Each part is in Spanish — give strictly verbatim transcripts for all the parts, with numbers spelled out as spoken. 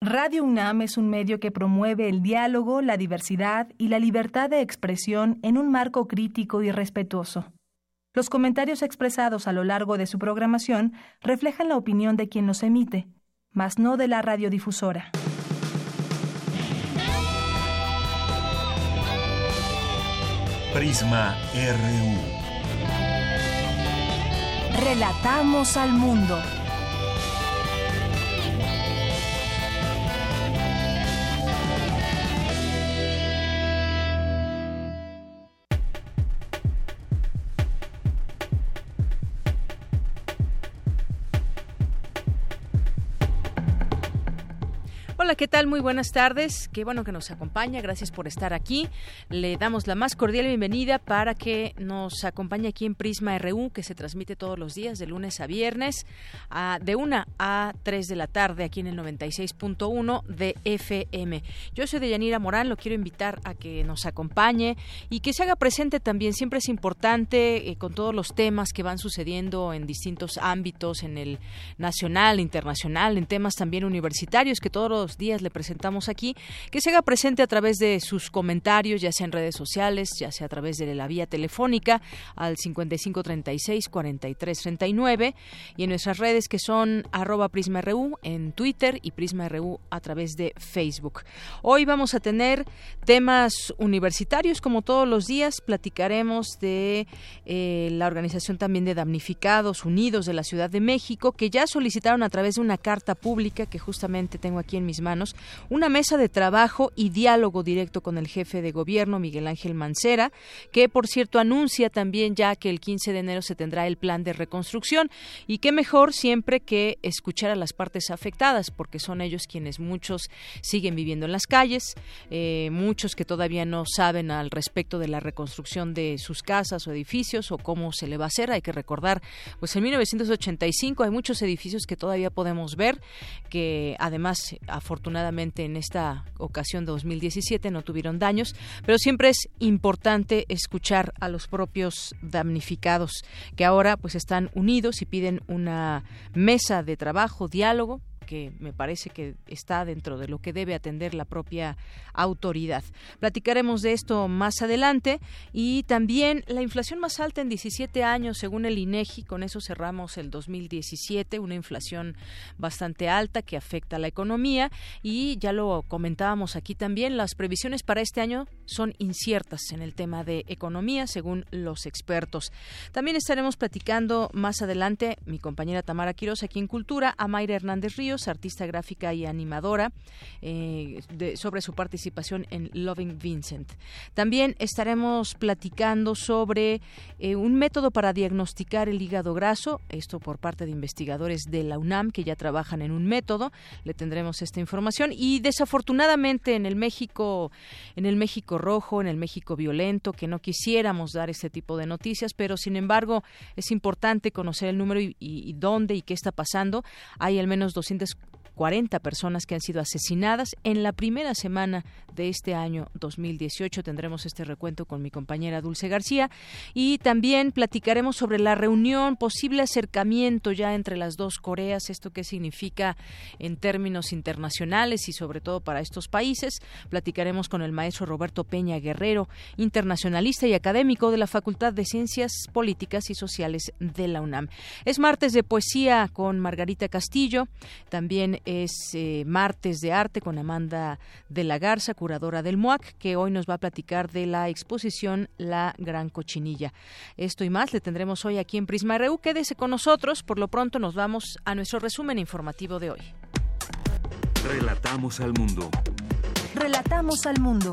Radio UNAM es un medio que promueve el diálogo, la diversidad y la libertad de expresión en un marco crítico y respetuoso. Los comentarios expresados a lo largo de su programación reflejan la opinión de quien los emite, mas no de la radiodifusora. Prisma R U. Relatamos al mundo. Hola, ¿qué tal? Muy buenas tardes. Qué bueno que nos acompaña. Gracias por estar aquí. Le damos la más cordial bienvenida para que nos acompañe aquí en Prisma R U, que se transmite todos los días, de lunes a viernes, a, de una a tres de la tarde, aquí en el noventa y seis punto uno de F M. Yo soy Deyanira Morán, lo quiero invitar a que nos acompañe y que se haga presente también. Siempre es importante, eh, con todos los temas que van sucediendo en distintos ámbitos, en el nacional, internacional, en temas también universitarios, que todos los días le presentamos aquí, que se haga presente a través de sus comentarios, ya sea en redes sociales, ya sea a través de la vía telefónica al cincuenta y cinco treinta y seis cuarenta y tres treinta y nueve y en nuestras redes que son arroba Prisma R U en Twitter y Prisma R U a través de Facebook. Hoy vamos a tener temas universitarios, como todos los días. Platicaremos de eh, la organización también de damnificados unidos de la Ciudad de México, que ya solicitaron a través de una carta pública que justamente tengo aquí en mis manos, una mesa de trabajo y diálogo directo con el jefe de gobierno, Miguel Ángel Mancera, que por cierto anuncia también ya que el quince de enero se tendrá el plan de reconstrucción, y qué mejor siempre que escuchar a las partes afectadas, porque son ellos quienes muchos siguen viviendo en las calles, eh, muchos que todavía no saben al respecto de la reconstrucción de sus casas o edificios o cómo se le va a hacer. Hay que recordar, pues en mil novecientos ochenta y cinco hay muchos edificios que todavía podemos ver, que además afortunadamente en esta ocasión de dos mil diecisiete no tuvieron daños, pero siempre es importante escuchar a los propios damnificados, que ahora pues están unidos y piden una mesa de trabajo, diálogo, que me parece que está dentro de lo que debe atender la propia autoridad. Platicaremos de esto más adelante, y también la inflación más alta en diecisiete años según el INEGI. Con eso cerramos el dos mil diecisiete, una inflación bastante alta que afecta a la economía, y ya lo comentábamos aquí también, las previsiones para este año son inciertas en el tema de economía según los expertos. También estaremos platicando más adelante mi compañera Tamara Quiroz aquí en Cultura, a Mayra Hernández Ríos, artista gráfica y animadora, eh, de, sobre su participación en Loving Vincent. También estaremos platicando sobre eh, un método para diagnosticar el hígado graso, esto por parte de investigadores de la UNAM que ya trabajan en un método. Le tendremos esta información. Y desafortunadamente en el México, en el México rojo, en el México violento, que no quisiéramos dar este tipo de noticias, pero sin embargo es importante conocer el número y, y, y dónde y qué está pasando. Hay al menos doscientas cuarenta personas que han sido asesinadas en la primera semana de este año dos mil dieciocho. Tendremos este recuento con mi compañera Dulce García, y también platicaremos sobre la reunión, posible acercamiento ya entre las dos Coreas, esto qué significa en términos internacionales y sobre todo para estos países. Platicaremos con el maestro Roberto Peña Guerrero, internacionalista y académico de la Facultad de Ciencias Políticas y Sociales de la UNAM. Es martes de poesía con Margarita Castillo, también es eh, martes de arte con Amanda de la Garza, curadora del MUAC, que hoy nos va a platicar de la exposición La Gran Cochinilla. Esto y más le tendremos hoy aquí en Prisma R U. Quédese con nosotros. Por lo pronto nos vamos a nuestro resumen informativo de hoy. Relatamos al mundo. Relatamos al mundo.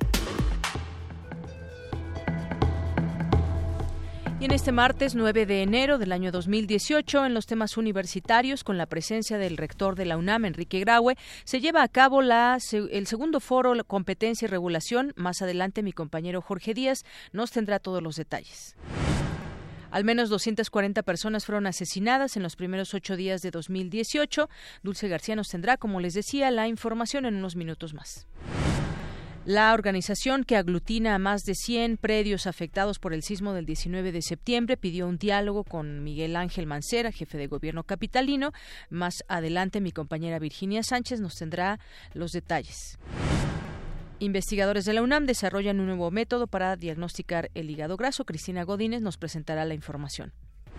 Y en este martes nueve de enero del año dos mil dieciocho, en los temas universitarios, con la presencia del rector de la UNAM, Enrique Graue, se lleva a cabo la, el segundo foro Competencia y Regulación. Más adelante mi compañero Jorge Díaz nos tendrá todos los detalles. Al menos doscientas cuarenta personas fueron asesinadas en los primeros ocho días de dos mil dieciocho. Dulce García nos tendrá, como les decía, la información en unos minutos más. La organización, que aglutina a más de cien predios afectados por el sismo del diecinueve de septiembre, pidió un diálogo con Miguel Ángel Mancera, jefe de gobierno capitalino. Más adelante, mi compañera Virginia Sánchez nos tendrá los detalles. Investigadores de la UNAM desarrollan un nuevo método para diagnosticar el hígado graso. Cristina Godínez nos presentará la información.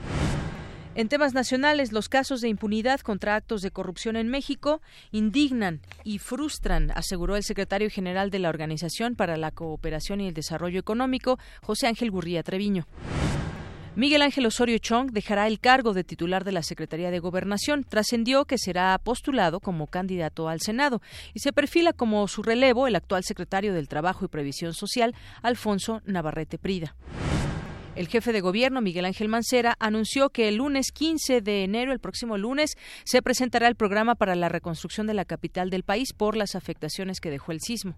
En temas nacionales, los casos de impunidad contra actos de corrupción en México indignan y frustran, aseguró el secretario general de la Organización para la Cooperación y el Desarrollo Económico, José Ángel Gurría Treviño. Miguel Ángel Osorio Chong dejará el cargo de titular de la Secretaría de Gobernación. Trascendió que será postulado como candidato al Senado y se perfila como su relevo el actual secretario del Trabajo y Previsión Social, Alfonso Navarrete Prida. El jefe de gobierno, Miguel Ángel Mancera, anunció que el lunes quince de enero, el próximo lunes, se presentará el programa para la reconstrucción de la capital del país por las afectaciones que dejó el sismo.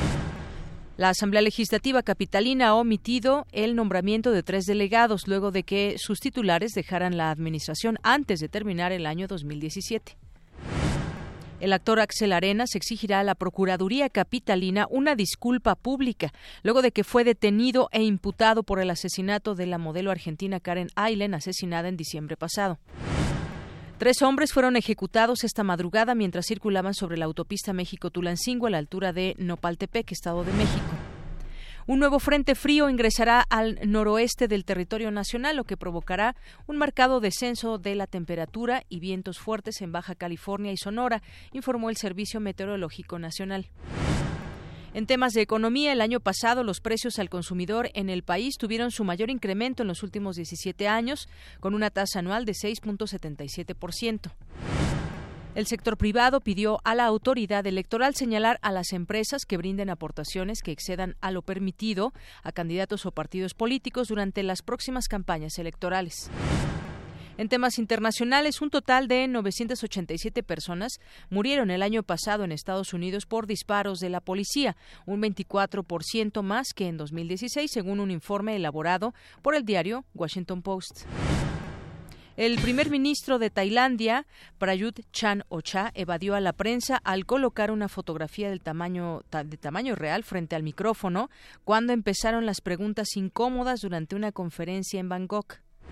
La Asamblea Legislativa capitalina ha omitido el nombramiento de tres delegados luego de que sus titulares dejaran la administración antes de terminar el año dos mil diecisiete. El actor Axel Arenas exigirá a la Procuraduría capitalina una disculpa pública, luego de que fue detenido e imputado por el asesinato de la modelo argentina Karen Aylen, asesinada en diciembre pasado. Tres hombres fueron ejecutados esta madrugada mientras circulaban sobre la autopista México-Tulancingo a la altura de Nopaltepec, Estado de México. Un nuevo frente frío ingresará al noroeste del territorio nacional, lo que provocará un marcado descenso de la temperatura y vientos fuertes en Baja California y Sonora, informó el Servicio Meteorológico Nacional. En temas de economía, el año pasado los precios al consumidor en el país tuvieron su mayor incremento en los últimos diecisiete años, con una tasa anual de seis punto setenta y siete por ciento. El sector privado pidió a la autoridad electoral señalar a las empresas que brinden aportaciones que excedan a lo permitido a candidatos o partidos políticos durante las próximas campañas electorales. En temas internacionales, un total de novecientas ochenta y siete personas murieron el año pasado en Estados Unidos por disparos de la policía, un veinticuatro por ciento más que en dos mil dieciséis, según un informe elaborado por el diario Washington Post. El primer ministro de Tailandia, Prayut Chan-o-cha, evadió a la prensa al colocar una fotografía del tamaño, de tamaño real frente al micrófono cuando empezaron las preguntas incómodas durante una conferencia en Bangkok.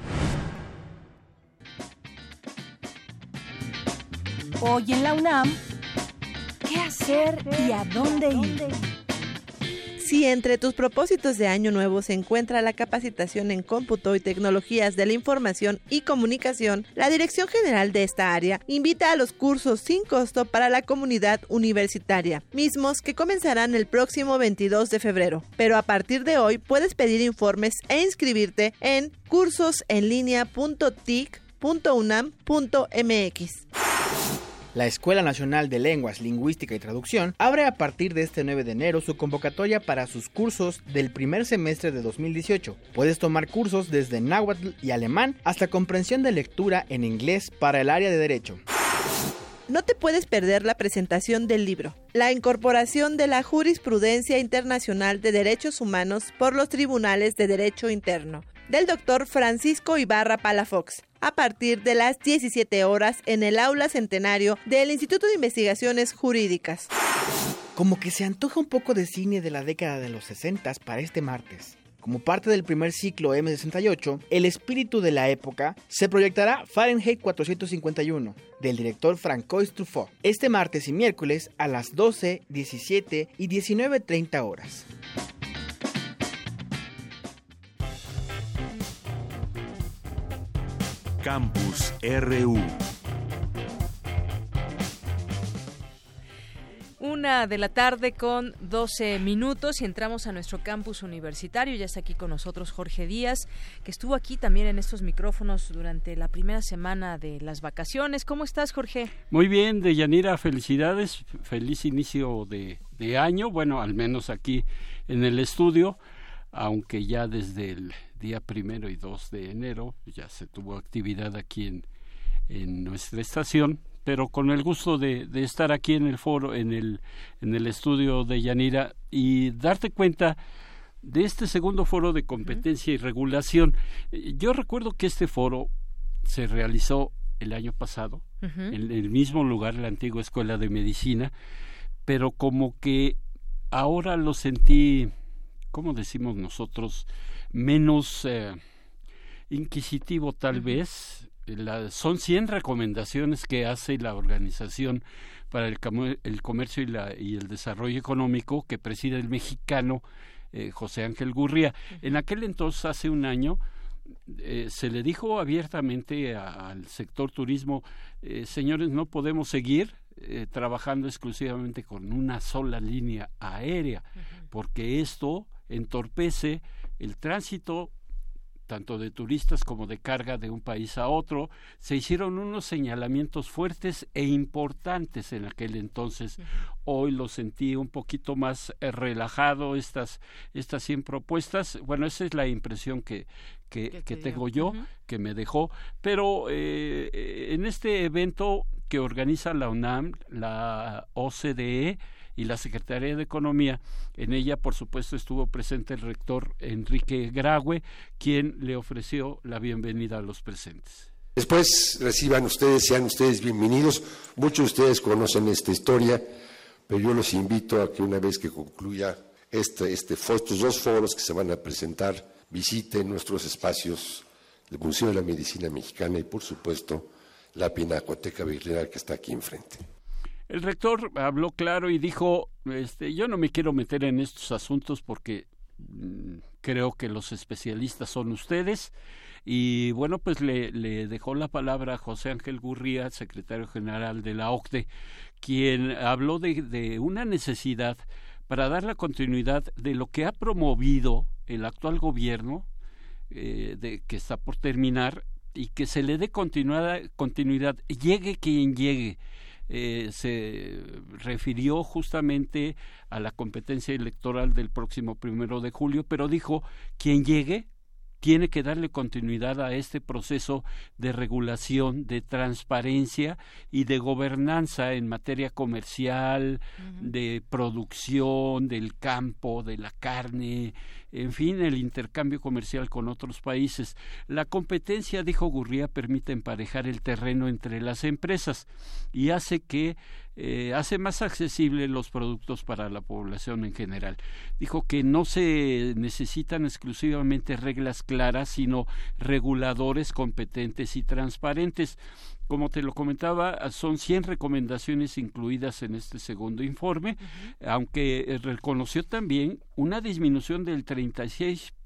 Hoy en la UNAM, ¿qué hacer y a dónde ir? Si entre tus propósitos de año nuevo se encuentra la capacitación en cómputo y tecnologías de la información y comunicación, la Dirección General de esta área invita a los cursos sin costo para la comunidad universitaria, mismos que comenzarán el próximo veintidós de febrero. Pero a partir de hoy puedes pedir informes e inscribirte en cursos en línea punto t i c punto u n a m punto m x. La Escuela Nacional de Lenguas, Lingüística y Traducción abre a partir de este nueve de enero su convocatoria para sus cursos del primer semestre de dos mil dieciocho. Puedes tomar cursos desde náhuatl y alemán hasta comprensión de lectura en inglés para el área de Derecho. No te puedes perder la presentación del libro, La incorporación de la jurisprudencia internacional de derechos humanos por los tribunales de derecho interno, del doctor Francisco Ibarra Palafox, a partir de las diecisiete horas en el aula centenario del Instituto de Investigaciones Jurídicas. Como que se antoja un poco de cine de la década de los sesentas para este martes. Como parte del primer ciclo eme sesenta y ocho, El espíritu de la época, se proyectará Fahrenheit cuatrocientos cincuenta y uno, del director Francois Truffaut, este martes y miércoles a las doce, diecisiete y diecinueve treinta horas. Campus R U. Una de la tarde con doce minutos y entramos a nuestro campus universitario. Ya está aquí con nosotros Jorge Díaz, que estuvo aquí también en estos micrófonos durante la primera semana de las vacaciones. ¿Cómo estás, Jorge? Muy bien, Deyanira, felicidades, feliz inicio de, de año, bueno, al menos aquí en el estudio, aunque ya desde el día primero y dos de enero ya se tuvo actividad aquí en, en nuestra estación, pero con el gusto de, de estar aquí en el foro, en el, en el estudio de Yanira y darte cuenta de este segundo foro de competencia uh-huh. y regulación. Yo recuerdo que este foro se realizó el año pasado uh-huh. en el mismo lugar, la antigua Escuela de Medicina, pero como que ahora lo sentí, ¿cómo decimos nosotros? Menos eh, inquisitivo tal uh-huh. vez. La, son cien recomendaciones que hace la Organización para el, el Comercio y, la, y el Desarrollo Económico que preside el mexicano eh, José Ángel Gurría. Uh-huh. En aquel entonces, hace un año, eh, se le dijo abiertamente a, al sector turismo, eh, señores, no podemos seguir eh, trabajando exclusivamente con una sola línea aérea, uh-huh. porque esto entorpece el tránsito tanto de turistas como de carga de un país a otro. Se hicieron unos señalamientos fuertes e importantes en aquel entonces. Uh-huh. Hoy lo sentí un poquito más eh, relajado, estas estas cien propuestas. Bueno, esa es la impresión que, que, que tengo yo, uh-huh. que me dejó. Pero eh, en este evento que organiza la UNAM, la O C D E, y la Secretaría de Economía, en ella, por supuesto, estuvo presente el rector Enrique Graue, quien le ofreció la bienvenida a los presentes. Después reciban ustedes, sean ustedes bienvenidos. Muchos de ustedes conocen esta historia, pero yo los invito a que una vez que concluya este, este, estos dos foros que se van a presentar, visiten nuestros espacios, el Museo de la Medicina Mexicana y, por supuesto, la Pinacoteca Virreinal que está aquí enfrente. El rector habló claro y dijo, este, yo no me quiero meter en estos asuntos porque mmm, creo que los especialistas son ustedes. Y bueno, pues le, le dejó la palabra a José Ángel Gurría, secretario general de la O C D E, quien habló de, de una necesidad para dar la continuidad de lo que ha promovido el actual gobierno, eh, de, que está por terminar, y que se le dé continuidad, continuidad llegue quien llegue. Eh, se refirió justamente a la competencia electoral del próximo primero de julio, pero dijo, quien llegue tiene que darle continuidad a este proceso de regulación, de transparencia y de gobernanza en materia comercial, uh-huh. de producción, del campo, de la carne, en fin, el intercambio comercial con otros países. La competencia, dijo Gurría, permite emparejar el terreno entre las empresas y hace que eh, hace más accesibles los productos para la población en general. Dijo que no se necesitan exclusivamente reglas claras, sino reguladores competentes y transparentes. Como te lo comentaba, son cien recomendaciones incluidas en este segundo informe, uh-huh. aunque reconoció también una disminución del treinta y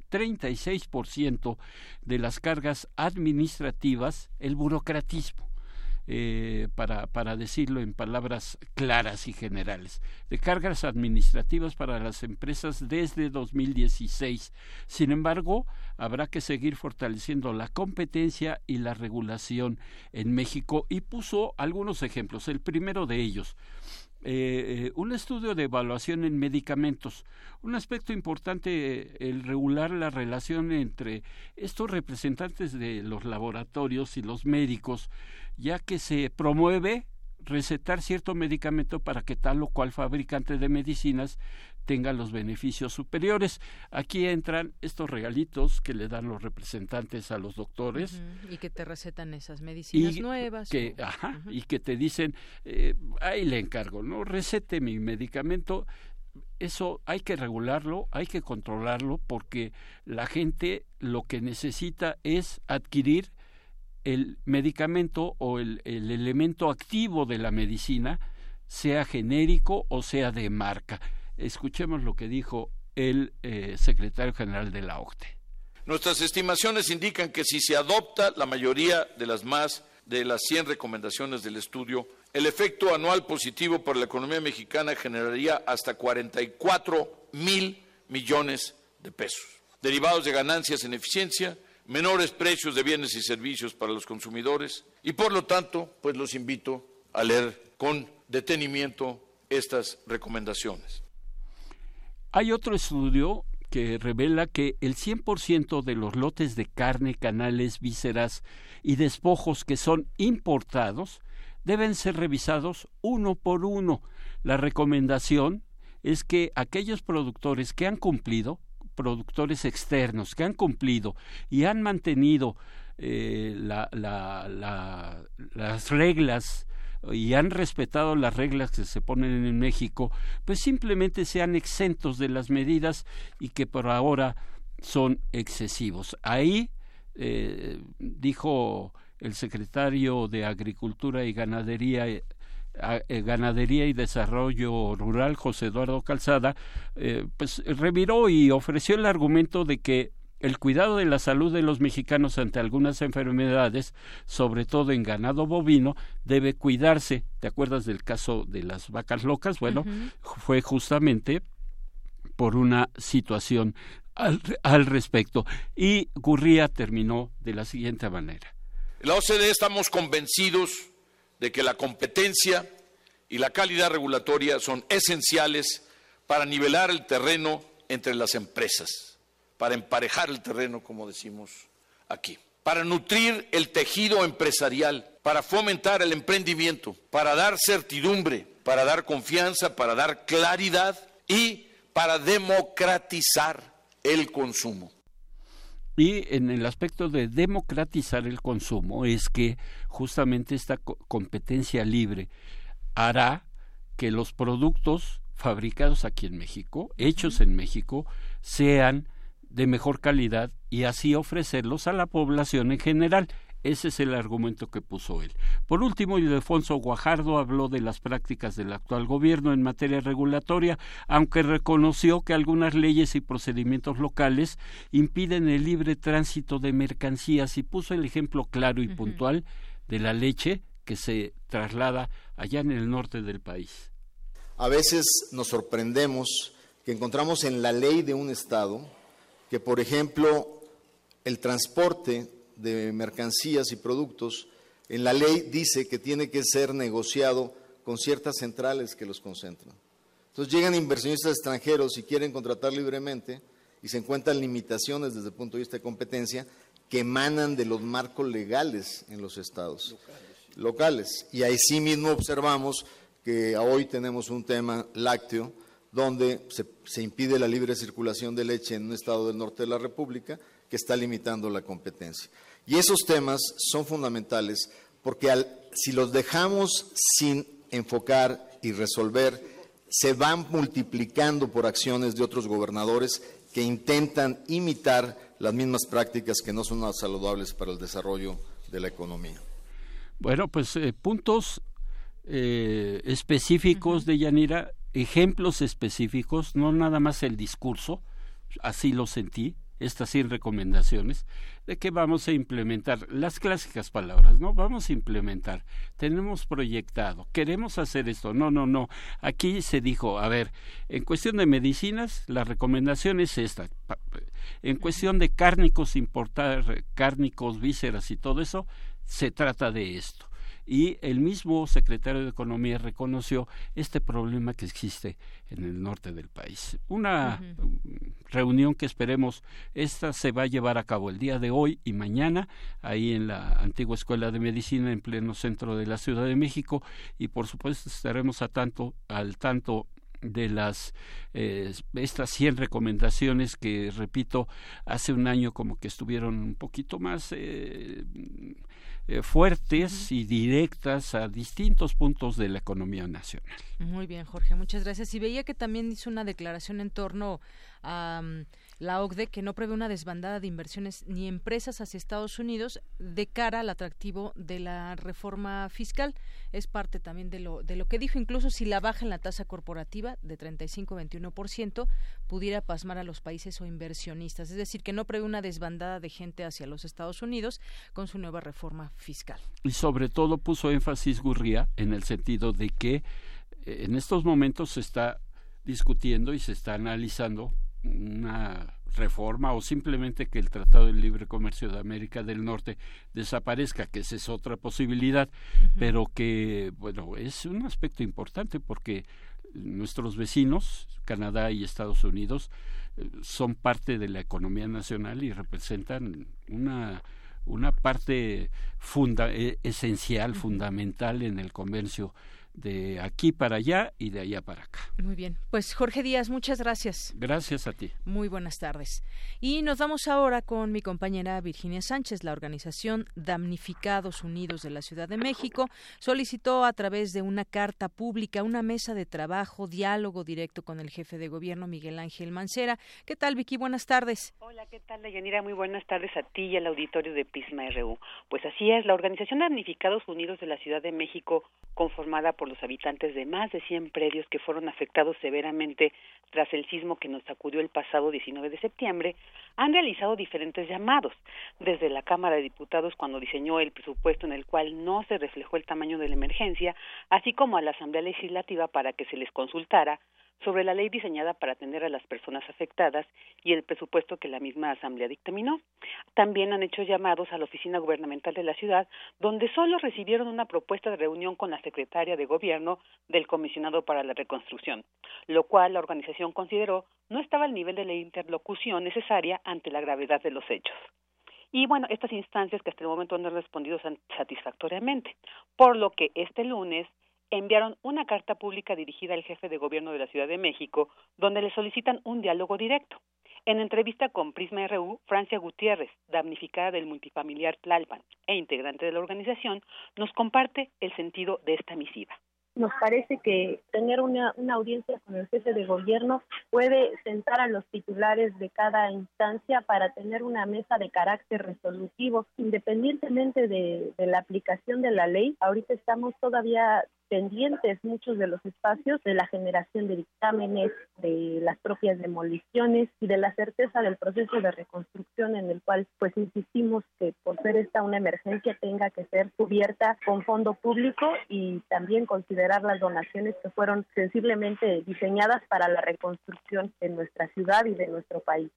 seis por ciento de las cargas administrativas, el burocratismo. Eh, para, para decirlo en palabras claras y generales, de cargas administrativas para las empresas desde dos mil dieciséis. Sin embargo, habrá que seguir fortaleciendo la competencia y la regulación en México, y puso algunos ejemplos. El primero de ellos, Eh, un estudio de evaluación en medicamentos. Un aspecto importante, eh, el regular la relación entre estos representantes de los laboratorios y los médicos, ya que se promueve recetar cierto medicamento para que tal o cual fabricante de medicinas tenga los beneficios superiores. Aquí entran estos regalitos que le dan los representantes a los doctores. Uh-huh. Y que te recetan esas medicinas y nuevas. Que, o... ajá, uh-huh. Y que te dicen, eh, ahí le encargo, ¿no? Recete mi medicamento. Eso hay que regularlo, hay que controlarlo, porque la gente lo que necesita es adquirir el medicamento o el, el elemento activo de la medicina, sea genérico o sea de marca. Escuchemos lo que dijo el eh, secretario general de la O C D E. Nuestras estimaciones indican que si se adopta la mayoría de las más de las cien recomendaciones del estudio, el efecto anual positivo para la economía mexicana generaría hasta cuarenta y cuatro mil millones de pesos, derivados de ganancias en eficiencia, menores precios de bienes y servicios para los consumidores, y por lo tanto, pues los invito a leer con detenimiento estas recomendaciones. Hay otro estudio que revela que el cien por ciento de los lotes de carne, canales, vísceras y despojos que son importados deben ser revisados uno por uno. La recomendación es que aquellos productores que han cumplido, productores externos que han cumplido y han mantenido eh, la, la, la, las reglas y han respetado las reglas que se ponen en México, pues simplemente sean exentos de las medidas y que por ahora son excesivos. Ahí eh, dijo el secretario de Agricultura y Ganadería eh, Ganadería y Desarrollo Rural, José Eduardo Calzada, eh, pues reviró y ofreció el argumento de que el cuidado de la salud de los mexicanos ante algunas enfermedades, sobre todo en ganado bovino, debe cuidarse. ¿Te acuerdas del caso de las vacas locas? Bueno, uh-huh. fue justamente por una situación al, al respecto. Y Gurría terminó de la siguiente manera. En la O C D E estamos convencidos de que la competencia y la calidad regulatoria son esenciales para nivelar el terreno entre las empresas, para emparejar el terreno, como decimos aquí, para nutrir el tejido empresarial, para fomentar el emprendimiento, para dar certidumbre, para dar confianza, para dar claridad y para democratizar el consumo. Y en el aspecto de democratizar el consumo es que justamente esta co- competencia libre hará que los productos fabricados aquí en México, hechos en México, sean de mejor calidad y así ofrecerlos a la población en general. Ese es el argumento que puso él. Por último, Ildefonso Guajardo habló de las prácticas del actual gobierno en materia regulatoria, aunque reconoció que algunas leyes y procedimientos locales impiden el libre tránsito de mercancías y puso el ejemplo claro y uh-huh. puntual de la leche que se traslada allá en el norte del país. A veces nos sorprendemos que encontramos en la ley de un estado que, por ejemplo, el transporte de mercancías y productos, en la ley dice que tiene que ser negociado con ciertas centrales que los concentran. Entonces llegan inversionistas extranjeros y quieren contratar libremente y se encuentran limitaciones desde el punto de vista de competencia que emanan de los marcos legales en los estados locales. locales. Y ahí sí mismo observamos que hoy tenemos un tema lácteo donde se, se impide la libre circulación de leche en un estado del norte de la República que está limitando la competencia. Y esos temas son fundamentales porque al, si los dejamos sin enfocar y resolver, se van multiplicando por acciones de otros gobernadores que intentan imitar las mismas prácticas que no son nada saludables para el desarrollo de la economía. Bueno, pues eh, puntos eh, específicos de Yanira, ejemplos específicos, no nada más el discurso, así lo sentí, estas cien recomendaciones, de que vamos a implementar las clásicas palabras, ¿no? Vamos a implementar, tenemos proyectado, queremos hacer esto, no, no, no, aquí se dijo, a ver, en cuestión de medicinas, la recomendación es esta, en cuestión de cárnicos, importar cárnicos, vísceras y todo eso, se trata de esto. Y el mismo secretario de Economía reconoció este problema que existe en el norte del país. Una uh-huh. reunión que esperemos, esta se va a llevar a cabo el día de hoy y mañana, ahí en la antigua Escuela de Medicina, en pleno centro de la Ciudad de México, y por supuesto estaremos a tanto, al tanto de las eh, estas cien recomendaciones que, repito, hace un año como que estuvieron un poquito más eh, eh, fuertes uh-huh. y directas a distintos puntos de la economía nacional. Muy bien, Jorge, muchas gracias. Y veía que también hizo una declaración en torno a um, la O C D E que no prevé una desbandada de inversiones ni empresas hacia Estados Unidos de cara al atractivo de la reforma fiscal. Es parte también de lo de lo que dijo, incluso si la baja en la tasa corporativa de treinta y cinco a veintiuno por ciento pudiera pasmar a los países o inversionistas. Es decir, que no prevé una desbandada de gente hacia los Estados Unidos con su nueva reforma fiscal. Y sobre todo puso énfasis Gurría en el sentido de que en estos momentos se está discutiendo y se está analizando una reforma o simplemente que el Tratado de Libre Comercio de América del Norte desaparezca, que esa es otra posibilidad, uh-huh. pero que, bueno, es un aspecto importante porque nuestros vecinos, Canadá y Estados Unidos, son parte de la economía nacional y representan una una parte funda, esencial, uh-huh. fundamental en el comercio de aquí para allá y de allá para acá. Muy bien, pues Jorge Díaz, muchas gracias. Gracias a ti. Muy buenas tardes. Y nos vamos ahora con mi compañera Virginia Sánchez. La organización Damnificados Unidos de la Ciudad de México solicitó a través de una carta pública una mesa de trabajo, diálogo directo con el jefe de gobierno Miguel Ángel Mancera. ¿Qué tal, Vicky? Buenas tardes. Hola, ¿qué tal, Deyanira? Muy buenas tardes a ti y al auditorio de Prisma R U. Pues así es, la organización Damnificados Unidos de la Ciudad de México, conformada por los habitantes de más de cien predios que fueron afectados severamente tras el sismo que nos sacudió el pasado diecinueve de septiembre, han realizado diferentes llamados, desde la Cámara de Diputados cuando diseñó el presupuesto en el cual no se reflejó el tamaño de la emergencia, así como a la Asamblea Legislativa para que se les consultara sobre la ley diseñada para atender a las personas afectadas y el presupuesto que la misma Asamblea dictaminó. También han hecho llamados a la Oficina Gubernamental de la Ciudad, donde solo recibieron una propuesta de reunión con la Secretaria de Gobierno del Comisionado para la Reconstrucción, lo cual la organización consideró no estaba al nivel de la interlocución necesaria ante la gravedad de los hechos. Y bueno, estas instancias que hasta el momento no han respondido satisfactoriamente, por lo que este lunes enviaron una carta pública dirigida al jefe de gobierno de la Ciudad de México, donde le solicitan un diálogo directo. En entrevista con Prisma R U, Francia Gutiérrez, damnificada del multifamiliar Tlalpan e integrante de la organización, nos comparte el sentido de esta misiva. Nos parece que tener una, una audiencia con el jefe de gobierno puede sentar a los titulares de cada instancia para tener una mesa de carácter resolutivo, independientemente de, de la aplicación de la ley. Ahorita estamos todavía pendientes muchos de los espacios de la generación de dictámenes, de las propias demoliciones y de la certeza del proceso de reconstrucción en el cual pues insistimos que por ser esta una emergencia tenga que ser cubierta con fondo público y también considerar las donaciones que fueron sensiblemente diseñadas para la reconstrucción de nuestra ciudad y de nuestro país.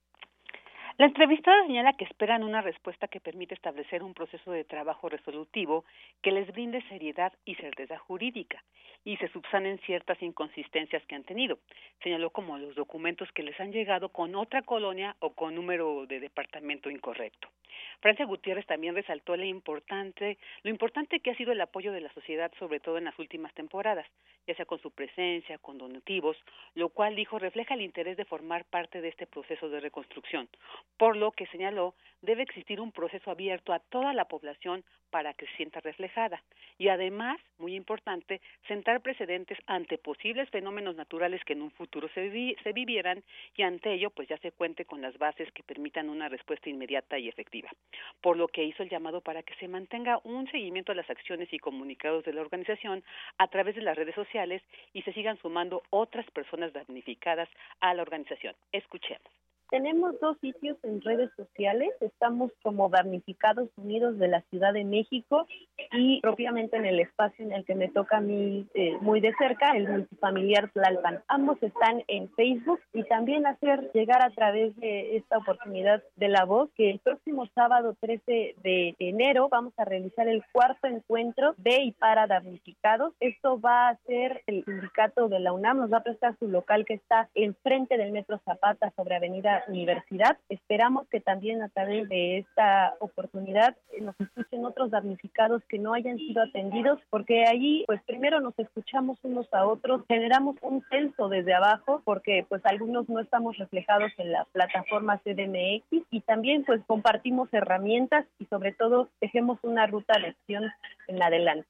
La entrevistada señala que esperan una respuesta que permita establecer un proceso de trabajo resolutivo que les brinde seriedad y certeza jurídica y se subsanen ciertas inconsistencias que han tenido. Señaló como los documentos que les han llegado con otra colonia o con número de departamento incorrecto. Francia Gutiérrez también resaltó lo importante, lo importante que ha sido el apoyo de la sociedad, sobre todo en las últimas temporadas, ya sea con su presencia, con donativos, lo cual dijo refleja el interés de formar parte de este proceso de reconstrucción, por lo que señaló debe existir un proceso abierto a toda la población para que se sienta reflejada y además, muy importante, sentar precedentes ante posibles fenómenos naturales que en un futuro se, vi- se vivieran y ante ello pues ya se cuente con las bases que permitan una respuesta inmediata y efectiva, por lo que hizo el llamado para que se mantenga un seguimiento a las acciones y comunicados de la organización a través de las redes sociales y se sigan sumando otras personas damnificadas a la organización. Escuchemos. Tenemos dos sitios en redes sociales, estamos como Damnificados Unidos de la Ciudad de México y propiamente en el espacio en el que me toca a mí eh, muy de cerca, el multifamiliar Tlalpan. Ambos están en Facebook y también hacer llegar a través de esta oportunidad de la voz que el próximo sábado trece de enero vamos a realizar el cuarto encuentro de y para damnificados. Esto va a ser el sindicato de la UNAM, nos va a prestar su local que está enfrente del Metro Zapata sobre Avenida Universidad. Esperamos que también a través de esta oportunidad nos escuchen otros damnificados que no hayan sido atendidos, porque allí pues primero nos escuchamos unos a otros, generamos un censo desde abajo, porque pues algunos no estamos reflejados en la plataforma C D M X y también pues compartimos herramientas y sobre todo dejemos una ruta de acción en adelante.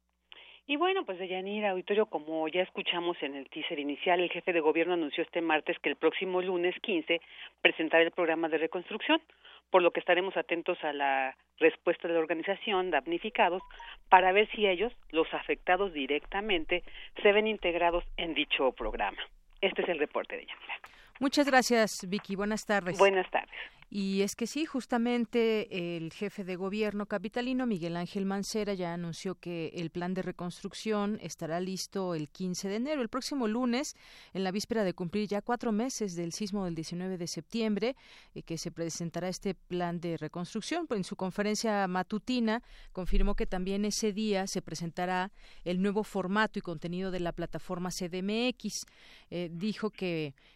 Y bueno, pues Deyanira, auditorio, como ya escuchamos en el teaser inicial, el jefe de gobierno anunció este martes que el próximo lunes quince presentará el programa de reconstrucción, por lo que estaremos atentos a la respuesta de la organización Damnificados para ver si ellos, los afectados directamente, se ven integrados en dicho programa. Este es el reporte de Deyanira. Muchas gracias, Vicky. Buenas tardes. Buenas tardes. Y es que sí, justamente el jefe de gobierno capitalino, Miguel Ángel Mancera, ya anunció que el plan de reconstrucción estará listo el quince de enero, el próximo lunes, en la víspera de cumplir ya cuatro meses del sismo del diecinueve de septiembre, eh, que se presentará este plan de reconstrucción. En su conferencia matutina confirmó que también ese día se presentará el nuevo formato y contenido de la plataforma C D M X. Eh, dijo que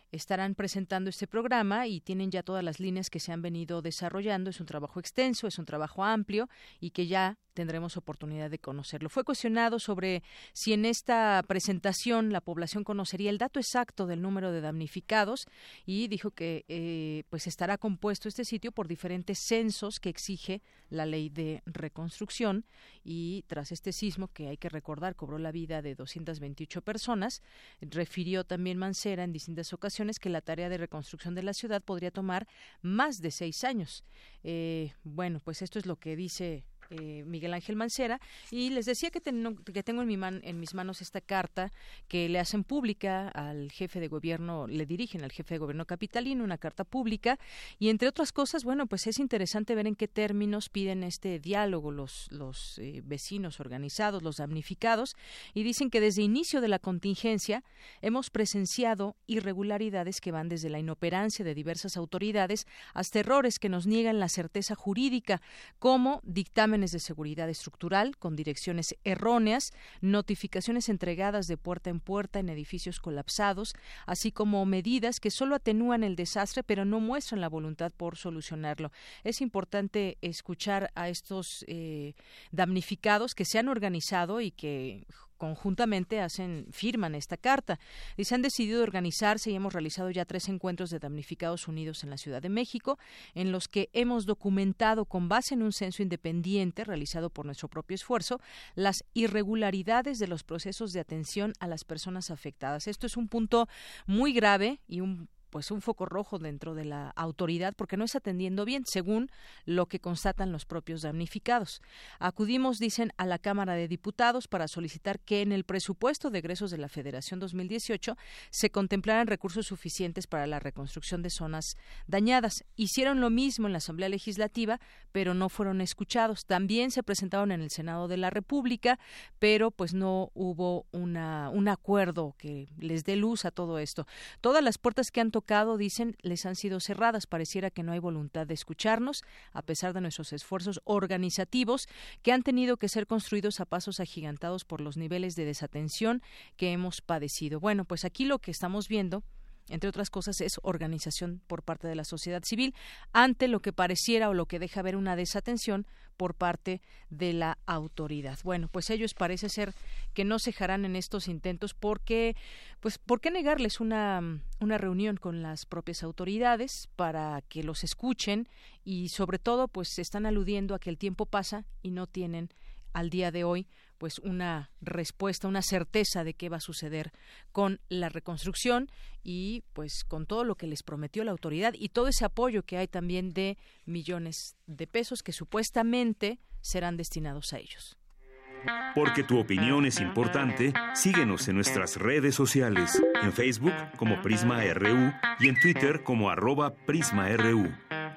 estarán presentando este programa y tienen ya todas las líneas que se han venido desarrollando. Es un trabajo extenso, es un trabajo amplio y que ya tendremos oportunidad de conocerlo. Fue cuestionado sobre si en esta presentación la población conocería el dato exacto del número de damnificados y dijo que eh, pues estará compuesto este sitio por diferentes censos que exige la ley de reconstrucción. Y tras este sismo, que hay que recordar cobró la vida de doscientas veintiocho personas, refirió también Mancera en distintas ocasiones que la tarea de reconstrucción de la ciudad podría tomar más de seis años. Eh, bueno, pues esto es lo que dice Eh, Miguel Ángel Mancera, y les decía que, ten, que tengo en, mi man, en mis manos esta carta que le hacen pública al jefe de gobierno, le dirigen al jefe de gobierno capitalino, una carta pública, y entre otras cosas, bueno, pues es interesante ver en qué términos piden este diálogo los, los eh, vecinos organizados, los damnificados, y dicen que desde inicio de la contingencia hemos presenciado irregularidades que van desde la inoperancia de diversas autoridades hasta errores que nos niegan la certeza jurídica, como dictamen de seguridad estructural con direcciones erróneas, notificaciones entregadas de puerta en puerta en edificios colapsados, así como medidas que solo atenúan el desastre pero no muestran la voluntad por solucionarlo. Es importante escuchar a estos eh, damnificados que se han organizado y que conjuntamente hacen firman esta carta. Dice, han decidido organizarse y hemos realizado ya tres encuentros de damnificados unidos en la Ciudad de México, en los que hemos documentado con base en un censo independiente realizado por nuestro propio esfuerzo las irregularidades de los procesos de atención a las personas afectadas. Esto es un punto muy grave y un pues un foco rojo dentro de la autoridad porque no está atendiendo bien, según lo que constatan los propios damnificados. Acudimos, dicen, a la Cámara de Diputados para solicitar que en el presupuesto de egresos de la Federación dos mil dieciocho se contemplaran recursos suficientes para la reconstrucción de zonas dañadas. Hicieron lo mismo en la Asamblea Legislativa, pero no fueron escuchados. También se presentaron en el Senado de la República, pero pues no hubo una, un acuerdo que les dé luz a todo esto. Todas las puertas que han tocado, dicen, les han sido cerradas. Pareciera que no hay voluntad de escucharnos, a pesar de nuestros esfuerzos organizativos que han tenido que ser construidos a pasos agigantados por los niveles de desatención que hemos padecido. Bueno, pues aquí lo que estamos viendo, entre otras cosas, es organización por parte de la sociedad civil ante lo que pareciera o lo que deja ver una desatención por parte de la autoridad. Bueno, pues ellos parece ser que no cejarán en estos intentos porque, pues, ¿por qué negarles una, una reunión con las propias autoridades para que los escuchen? Y sobre todo, pues, están aludiendo a que el tiempo pasa y no tienen al día de hoy pues una respuesta, una certeza de qué va a suceder con la reconstrucción y pues con todo lo que les prometió la autoridad y todo ese apoyo que hay también de millones de pesos que supuestamente serán destinados a ellos. Porque tu opinión es importante, síguenos en nuestras redes sociales, en Facebook como Prisma R U y en Twitter como arroba Prisma R U.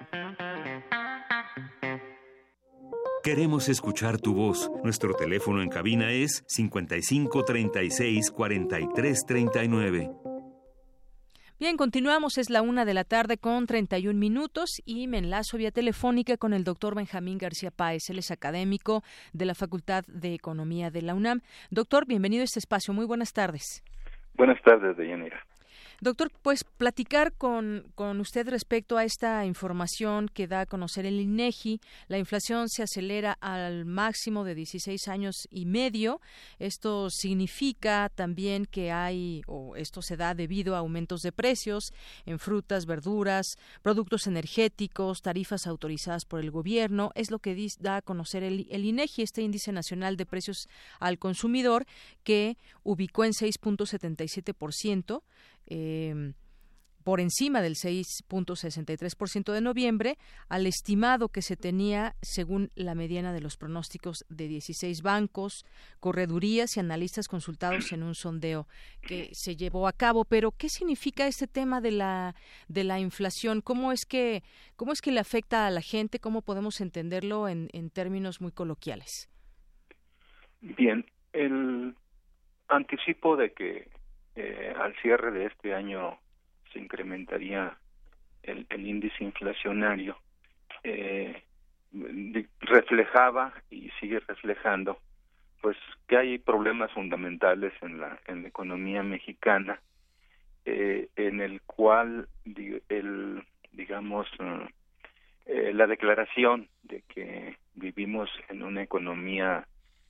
Queremos escuchar tu voz. Nuestro teléfono en cabina es cincuenta y cinco, treinta y seis, cuarenta y tres, treinta y nueve. Bien, continuamos, es la una de la tarde con treinta y un minutos y me enlazo vía telefónica con el doctor Benjamín García Páez. Él es académico de la Facultad de Economía de la UNAM. Doctor, bienvenido a este espacio. Muy buenas tardes. Buenas tardes, Deyanira. Doctor, pues platicar con, con usted respecto a esta información que da a conocer el INEGI. La inflación se acelera al máximo de dieciséis años y medio. Esto significa también que hay, o esto se da debido a aumentos de precios en frutas, verduras, productos energéticos, tarifas autorizadas por el gobierno. Es lo que dis, da a conocer el, el INEGI, este Índice Nacional de Precios al Consumidor, que ubicó en seis punto setenta y siete por ciento. Eh, por encima del seis punto sesenta y tres por ciento de noviembre, al estimado que se tenía según la mediana de los pronósticos de dieciséis bancos, corredurías y analistas consultados en un sondeo que se llevó a cabo. Pero, ¿qué significa este tema de la de la inflación? ¿Cómo es que cómo es que le afecta a la gente? ¿Cómo podemos entenderlo en, en términos muy coloquiales? Bien, el anticipo de que Eh, al cierre de este año se incrementaría el, el índice inflacionario, eh, de, reflejaba y sigue reflejando pues que hay problemas fundamentales en la en la economía mexicana, eh, en el cual el, digamos, eh, la declaración de que vivimos en una economía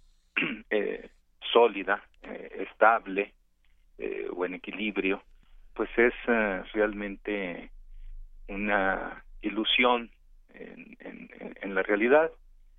eh, sólida, eh, estable eh, o en equilibrio, pues es uh, realmente una ilusión en, en, en la realidad,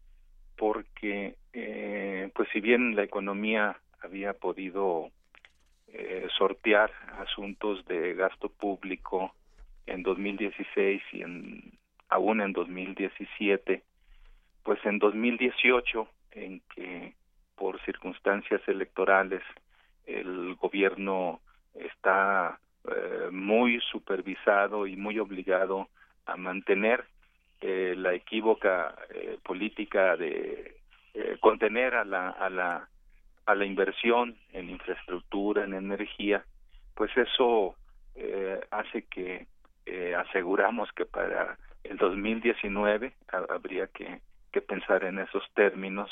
porque eh, pues si bien la economía había podido eh, sortear asuntos de gasto público en dos mil dieciséis y en, aún en dos mil diecisiete, pues en dos mil dieciocho, en que por circunstancias electorales el gobierno está eh, muy supervisado y muy obligado a mantener eh, la equívoca eh, política de eh, contener a la a la a la inversión en infraestructura, en energía, pues eso eh, hace que eh, aseguramos que para el dos mil diecinueve ha, habría que, que pensar en esos términos.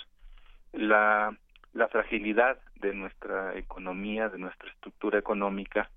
La la fragilidad de nuestra economía, de nuestra estructura económica,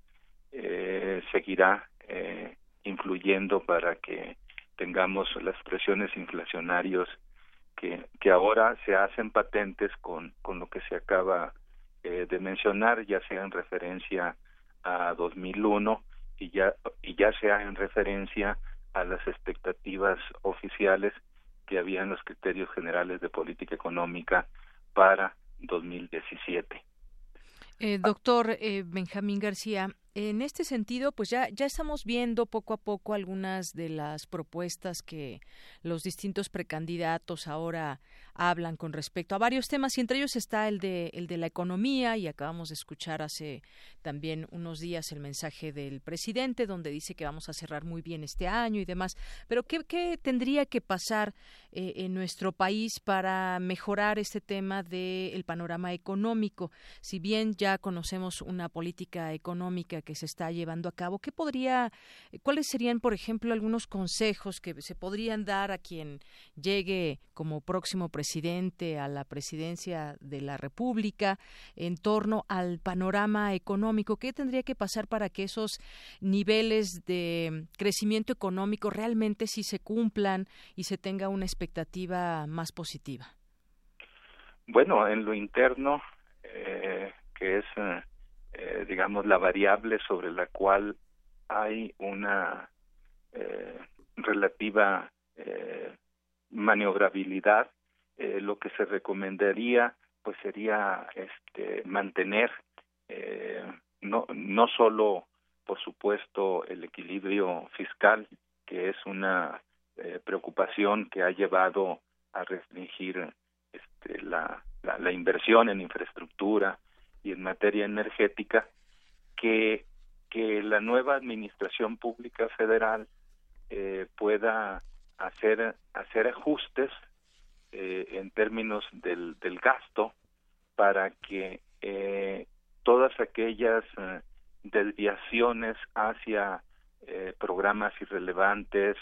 eh, seguirá eh, influyendo para que tengamos las presiones inflacionarias que, que ahora se hacen patentes con, con lo que se acaba eh, de mencionar, ya sea en referencia a dos mil uno y ya, y ya sea en referencia a las expectativas oficiales que había en los criterios generales de política económica para dos mil diecisiete. Eh, doctor eh, Benjamín García, en este sentido, pues ya ya estamos viendo poco a poco algunas de las propuestas que los distintos precandidatos ahora hablan con respecto a varios temas, y entre ellos está el de el de la economía, y acabamos de escuchar hace también unos días el mensaje del presidente donde dice que vamos a cerrar muy bien este año y demás. Pero ¿qué, qué tendría que pasar eh, en nuestro país para mejorar este tema del panorama económico? Si bien ya conocemos una política económica que se está llevando a cabo, ¿qué podría, cuáles serían, por ejemplo, algunos consejos que se podrían dar a quien llegue como próximo presidente a la presidencia de la República en torno al panorama económico? ¿Qué tendría que pasar para que esos niveles de crecimiento económico realmente sí se cumplan y se tenga una expectativa más positiva? Bueno, en lo interno, eh, que es eh, Eh, digamos, la variable sobre la cual hay una eh, relativa eh, maniobrabilidad, eh, lo que se recomendaría pues sería este mantener eh, no no solo, por supuesto, el equilibrio fiscal, que es una eh, preocupación que ha llevado a restringir este, la, la la inversión en infraestructura y en materia energética, que que la nueva administración pública federal eh, pueda hacer hacer ajustes eh, en términos del del gasto para que eh, todas aquellas eh, desviaciones hacia eh, programas irrelevantes,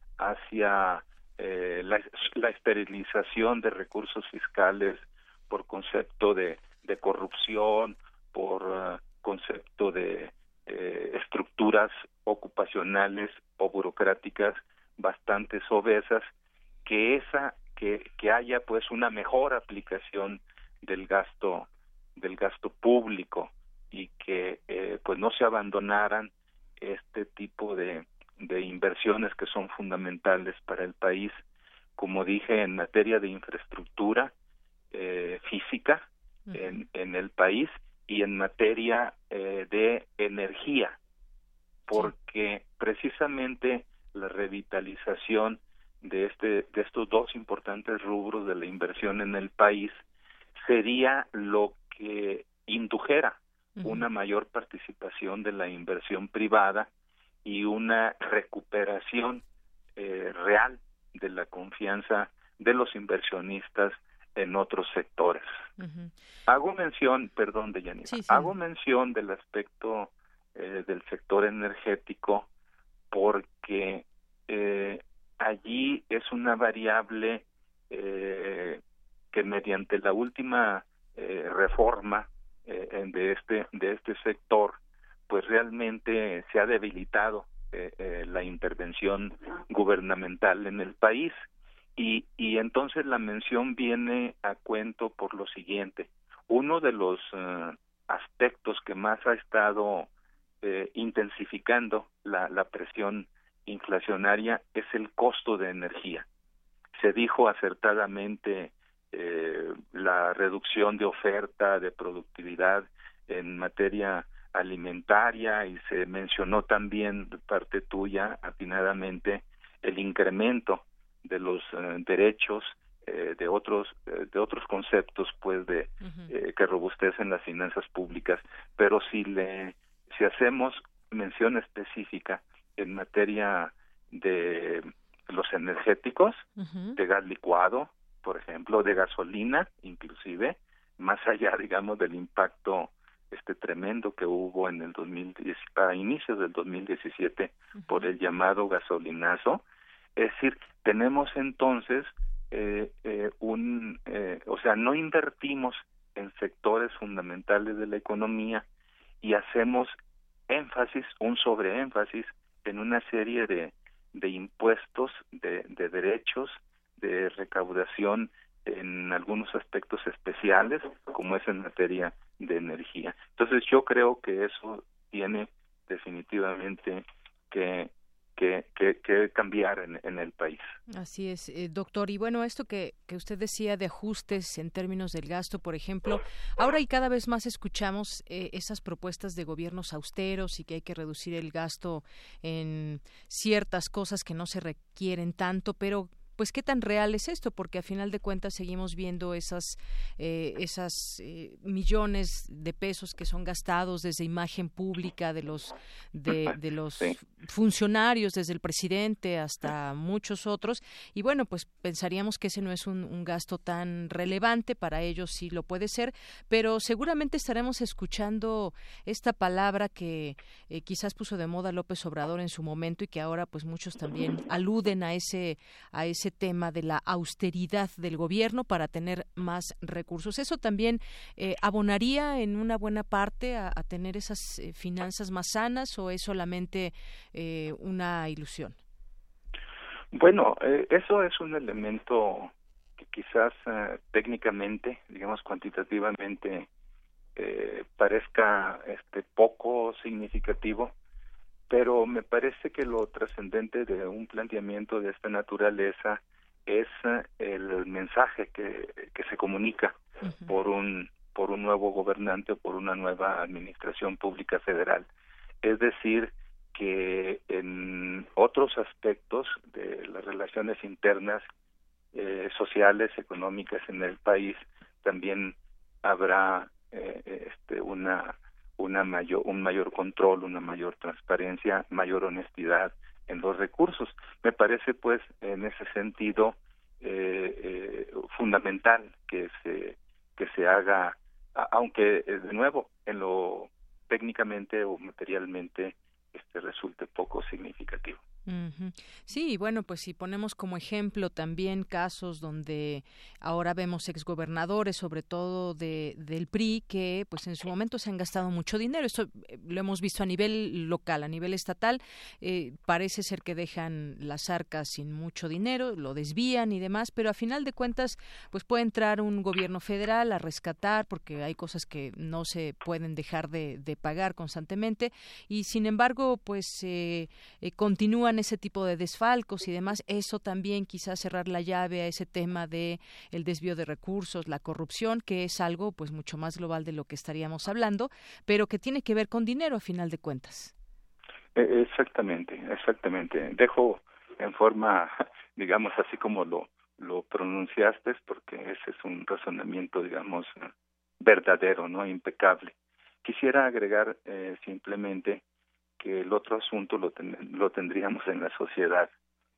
hacia eh, la, la esterilización de recursos fiscales por concepto de de corrupción, por uh, concepto de eh, estructuras ocupacionales o burocráticas bastante obesas, que esa que que haya pues una mejor aplicación del gasto del gasto público y que eh, pues no se abandonaran este tipo de de inversiones que son fundamentales para el país, como dije, en materia de infraestructura eh, física En, en el país y en materia eh, de energía, porque precisamente la revitalización de este de estos dos importantes rubros de la inversión en el país sería lo que indujera uh-huh. una mayor participación de la inversión privada y una recuperación eh, real de la confianza de los inversionistas en otros sectores. Uh-huh. Hago mención, perdón, Deyanira, sí, sí. hago mención del aspecto eh, del sector energético porque eh, allí es una variable eh, que mediante la última eh, reforma eh, de este de este sector, pues realmente se ha debilitado eh, eh, la intervención gubernamental en el país. Y, y entonces la mención viene a cuento por lo siguiente. Uno de los uh, aspectos que más ha estado eh, intensificando la, la presión inflacionaria es el costo de energía. Se dijo acertadamente eh, la reducción de oferta, de productividad en materia alimentaria, y se mencionó también de parte tuya atinadamente el incremento de los eh, derechos eh, de otros eh, de otros conceptos pues de uh-huh. eh, que robustecen las finanzas públicas, pero si le si hacemos mención específica en materia de los energéticos, uh-huh. de gas licuado, por ejemplo, de gasolina, inclusive, más allá, digamos, del impacto este tremendo que hubo en el dos mil diez, a inicios del dos mil diecisiete uh-huh. por el llamado gasolinazo. Es decir, tenemos entonces eh, eh, un, eh, o sea, no invertimos en sectores fundamentales de la economía y hacemos énfasis, un sobreénfasis en una serie de, de impuestos, de, de derechos, de recaudación en algunos aspectos especiales, como es en materia de energía. Entonces yo creo que eso tiene definitivamente que Que, que, que cambiar en, en el país. Así es, eh, doctor. Y bueno, esto que, que usted decía de ajustes en términos del gasto, por ejemplo, ahora y cada vez más escuchamos eh, esas propuestas de gobiernos austeros y que hay que reducir el gasto en ciertas cosas que no se requieren tanto, pero pues qué tan real es esto, porque a final de cuentas seguimos viendo esas eh, esas eh, millones de pesos que son gastados desde imagen pública de los de, de los sí. funcionarios, desde el presidente hasta muchos otros, y bueno, pues pensaríamos que ese no es un, un gasto tan relevante. Para ellos sí lo puede ser, pero seguramente estaremos escuchando esta palabra que eh, quizás puso de moda López Obrador en su momento y que ahora pues muchos también aluden a ese a ese tema de la austeridad del gobierno para tener más recursos. ¿Eso también eh, abonaría en una buena parte a, a tener esas eh, finanzas más sanas, o es solamente eh, una ilusión? Bueno, eh, eso es un elemento que quizás eh, técnicamente, digamos cuantitativamente, eh, parezca este poco significativo, pero me parece que lo trascendente de un planteamiento de esta naturaleza es el mensaje que, que se comunica uh-huh. por un por un nuevo gobernante o por una nueva administración pública federal. Es decir, que en otros aspectos de las relaciones internas, eh, sociales, económicas en el país, también habrá eh, este una una mayor un mayor control, una mayor transparencia, mayor honestidad en los recursos. Me parece pues en ese sentido eh, eh, fundamental que se que se haga, aunque de nuevo en lo técnicamente o materialmente este resulte poco significativo. Uh-huh. Sí, y bueno, pues si ponemos como ejemplo también casos donde ahora vemos exgobernadores, sobre todo de del P R I, que pues en su momento se han gastado mucho dinero. Esto eh, lo hemos visto a nivel local, a nivel estatal, eh, parece ser que dejan las arcas sin mucho dinero, lo desvían y demás, pero a final de cuentas pues puede entrar un gobierno federal a rescatar, porque hay cosas que no se pueden dejar de, de pagar constantemente, y sin embargo pues eh, eh, continúan ese tipo de desfalcos y demás. Eso también quizás cerrar la llave a ese tema de el desvío de recursos, la corrupción, que es algo pues mucho más global de lo que estaríamos hablando, pero que tiene que ver con dinero a final de cuentas. Exactamente, exactamente. Dejo en forma, digamos, así como lo lo pronunciaste, porque ese es un razonamiento, digamos, verdadero, no impecable. Quisiera agregar eh, simplemente que el otro asunto lo, ten, lo tendríamos en la sociedad,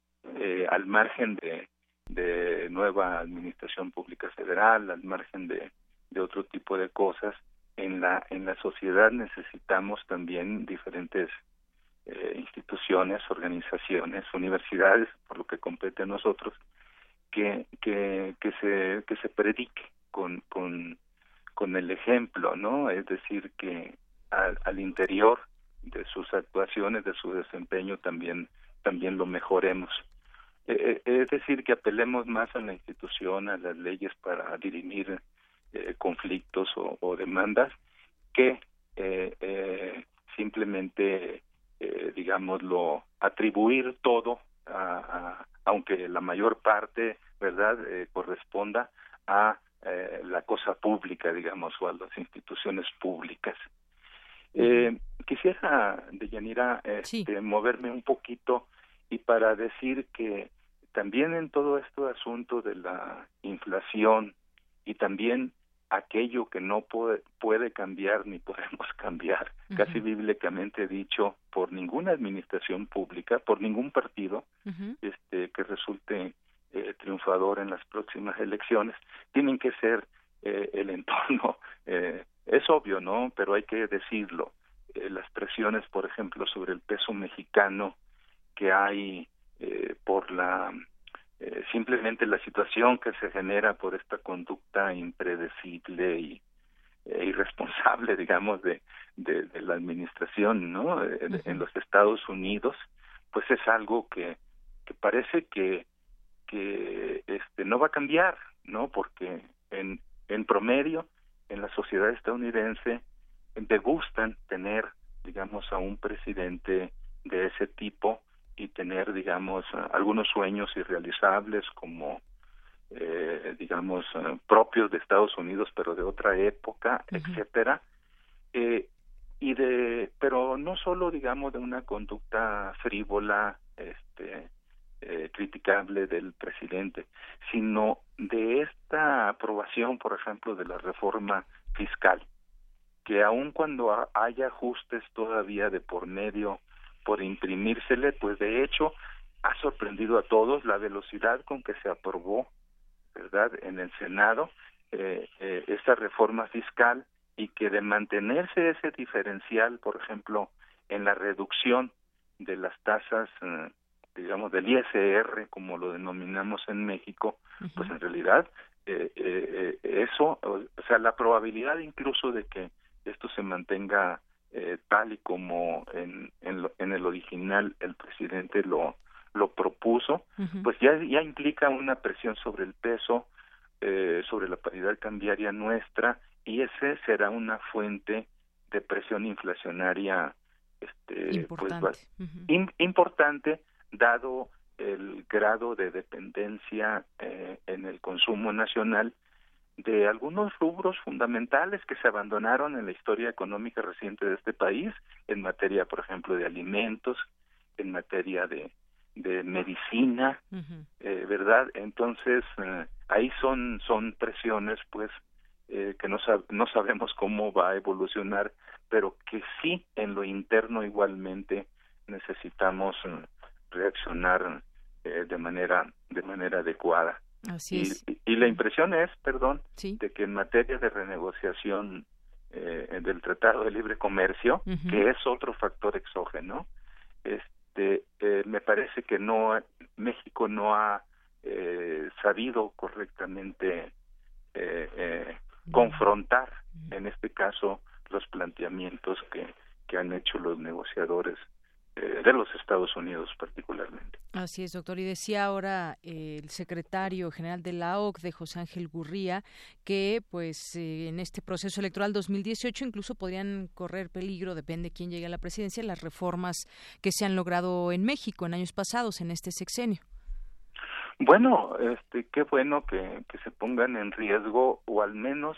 eh, al margen de, de nueva administración pública federal, al margen de, de otro tipo de cosas. En la en la sociedad necesitamos también diferentes eh, instituciones, organizaciones, universidades, por lo que compete a nosotros, que que que se que se predique con con con el ejemplo, ¿no? Es decir, que al, al interior de sus actuaciones, de su desempeño, también, también lo mejoremos. Eh, es decir, que apelemos más a la institución, a las leyes para dirimir eh, conflictos o, o demandas, que eh, eh, simplemente, eh, digámoslo, atribuir todo, a, a, aunque la mayor parte, ¿verdad?, eh, corresponda a eh, la cosa pública, digamos, o a las instituciones públicas. Eh, quisiera, Deyanira, este, sí. moverme un poquito y para decir que también en todo este asunto de la inflación y también aquello que no puede, puede cambiar ni podemos cambiar, uh-huh. casi bíblicamente dicho, por ninguna administración pública, por ningún partido uh-huh. este, que resulte eh, triunfador en las próximas elecciones, tienen que ser eh, el entorno. Eh, es obvio, ¿no? Pero hay que decirlo. Eh, las presiones, por ejemplo, sobre el peso mexicano que hay eh, por la eh, simplemente la situación que se genera por esta conducta impredecible y eh, irresponsable, digamos, de, de, de la administración, ¿no? Eh, uh-huh. En los Estados Unidos, pues es algo que, que parece que que este no va a cambiar, ¿no? Porque en en promedio en la sociedad estadounidense le gustan tener, digamos, a un presidente de ese tipo y tener, digamos, algunos sueños irrealizables como, eh, digamos, propios de Estados Unidos, pero de otra época, uh-huh. etcétera. Eh, y de, pero no solo, digamos, de una conducta frívola, este, eh, criticable del presidente, sino de esta aprobación, por ejemplo, de la reforma fiscal, que aun cuando haya ajustes todavía de por medio por imprimírsele, pues de hecho ha sorprendido a todos la velocidad con que se aprobó, ¿verdad?, en el Senado eh, eh, esta reforma fiscal, y que de mantenerse ese diferencial, por ejemplo, en la reducción de las tasas, eh, digamos, del I S R, como lo denominamos en México, uh-huh. pues en realidad eh, eh, eso, o sea, la probabilidad incluso de que esto se mantenga eh, tal y como en, en, lo, en el original el presidente lo lo propuso, uh-huh. pues ya ya implica una presión sobre el peso, eh, sobre la paridad cambiaria nuestra, y ese será una fuente de presión inflacionaria este importante, pues, uh-huh. in, importante dado el grado de dependencia eh, en el consumo nacional de algunos rubros fundamentales que se abandonaron en la historia económica reciente de este país, en materia, por ejemplo, de alimentos, en materia de, de medicina, uh-huh. eh, ¿verdad? Entonces, eh, ahí son, son presiones, pues, eh, que no, sab- no sabemos cómo va a evolucionar, pero que sí, en lo interno igualmente, necesitamos eh, reaccionar eh, de manera de manera adecuada. Así es. Y, y la impresión es, perdón, ¿Sí? de que en materia de renegociación eh, del Tratado de Libre Comercio, uh-huh. que es otro factor exógeno, este, eh, me parece que no México no ha eh, sabido correctamente eh, eh, uh-huh. confrontar, uh-huh. en este caso, los planteamientos que, que han hecho los negociadores de los Estados Unidos particularmente. Así es, doctor. Y decía ahora eh, el secretario general de la O C D E, José Ángel Gurría, que pues eh, en este proceso electoral dos mil dieciocho incluso podrían correr peligro, depende quién llegue a la presidencia, las reformas que se han logrado en México en años pasados, en este sexenio. Bueno, este, qué bueno que, que se pongan en riesgo, o al menos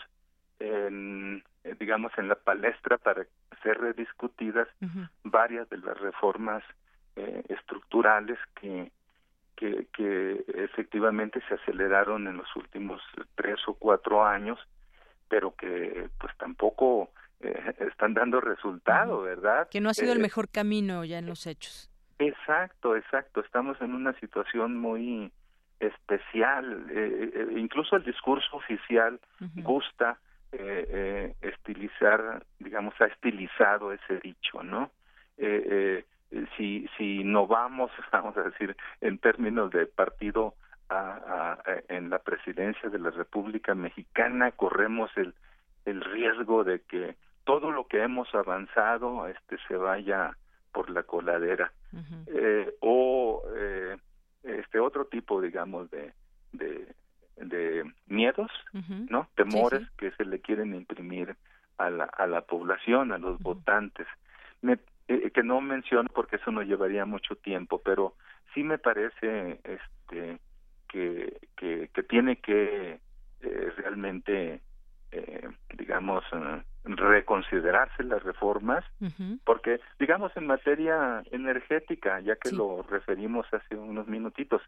en, digamos, en la palestra para ser rediscutidas uh-huh. varias de las reformas eh, estructurales que, que que efectivamente se aceleraron en los últimos tres o cuatro años, pero que pues tampoco eh, están dando resultado, uh-huh. ¿verdad? Que no ha sido eh, el mejor camino ya en los hechos. Exacto, exacto. Estamos en una situación muy especial. Eh, eh, incluso el discurso oficial uh-huh. gusta Eh, eh, estilizar, digamos, ha estilizado ese dicho, ¿no? Eh, eh, si si no vamos, vamos a decir, en términos de partido a, a, a, en la presidencia de la República Mexicana, corremos el el riesgo de que todo lo que hemos avanzado este se vaya por la coladera. Uh-huh. eh, o eh, este otro tipo, digamos, de de, de miedos, uh-huh. ¿no? Temores sí, sí. que se le quieren imprimir a la a la población, a los uh-huh. votantes. Me, eh, que no menciono porque eso nos llevaría mucho tiempo, pero sí me parece este que que, que tiene que eh, realmente eh, digamos uh, reconsiderarse las reformas, uh-huh. porque digamos en materia energética, ya que sí. lo referimos hace unos minutitos,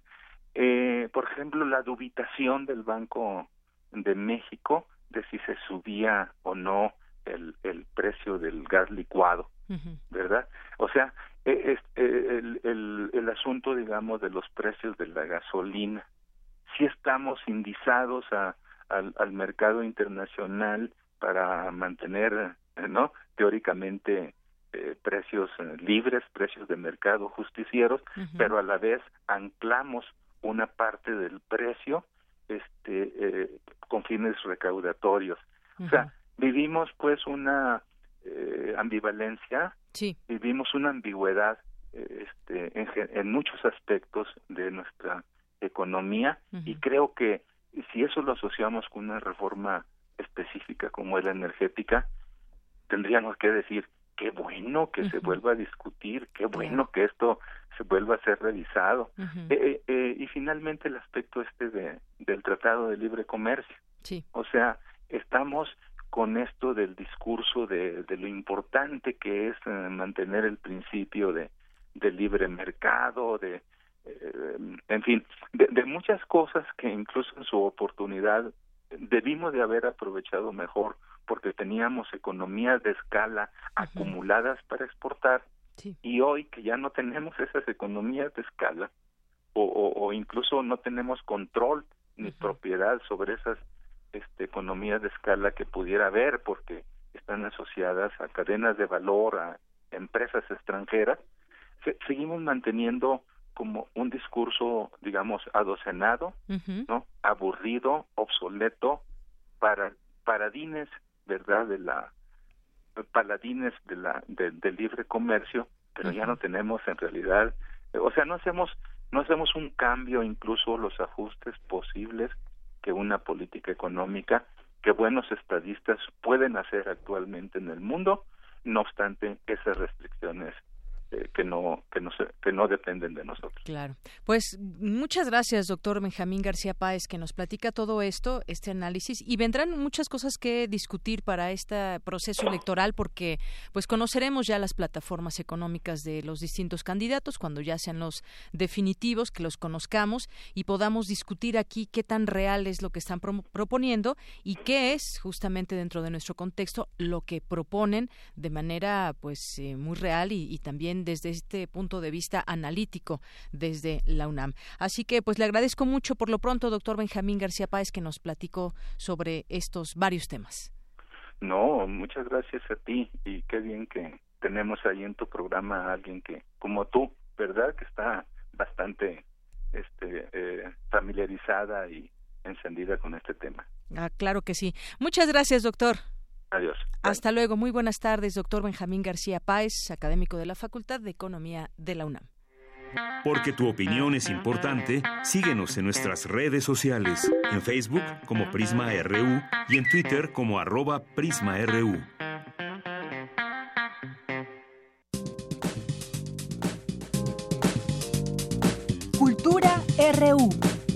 eh, por ejemplo la dubitación del Banco de México de si se subía o no el, el precio del gas licuado, uh-huh. ¿verdad? O sea, eh, eh, el, el, el asunto, digamos, de los precios de la gasolina, si estamos indizados a, al, al mercado internacional para mantener, ¿no? Teóricamente eh, precios eh, libres, precios de mercado justicieros, uh-huh. pero a la vez anclamos una parte del precio este eh, con fines recaudatorios. Uh-huh. O sea, vivimos pues una eh, ambivalencia, sí. vivimos una ambigüedad eh, este en, en muchos aspectos de nuestra economía, uh-huh. y creo que si eso lo asociamos con una reforma específica como es la energética, tendríamos que decir qué bueno que uh-huh. se vuelva a discutir, qué bueno que esto se vuelva a ser revisado. Uh-huh. eh, eh, y finalmente el aspecto este de del Tratado de Libre Comercio. Sí. O sea, estamos con esto del discurso de, de lo importante que es eh, mantener el principio de, de libre mercado, de eh, en fin, de, de muchas cosas que incluso en su oportunidad debimos de haber aprovechado mejor porque teníamos economías de escala uh-huh. acumuladas para exportar, sí. y hoy que ya no tenemos esas economías de escala o, o, o incluso no tenemos control ni uh-huh. propiedad sobre esas este, economías de escala que pudiera haber porque están asociadas a cadenas de valor, a empresas extranjeras, se, seguimos manteniendo como un discurso, digamos, adocenado, uh-huh. ¿no? Aburrido, obsoleto, para paradines, ¿verdad? De la paladines de la de, del libre comercio, pero uh-huh. ya no tenemos en realidad, o sea, no hacemos no hacemos un cambio, incluso los ajustes posibles que una política económica que buenos estadistas pueden hacer actualmente en el mundo, no obstante esas restricciones Eh, que no que no se, que no dependen de nosotros. Claro. Pues muchas gracias, doctor Benjamín García Páez, que nos platica todo esto, este análisis, y vendrán muchas cosas que discutir para este proceso electoral, porque pues conoceremos ya las plataformas económicas de los distintos candidatos cuando ya sean los definitivos, que los conozcamos y podamos discutir aquí qué tan real es lo que están pro- proponiendo y qué es justamente dentro de nuestro contexto lo que proponen de manera pues eh, muy real y, y también desde este punto de vista analítico desde la UNAM. Así que pues le agradezco mucho por lo pronto, doctor Benjamín García Páez, que nos platicó sobre estos varios temas. No, muchas gracias a ti y qué bien que tenemos ahí en tu programa a alguien que, como tú, ¿verdad? Que está bastante este, eh, familiarizada y encendida con este tema. Ah, claro que sí. Muchas gracias, doctor. Adiós. Hasta luego. Muy buenas tardes, doctor Benjamín García Páez, académico de la Facultad de Economía de la UNAM. Porque tu opinión es importante, síguenos en nuestras redes sociales, en Facebook como Prisma R U y en Twitter como arroba Prisma R U. Cultura R U.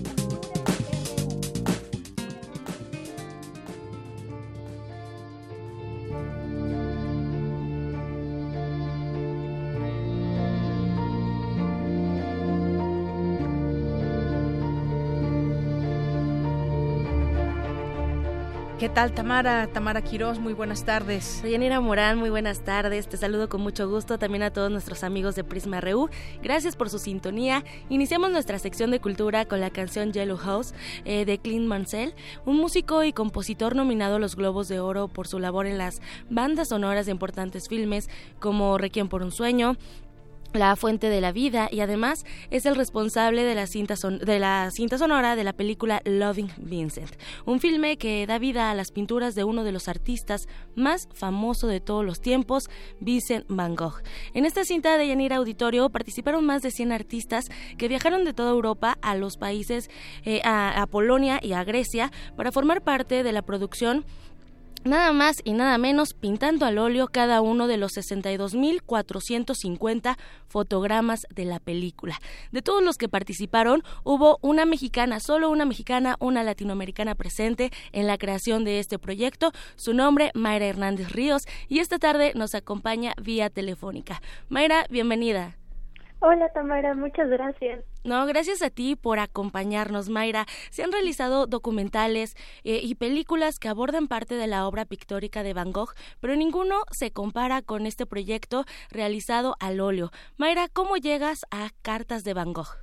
¿Qué tal, Tamara? Tamara Quirós, muy buenas tardes. Soy Yanira Morán, muy buenas tardes. Te saludo con mucho gusto también a todos nuestros amigos de Prisma R U. Gracias por su sintonía. Iniciamos nuestra sección de cultura con la canción Yellow House eh, de Clint Mansell, un músico y compositor nominado a los Globos de Oro por su labor en las bandas sonoras de importantes filmes como Requiem por un sueño, la fuente de la vida, y además es el responsable de la cinta son- de la cinta sonora de la película Loving Vincent, un filme que da vida a las pinturas de uno de los artistas más famosos de todos los tiempos, Vincent Van Gogh. En esta cinta de Yanira Auditorio participaron más de cien artistas que viajaron de toda Europa a los países, eh, a, a Polonia y a Grecia para formar parte de la producción, nada más y nada menos pintando al óleo cada uno de los sesenta y dos mil cuatrocientos cincuenta fotogramas de la película. De todos los que participaron, hubo una mexicana, solo una mexicana, una latinoamericana presente en la creación de este proyecto. Su nombre, Mayra Hernández Ríos, y esta tarde nos acompaña vía telefónica. Mayra, bienvenida. Hola Tamara, muchas gracias. No, gracias a ti por acompañarnos, Mayra. Se han realizado documentales eh, y películas que abordan parte de la obra pictórica de Van Gogh, pero ninguno se compara con este proyecto realizado al óleo. Mayra, ¿cómo llegas a Cartas de Van Gogh?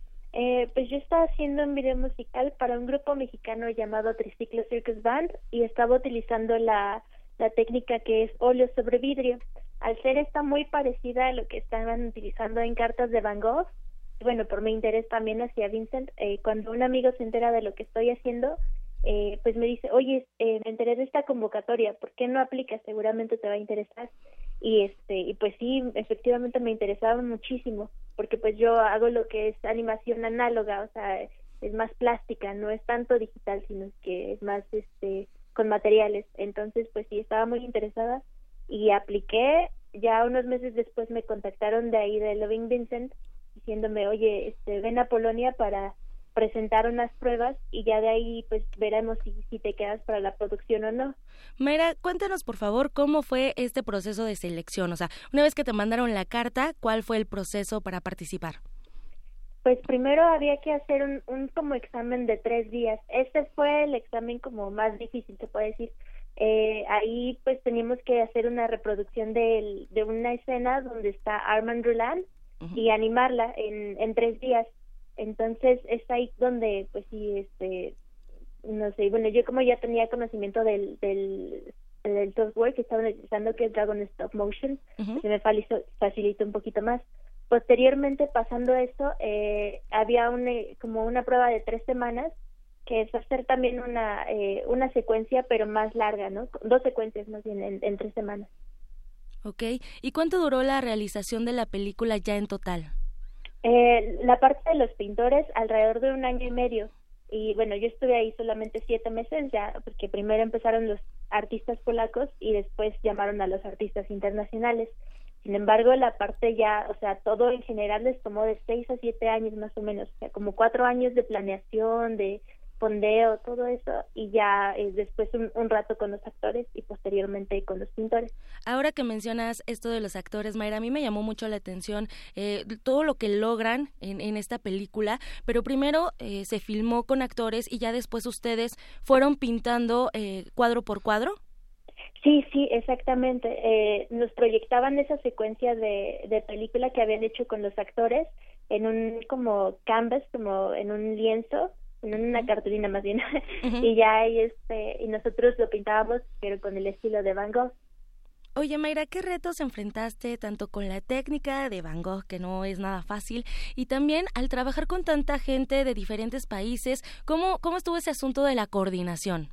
Eh, pues yo estaba haciendo un video musical para un grupo mexicano llamado Triciclo Circus Band y estaba utilizando la, la técnica que es óleo sobre vidrio. Al ser esta muy parecida a lo que estaban utilizando en Cartas de Van Gogh, bueno, por mi interés también hacia Vincent, eh, cuando un amigo se entera de lo que estoy haciendo, eh, pues me dice, oye, eh, me enteré de esta convocatoria, ¿por qué no aplicas? Seguramente te va a interesar. Y este y pues sí, efectivamente me interesaba muchísimo, porque pues yo hago lo que es animación análoga, o sea, es más plástica, no es tanto digital, sino que es más este con materiales. Entonces, pues sí, estaba muy interesada y apliqué. Ya unos meses después me contactaron de ahí de Loving Vincent diciéndome, oye, este, ven a Polonia para presentar unas pruebas y ya de ahí pues veremos si, si te quedas para la producción o no. Mayra, cuéntanos por favor cómo fue este proceso de selección, o sea, una vez que te mandaron la carta, ¿cuál fue el proceso para participar? Pues primero había que hacer un, un como examen de tres días. Este fue el examen como más difícil, se puede decir. Eh, ahí pues teníamos que hacer una reproducción de, de una escena donde está Armand Roland uh-huh. y animarla en, en tres días. Entonces es ahí donde pues sí, este, no sé, bueno, yo como ya tenía conocimiento del, del, del software que estaban utilizando, que es Dragon Stop Motion, uh-huh. se me facilitó un poquito más. Posteriormente, pasando eso, eh, había una, como una prueba de tres semanas, que es hacer también una eh, una secuencia, pero más larga, ¿no? Dos secuencias más bien, en, en tres semanas. Ok. ¿Y cuánto duró la realización de la película ya en total? Eh, la parte de los pintores, alrededor de un año y medio. Y bueno, yo estuve ahí solamente siete meses, ya, porque primero empezaron los artistas polacos y después llamaron a los artistas internacionales. Sin embargo, la parte ya, o sea, todo en general les tomó de seis a siete años más o menos, o sea, como cuatro años de planeación, de fondeo, todo eso, y ya eh, después un, un rato con los actores y posteriormente con los pintores. Ahora que mencionas esto de los actores, Mayra, a mí me llamó mucho la atención eh, todo lo que logran en, en esta película, pero primero eh, se filmó con actores y ya después ustedes fueron pintando eh, cuadro por cuadro. Sí, sí, exactamente. Eh, nos proyectaban esa secuencia de, de película que habían hecho con los actores en un como canvas, como en un lienzo, en una cartulina más bien, uh-huh. y ya ahí este y nosotros lo pintábamos, pero con el estilo de Van Gogh. Oye, Mayra, ¿qué retos enfrentaste tanto con la técnica de Van Gogh, que no es nada fácil, y también al trabajar con tanta gente de diferentes países? ¿Cómo, cómo estuvo ese asunto de la coordinación?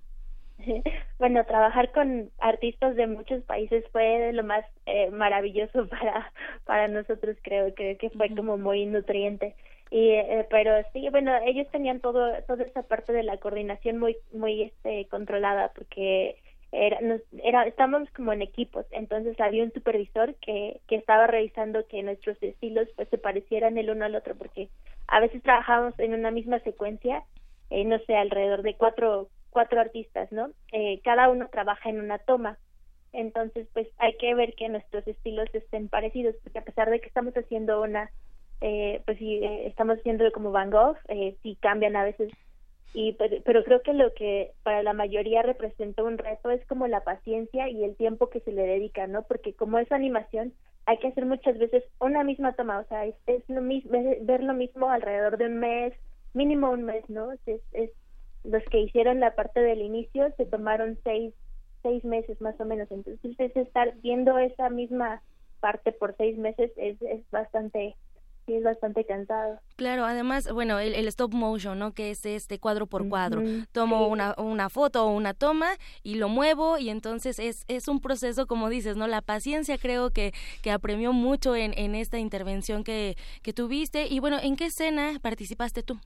Bueno, trabajar con artistas de muchos países fue lo más eh, maravilloso para para nosotros, creo, creo que fue uh-huh. como muy nutriente. Y eh, pero sí, bueno, ellos tenían todo toda esa parte de la coordinación muy muy este controlada, porque era nos, era estábamos como en equipos, entonces había un supervisor que que estaba revisando que nuestros estilos pues se parecieran el uno al otro, porque a veces trabajábamos en una misma secuencia, eh, no sé, alrededor de cuatro cuatro artistas, ¿no? Eh, cada uno trabaja en una toma, entonces pues hay que ver que nuestros estilos estén parecidos, porque a pesar de que estamos haciendo una eh, pues sí, eh, estamos haciendo como Van Gogh, eh, sí cambian a veces, y pero, pero creo que lo que para la mayoría representa un reto es como la paciencia y el tiempo que se le dedica, ¿no? Porque como es animación, hay que hacer muchas veces una misma toma, o sea, es, es lo mismo, ver lo mismo alrededor de un mes, mínimo un mes, ¿no? Es, es los que hicieron la parte del inicio se tomaron seis seis meses más o menos, entonces es estar viendo esa misma parte por seis meses es, es bastante... sí, es bastante cansado. Claro, además, bueno, el, el stop motion, ¿no? Que es este cuadro por cuadro. Uh-huh, Tomo sí. una, una foto o una toma y lo muevo y entonces es, es un proceso, como dices, ¿no? La paciencia creo que, que apremió mucho en, en esta intervención que, que tuviste. Y bueno, ¿en qué escena participaste tú?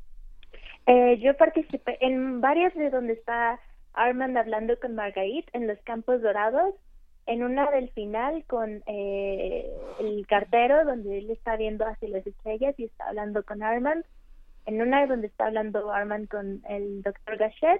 Eh, yo participé en varias de donde está Armand hablando con Marguerite en los Campos Dorados, en una del final con eh, el cartero donde él está viendo hacia las estrellas y está hablando con Armand, en una donde está hablando Armand con el doctor Gachet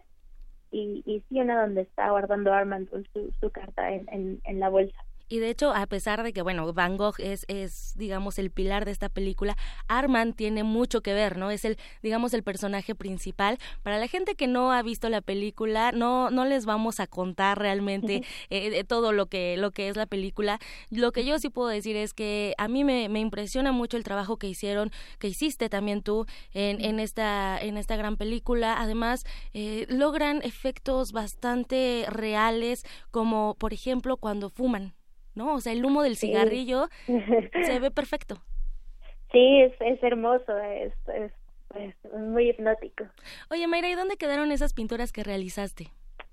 y, y sí una donde está guardando Armand su, su carta en, en, en la bolsa. Y de hecho, a pesar de que, bueno, Van Gogh es, es, digamos, el pilar de esta película, Armand tiene mucho que ver, ¿no? Es el, digamos, el personaje principal. Para la gente que no ha visto la película, no, no les vamos a contar realmente eh, todo lo que, lo que es la película. Lo que yo sí puedo decir es que a mí me, me impresiona mucho el trabajo que hicieron, que hiciste también tú en, en esta, en esta gran película. Además, eh, logran efectos bastante reales, como por ejemplo cuando fuman, ¿no? O sea, el humo del cigarrillo sí. se ve perfecto. Sí, es, es hermoso, es, es, es muy hipnótico. Oye, Mayra, ¿y dónde quedaron esas pinturas que realizaste?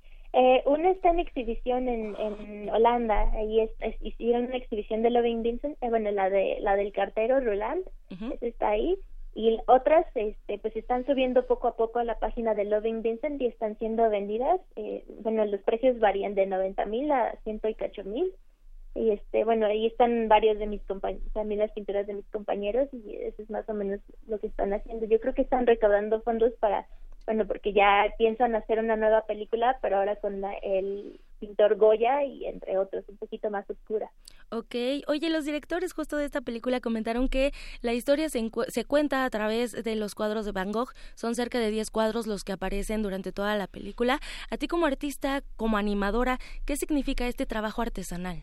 Eh, una está en exhibición en, en Holanda, ahí es, es, hicieron una exhibición de Loving Vincent, eh, bueno, la de la del cartero Roland, uh-huh. esa está ahí, y otras este pues están subiendo poco a poco a la página de Loving Vincent y están siendo vendidas, eh, bueno, los precios varían de noventa mil a ciento y cacho mil. Y este bueno, ahí están varios de mis compañeros, también las pinturas de mis compañeros y eso es más o menos lo que están haciendo. Yo creo que están recaudando fondos para, bueno, porque ya piensan hacer una nueva película, pero ahora con la, el pintor Goya y entre otros, un poquito más oscura. Ok, oye, los directores justo de esta película comentaron que la historia se, encu- se cuenta a través de los cuadros de Van Gogh, son cerca de diez cuadros los que aparecen durante toda la película. A ti como artista, como animadora, ¿qué significa este trabajo artesanal?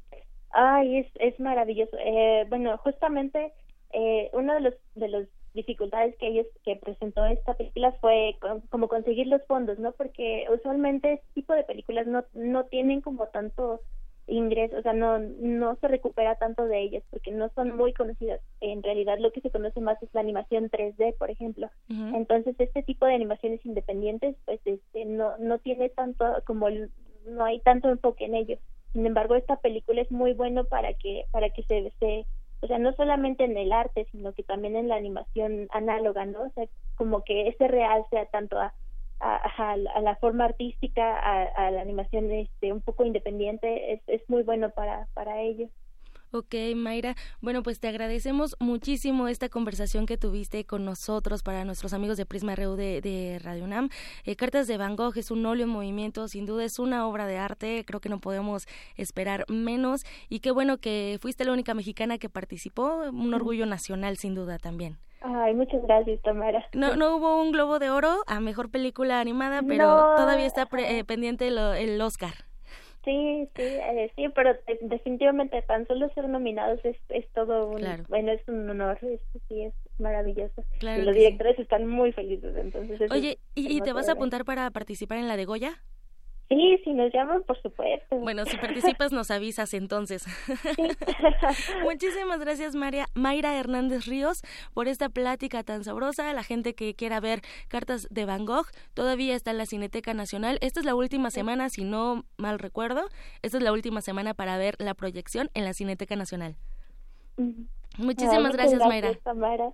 Ay, es, es maravilloso. Eh, bueno, justamente eh, uno de los de las dificultades que ellos que presentó esta película fue con, como conseguir los fondos, ¿no? Porque usualmente este tipo de películas no no tienen como tanto ingreso, o sea, no no se recupera tanto de ellas porque no son muy conocidas. En realidad lo que se conoce más es la animación tres D, por ejemplo. Uh-huh. Entonces, este tipo de animaciones independientes, pues este no no tiene tanto como el, no hay tanto enfoque en ello. Sin embargo, esta película es muy bueno para que para que se, se o sea, no solamente en el arte, sino que también en la animación análoga, ¿no? O sea, como que ese real sea tanto a a, a, a la forma artística, a, a la animación este un poco independiente, es es muy bueno para para ellos. Ok, Mayra, bueno, pues te agradecemos muchísimo esta conversación que tuviste con nosotros para nuestros amigos de Prisma R U de, de Radio UNAM. Eh, Cartas de Van Gogh es un óleo en movimiento, sin duda es una obra de arte, creo que no podemos esperar menos y qué bueno que fuiste la única mexicana que participó, un orgullo nacional sin duda también. Ay, muchas gracias, Tamara. No, no hubo un Globo de Oro a Mejor Película Animada, pero no. todavía está pre- eh, pendiente lo, el Oscar. Sí, sí, eh, sí, pero definitivamente tan solo ser nominados es, es todo un, claro. bueno, es un honor, es, sí, es maravilloso. Claro y los directores sí. están muy felices, entonces. Oye, ¿y, ¿y te vas a apuntar para participar en la de Goya? Sí, si nos llaman, por supuesto. Bueno, si participas nos avisas entonces. Sí. Muchísimas gracias, María, Mayra Hernández Ríos, por esta plática tan sabrosa. La gente que quiera ver Cartas de Van Gogh todavía está en la Cineteca Nacional. Esta es la última semana, si no mal recuerdo, esta es la última semana para ver la proyección en la Cineteca Nacional. Uh-huh. Muchísimas ah, gracias, gracias, Mayra. Tamara.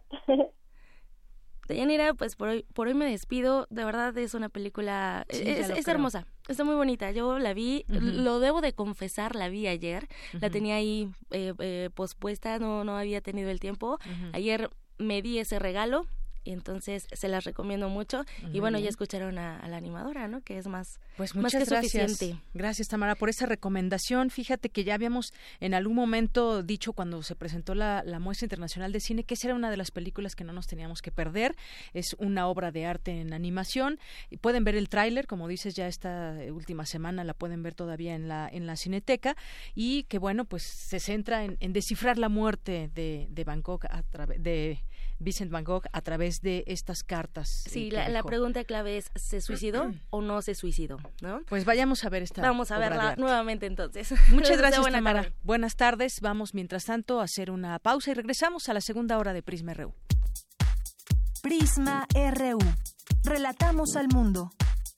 Deyanira, pues por hoy, por hoy me despido. De verdad es una película, sí, es, es hermosa, está muy bonita. Yo la vi, uh-huh. lo debo de confesar, la vi ayer, uh-huh. la tenía ahí eh, eh, pospuesta, no, no había tenido el tiempo. Uh-huh. Ayer me di ese regalo y entonces se las recomiendo mucho. Muy y bueno, bien. Ya escucharon a, a la animadora, ¿no? Que es más, pues más muchas que gracias. suficiente. Gracias, Tamara, por esa recomendación. Fíjate que ya habíamos en algún momento dicho cuando se presentó la, la Muestra Internacional de Cine que esa era una de las películas que no nos teníamos que perder. Es una obra de arte en animación. Y pueden ver el tráiler, como dices, ya esta última semana la pueden ver todavía en la en la Cineteca y que bueno, pues se centra en, en descifrar la muerte de, de Van Gogh a través de Vincent Van Gogh a través través de estas cartas. Sí, eh, la, la pregunta clave es, ¿se suicidó o no se suicidó? ¿No? Pues vayamos a ver esta Vamos a obra verla de arte. nuevamente entonces. Muchas gracias, Buena Tamara. tarde. Buenas tardes. Vamos, mientras tanto, a hacer una pausa y regresamos a la segunda hora de Prisma R U. Prisma R U. Relatamos al mundo.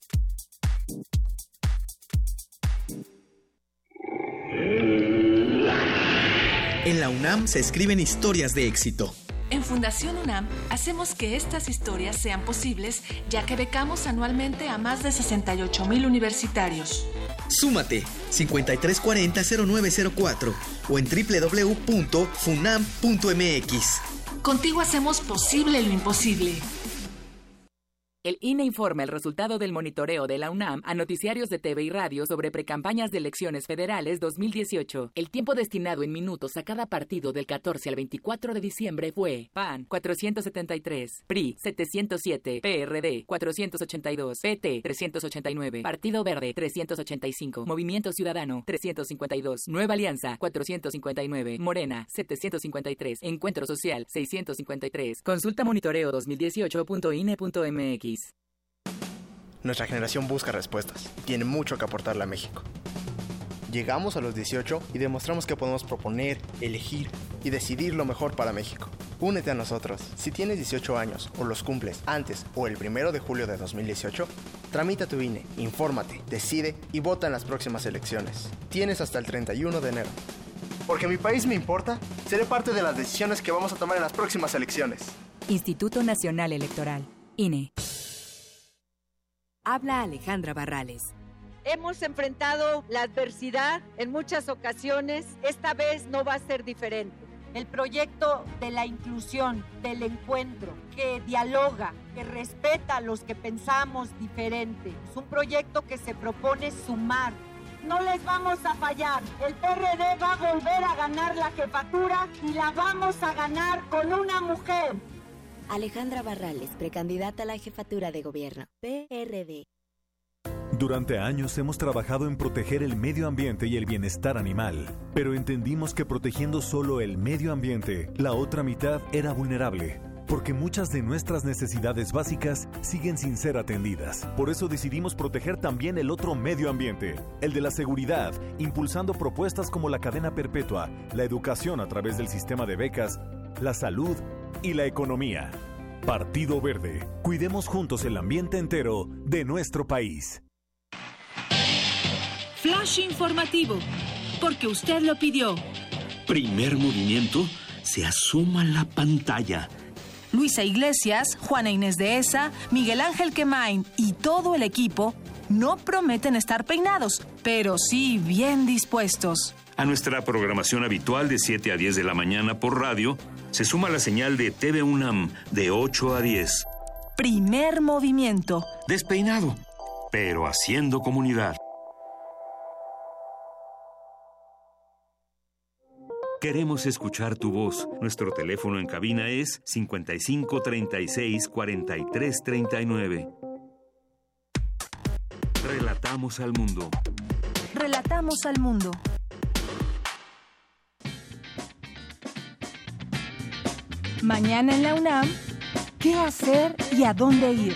En la UNAM se escriben historias de éxito. En Fundación UNAM hacemos que estas historias sean posibles, ya que becamos anualmente a más de sesenta y ocho mil universitarios. Súmate cincuenta y tres cuarenta cero nueve cero cuatro o en doble u doble u doble u punto funam punto m x. Contigo hacemos posible lo imposible. El I N E informa el resultado del monitoreo de la UNAM a noticiarios de T V y radio sobre precampañas de elecciones federales dos mil dieciocho. El tiempo destinado en minutos a cada partido del catorce al veinticuatro de diciembre fue P A N cuatrocientos setenta y tres, P R I setecientos siete, P R D cuatrocientos ochenta y dos, P T trescientos ochenta y nueve, Partido Verde trescientos ochenta y cinco, Movimiento Ciudadano trescientos cincuenta y dos, Nueva Alianza cuatrocientos cincuenta y nueve, Morena setecientos cincuenta y tres, Encuentro Social seiscientos cincuenta y tres. Consulta monitoreo dos mil dieciocho punto I N E punto m x. Nuestra generación busca respuestas y tiene mucho que aportarle a México. Llegamos a los dieciocho y demostramos que podemos proponer, elegir y decidir lo mejor para México. Únete a nosotros. Si tienes dieciocho años o los cumples antes o el primero de julio de dos mil dieciocho, tramita tu I N E, infórmate, decide y vota en las próximas elecciones. Tienes hasta el treinta y uno de enero. Porque mi país me importa, seré parte de las decisiones que vamos a tomar en las próximas elecciones. Instituto Nacional Electoral, I N E. Habla Alejandra Barrales. Hemos enfrentado la adversidad en muchas ocasiones, esta vez no va a ser diferente. El proyecto de la inclusión, del encuentro, que dialoga, que respeta a los que pensamos diferente. Es un proyecto que se propone sumar. No les vamos a fallar. El P R D va a volver a ganar la jefatura y la vamos a ganar con una mujer. Alejandra Barrales, precandidata a la jefatura de gobierno, P R D. Durante años hemos trabajado en proteger el medio ambiente y el bienestar animal, pero entendimos que protegiendo solo el medio ambiente, la otra mitad era vulnerable, porque muchas de nuestras necesidades básicas siguen sin ser atendidas. Por eso decidimos proteger también el otro medio ambiente, el de la seguridad, impulsando propuestas como la cadena perpetua, la educación a través del sistema de becas, la salud y la economía. Partido Verde. Cuidemos juntos el ambiente entero de nuestro país. Flash informativo, porque usted lo pidió. Primer movimiento, se asoma la pantalla. Luisa Iglesias, Juana Inés de Esa, Miguel Ángel Quemain y todo el equipo no prometen estar peinados, pero sí bien dispuestos. A nuestra programación habitual de siete a diez de la mañana por radio, se suma la señal de T V UNAM de ocho a diez. Primer movimiento. Despeinado, pero haciendo comunidad. Queremos escuchar tu voz. Nuestro teléfono en cabina es cincuenta y cinco, treinta y seis, cuarenta y tres, treinta y nueve. Relatamos al mundo. Relatamos al mundo. Mañana en la UNAM, ¿qué hacer y a dónde ir?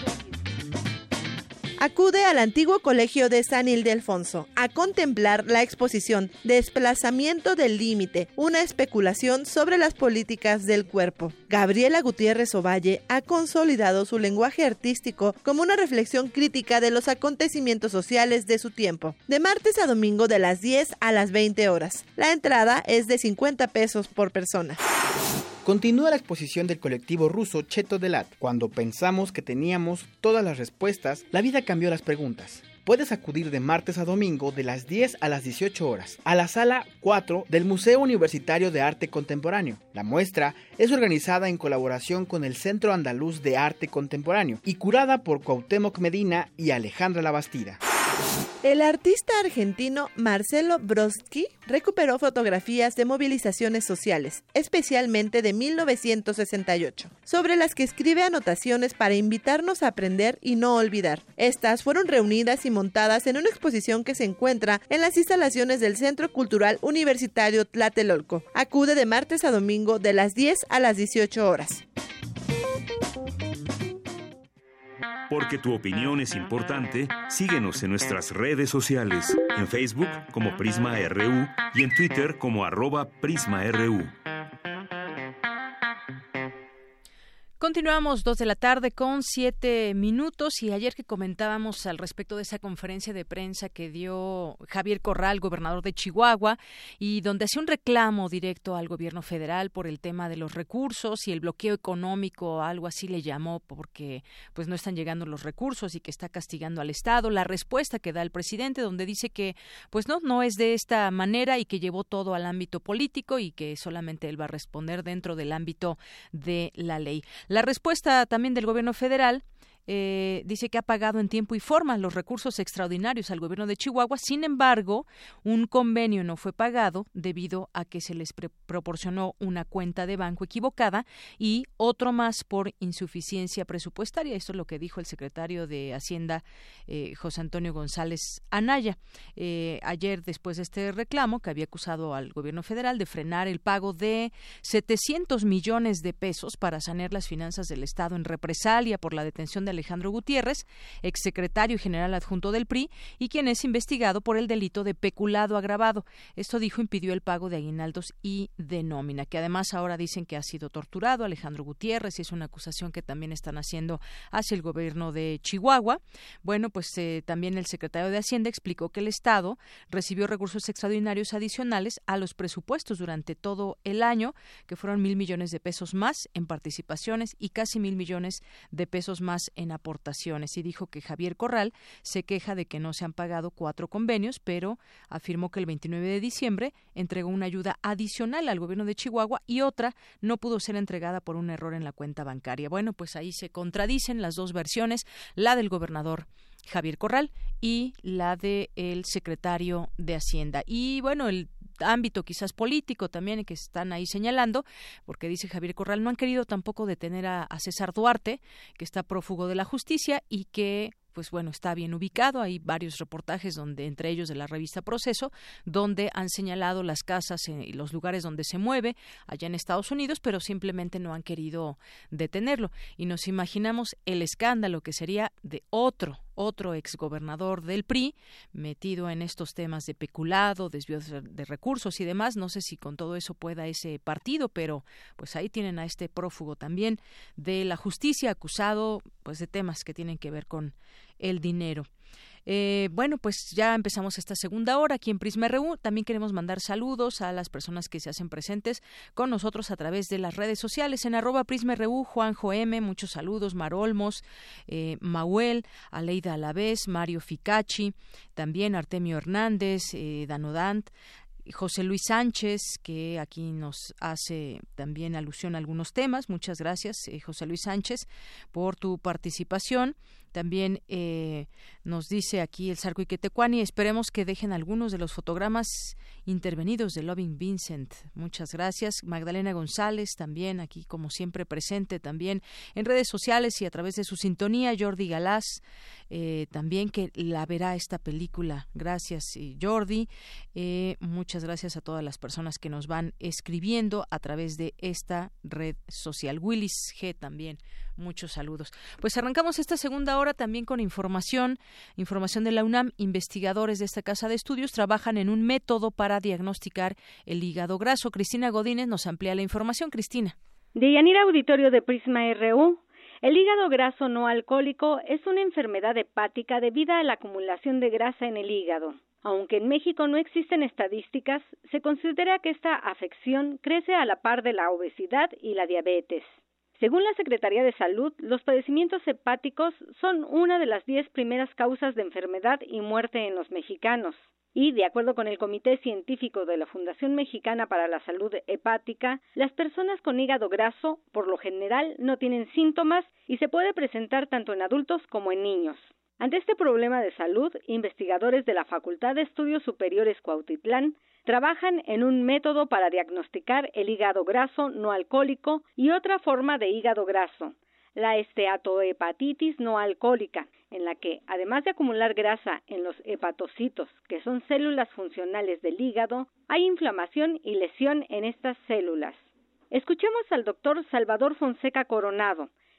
Acude al antiguo colegio de San Ildefonso a contemplar la exposición Desplazamiento del Límite, una especulación sobre las políticas del cuerpo. Gabriela Gutiérrez Ovalle ha consolidado su lenguaje artístico como una reflexión crítica de los acontecimientos sociales de su tiempo. De martes a domingo de las diez a las veinte horas. La entrada es de cincuenta pesos por persona. Continúa la exposición del colectivo ruso Cheto Delat. Cuando pensamos que teníamos todas las respuestas, la vida cambió las preguntas. Puedes acudir de martes a domingo de las diez a las dieciocho horas a la sala cuatro del Museo Universitario de Arte Contemporáneo. La muestra es organizada en colaboración con el Centro Andaluz de Arte Contemporáneo y curada por Cuauhtémoc Medina y Alejandra Labastida. El artista argentino Marcelo Brodsky recuperó fotografías de movilizaciones sociales, especialmente de mil novecientos sesenta y ocho, sobre las que escribe anotaciones para invitarnos a aprender y no olvidar. Estas fueron reunidas y montadas en una exposición que se encuentra en las instalaciones del Centro Cultural Universitario Tlatelolco. Acude de martes a domingo de las diez a las dieciocho horas. Porque tu opinión es importante, síguenos en nuestras redes sociales, en Facebook como Prisma R U y en Twitter como arroba PrismaRU. Continuamos dos de la tarde con siete minutos y ayer que comentábamos al respecto de esa conferencia de prensa que dio Javier Corral, gobernador de Chihuahua, y donde hacía un reclamo directo al gobierno federal por el tema de los recursos y el bloqueo económico, algo así le llamó, porque pues no están llegando los recursos y que está castigando al Estado. La respuesta que da el presidente, donde dice que pues no, no es de esta manera y que llevó todo al ámbito político y que solamente él va a responder dentro del ámbito de la ley. La respuesta también del gobierno federal Eh, dice que ha pagado en tiempo y forma los recursos extraordinarios al gobierno de Chihuahua. Sin embargo, un convenio no fue pagado debido a que se les pre- proporcionó una cuenta de banco equivocada y otro más por insuficiencia presupuestaria. Esto es lo que dijo el secretario de Hacienda, eh, José Antonio González Anaya. Eh, ayer, después de este reclamo, que había acusado al gobierno federal de frenar el pago de setecientos millones de pesos para sanear las finanzas del Estado en represalia por la detención de Alejandro Gutiérrez, exsecretario general adjunto del P R I, y quien es investigado por el delito de peculado agravado. Esto, dijo, impidió el pago de aguinaldos y de nómina, que además ahora dicen que ha sido torturado Alejandro Gutiérrez, y es una acusación que también están haciendo hacia el gobierno de Chihuahua. Bueno, pues eh, también el secretario de Hacienda explicó que el Estado recibió recursos extraordinarios adicionales a los presupuestos durante todo el año, que fueron mil millones de pesos más en participaciones y casi mil millones de pesos más en aportaciones, y dijo que Javier Corral se queja de que no se han pagado cuatro convenios, pero afirmó que el veintinueve de diciembre entregó una ayuda adicional al gobierno de Chihuahua y otra no pudo ser entregada por un error en la cuenta bancaria. Bueno, pues ahí se contradicen las dos versiones, la del gobernador Javier Corral y la del secretario de Hacienda. Y bueno, el ámbito quizás político también que están ahí señalando, porque dice Javier Corral, no han querido tampoco detener a, a César Duarte, que está prófugo de la justicia y que pues bueno, está bien ubicado. Hay varios reportajes, donde entre ellos de la revista Proceso, donde han señalado las casas y los lugares donde se mueve allá en Estados Unidos, pero simplemente no han querido detenerlo. Y nos imaginamos el escándalo que sería de otro otro exgobernador del P R I metido en estos temas de peculado, desvío de recursos y demás. No sé si con todo eso pueda ese partido, pero pues ahí tienen a este prófugo también de la justicia, acusado pues de temas que tienen que ver con el dinero. Eh, bueno, pues ya empezamos esta segunda hora aquí en Prisma R U. También queremos mandar saludos a las personas que se hacen presentes con nosotros a través de las redes sociales. En arroba Prisma R U, Juanjo M, muchos saludos, Mar Olmos, eh, Mahuel, Aleida Alavés, Mario Ficacci, también Artemio Hernández, eh, Danodant, José Luis Sánchez, que aquí nos hace también alusión a algunos temas. Muchas gracias, eh, José Luis Sánchez, por tu participación. También eh, nos dice aquí el Zarco Iquetecuani, esperemos que dejen algunos de los fotogramas intervenidos de Loving Vincent. Muchas gracias. Magdalena González, también aquí como siempre presente también en redes sociales y a través de su sintonía. Jordi Galás, eh, también que la verá esta película. Gracias, Jordi. Eh, muchas gracias a todas las personas que nos van escribiendo a través de esta red social. Willis G también. Muchos saludos. Pues arrancamos esta segunda hora también con información, información de la UNAM. Investigadores de esta casa de estudios trabajan en un método para diagnosticar el hígado graso. Cristina Godínez nos amplía la información. Cristina. Deyanira, auditorio de Prisma R U. El hígado graso no alcohólico es una enfermedad hepática debida a la acumulación de grasa en el hígado. Aunque en México no existen estadísticas, se considera que esta afección crece a la par de la obesidad y la diabetes. Según la Secretaría de Salud, los padecimientos hepáticos son una de las diez primeras causas de enfermedad y muerte en los mexicanos. Y, de acuerdo con el Comité Científico de la Fundación Mexicana para la Salud Hepática, las personas con hígado graso, por lo general, no tienen síntomas y se puede presentar tanto en adultos como en niños. Ante este problema de salud, investigadores de la Facultad de Estudios Superiores Cuautitlán trabajan en un método para diagnosticar el hígado graso no alcohólico y otra forma de hígado graso, la esteatohepatitis no alcohólica, en la que, además de acumular grasa en los hepatocitos, que son células funcionales del hígado, hay inflamación y lesión en estas células. Escuchemos al doctor Salvador Fonseca Coronado,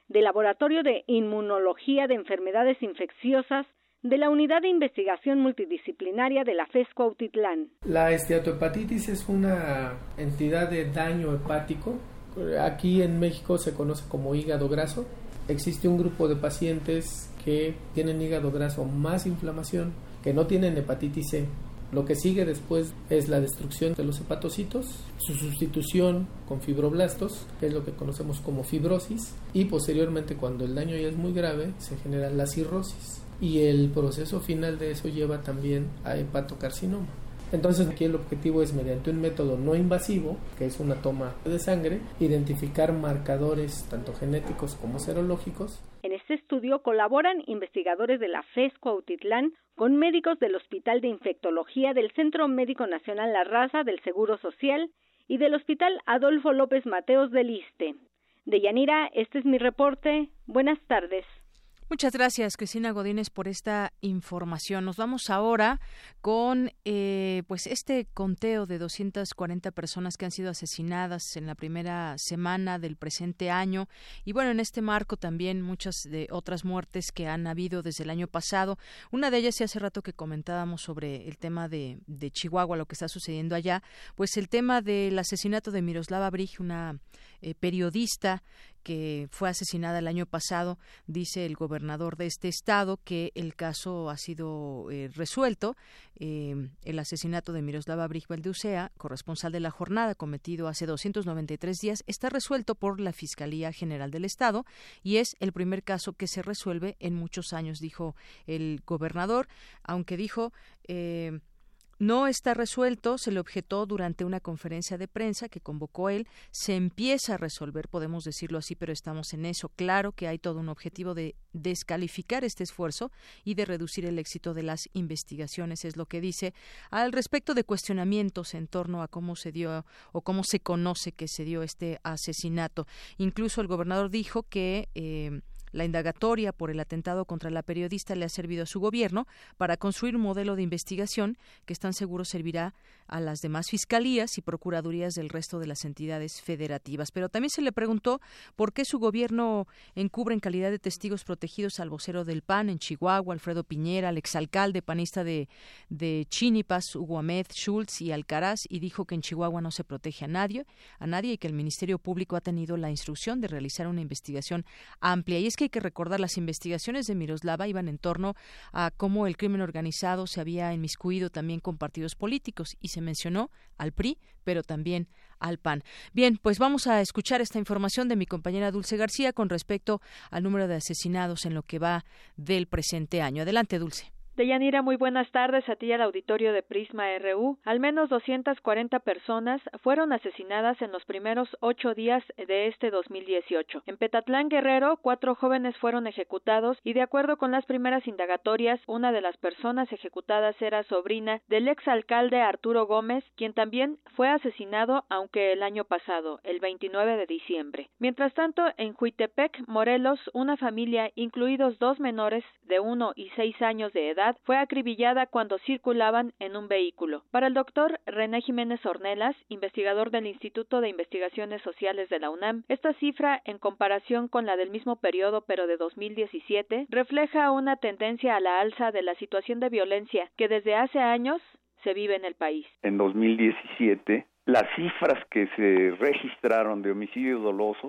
del Laboratorio de Inmunología de Enfermedades Infecciosas de la Unidad de Investigación Multidisciplinaria de la FES Cuautitlán. La esteatohepatitis es una entidad de daño hepático. Aquí en México se conoce como hígado graso. Existe un grupo de pacientes que tienen hígado graso más inflamación, que no tienen hepatitis C. Lo que sigue después es la destrucción de los hepatocitos, su sustitución con fibroblastos, que es lo que conocemos como fibrosis, y posteriormente, cuando el daño ya es muy grave, se genera la cirrosis. Y el proceso final de eso lleva también a hepatocarcinoma. Entonces aquí el objetivo es, mediante un método no invasivo, que es una toma de sangre, identificar marcadores tanto genéticos como serológicos. En este estudio colaboran investigadores de la FES Cuautitlán con médicos del Hospital de Infectología del Centro Médico Nacional La Raza del Seguro Social y del Hospital Adolfo López Mateos del ISSSTE. Deyanira, este es mi reporte. Buenas tardes. Muchas gracias, Cristina Godínez, por esta información. Nos vamos ahora con eh, pues este conteo de doscientas cuarenta personas que han sido asesinadas en la primera semana del presente año. Y bueno, en este marco también muchas de otras muertes que han habido desde el año pasado. Una de ellas, y hace rato que comentábamos sobre el tema de, de Chihuahua, lo que está sucediendo allá, pues el tema del asesinato de Miroslava Brig, una eh, periodista que fue asesinada el año pasado. Dice el gobernador de este estado que el caso ha sido eh, resuelto. Eh, el asesinato de Miroslava Brig Valdeucea, corresponsal de La Jornada, cometido hace doscientos noventa y tres días, está resuelto por la Fiscalía General del Estado y es el primer caso que se resuelve en muchos años, dijo el gobernador, aunque dijo... Eh, No está resuelto, se le objetó durante una conferencia de prensa que convocó él. Se empieza a resolver, podemos decirlo así, pero estamos en eso. Claro que hay todo un objetivo de descalificar este esfuerzo y de reducir el éxito de las investigaciones, es lo que dice al respecto de cuestionamientos en torno a cómo se dio o cómo se conoce que se dio este asesinato. Incluso el gobernador dijo que... Eh, La indagatoria por el atentado contra la periodista le ha servido a su gobierno para construir un modelo de investigación que están seguros servirá a las demás fiscalías y procuradurías del resto de las entidades federativas. Pero también se le preguntó por qué su gobierno encubre en calidad de testigos protegidos al vocero del P A N en Chihuahua, Alfredo Piñera, al exalcalde panista de, de Chinipas, Hugo Ahmed Schultz y Alcaraz, y dijo que en Chihuahua no se protege a nadie, a nadie y que el Ministerio Público ha tenido la instrucción de realizar una investigación amplia. Y es que hay que recordar, las investigaciones de Miroslava iban en torno a cómo el crimen organizado se había inmiscuido también con partidos políticos y se mencionó al P R I, pero también al P A N. Bien, pues vamos a escuchar esta información de mi compañera Dulce García con respecto al número de asesinados en lo que va del presente año. Adelante, Dulce. Deyanira, muy buenas tardes a ti y al auditorio de Prisma R U. Al menos doscientas cuarenta personas fueron asesinadas en los primeros ocho días de este dos mil dieciocho. En Petatlán, Guerrero, cuatro jóvenes fueron ejecutados y de acuerdo con las primeras indagatorias, una de las personas ejecutadas era sobrina del exalcalde Arturo Gómez, quien también fue asesinado, aunque el año pasado, el veintinueve de diciembre. Mientras tanto, en Juitepec, Morelos, una familia, incluidos dos menores de uno y seis años de edad, fue acribillada cuando circulaban en un vehículo. Para el doctor René Jiménez Ornelas, investigador del Instituto de Investigaciones Sociales de la UNAM, esta cifra, en comparación con la del mismo periodo pero de dos mil diecisiete, refleja una tendencia a la alza de la situación de violencia que desde hace años se vive en el país. En dos mil diecisiete, las cifras que se registraron de homicidios dolosos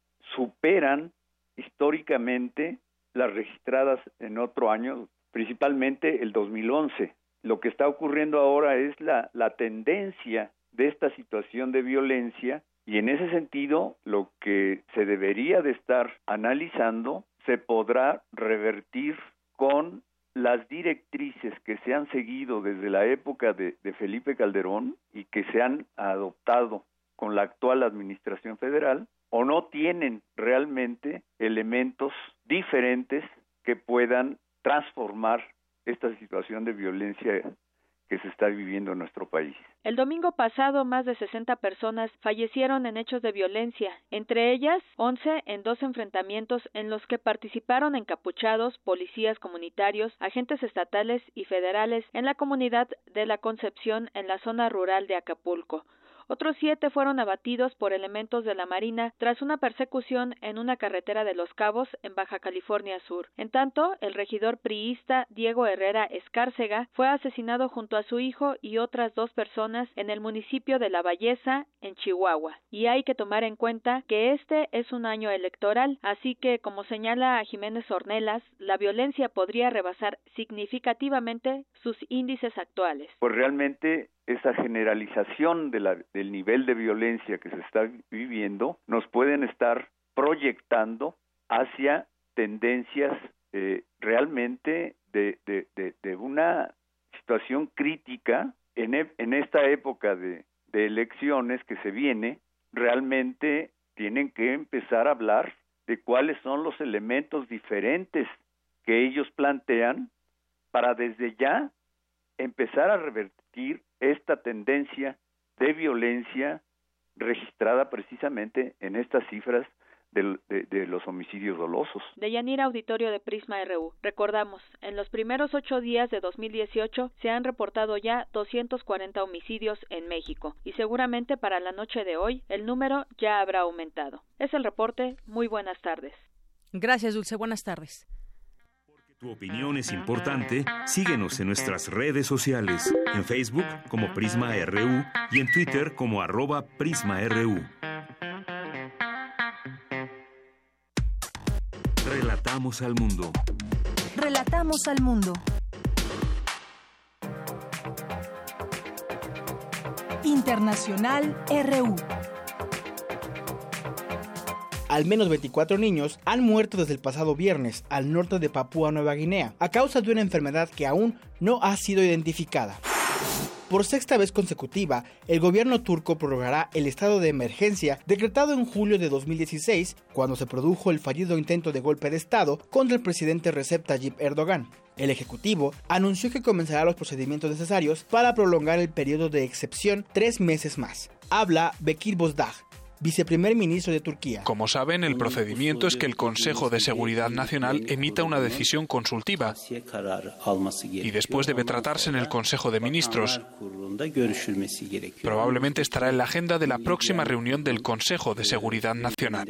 superan históricamente las registradas en otro año, principalmente el dos mil once. Lo que está ocurriendo ahora es la, la tendencia de esta situación de violencia y en ese sentido lo que se debería de estar analizando se podrá revertir con las directrices que se han seguido desde la época de, de Felipe Calderón y que se han adoptado con la actual administración federal, o no tienen realmente elementos diferentes que puedan transformar esta situación de violencia que se está viviendo en nuestro país. El domingo pasado, más de sesenta personas fallecieron en hechos de violencia, entre ellas once en dos enfrentamientos en los que participaron encapuchados, policías comunitarios, agentes estatales y federales en la comunidad de La Concepción, en la zona rural de Acapulco. Otros siete fueron abatidos por elementos de la Marina tras una persecución en una carretera de Los Cabos, en Baja California Sur. En tanto, el regidor priista Diego Herrera Escárcega fue asesinado junto a su hijo y otras dos personas en el municipio de La Belleza, en Chihuahua. Y hay que tomar en cuenta que este es un año electoral, así que, como señala Jiménez Ornelas, la violencia podría rebasar significativamente sus índices actuales. Pues realmente esa generalización de la, del nivel de violencia que se está viviendo nos pueden estar proyectando hacia tendencias eh, realmente de, de, de, de una situación crítica en, e, en esta época de, de elecciones que se viene. Realmente tienen que empezar a hablar de cuáles son los elementos diferentes que ellos plantean para desde ya empezar a revertir esta tendencia de violencia registrada precisamente en estas cifras de, de, de los homicidios dolosos. Deyanira, auditorio de Prisma R U. Recordamos, en los primeros ocho días de dos mil dieciocho se han reportado ya doscientos cuarenta homicidios en México y seguramente para la noche de hoy el número ya habrá aumentado. Es el reporte. Muy buenas tardes. Gracias, Dulce. Buenas tardes. Tu opinión es importante. Síguenos en nuestras redes sociales, en Facebook como Prisma R U y en Twitter como arroba Prisma R U. Relatamos al mundo. Relatamos al mundo. Internacional R U. Al menos veinticuatro niños han muerto desde el pasado viernes al norte de Papúa Nueva Guinea a causa de una enfermedad que aún no ha sido identificada. Por sexta vez consecutiva, el gobierno turco prorrogará el estado de emergencia decretado en julio de dos mil dieciséis, cuando se produjo el fallido intento de golpe de estado contra el presidente Recep Tayyip Erdogan. El ejecutivo anunció que comenzará los procedimientos necesarios para prolongar el periodo de excepción tres meses más. Habla Bekir Bozdağ, viceprimer ministro de Turquía. Como saben, el procedimiento es que el Consejo de Seguridad Nacional emita una decisión consultiva y después debe tratarse en el Consejo de Ministros. Probablemente estará en la agenda de la próxima reunión del Consejo de Seguridad Nacional.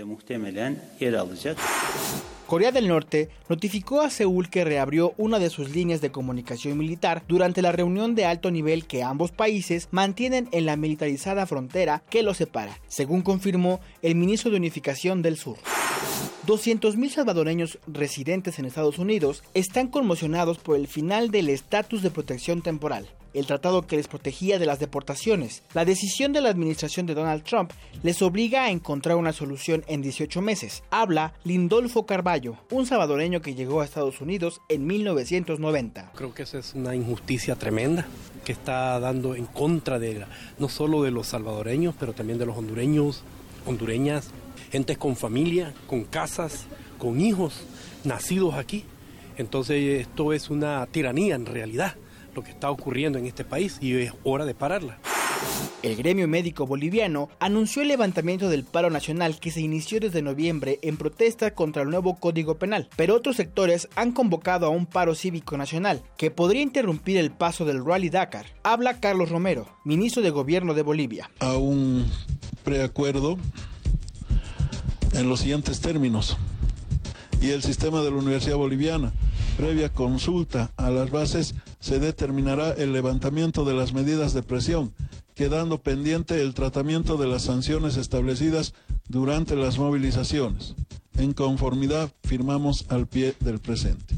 Corea del Norte notificó a Seúl que reabrió una de sus líneas de comunicación militar durante la reunión de alto nivel que ambos países mantienen en la militarizada frontera que los separa, según confirmó el ministro de Unificación del Sur. doscientos mil salvadoreños residentes en Estados Unidos están conmocionados por el final del estatus de protección temporal, el tratado que les protegía de las deportaciones. La decisión de la administración de Donald Trump les obliga a encontrar una solución en dieciocho meses. Habla Lindolfo Carballo, un salvadoreño que llegó a Estados Unidos en mil novecientos noventa. Creo que esa es una injusticia tremenda que está dando en contra de la, no solo de los salvadoreños, pero también de los hondureños, hondureñas, gentes con familia, con casas, con hijos nacidos aquí. Entonces esto es una tiranía en realidad, lo que está ocurriendo en este país, y es hora de pararla. El gremio médico boliviano anunció el levantamiento del paro nacional que se inició desde noviembre en protesta contra el nuevo Código Penal, pero otros sectores han convocado a un paro cívico nacional que podría interrumpir el paso del Rally Dakar. Habla Carlos Romero, ministro de Gobierno de Bolivia. A un preacuerdo en los siguientes términos. Y el sistema de la Universidad Boliviana, previa consulta a las bases, se determinará el levantamiento de las medidas de presión, quedando pendiente el tratamiento de las sanciones establecidas durante las movilizaciones. En conformidad, firmamos al pie del presente.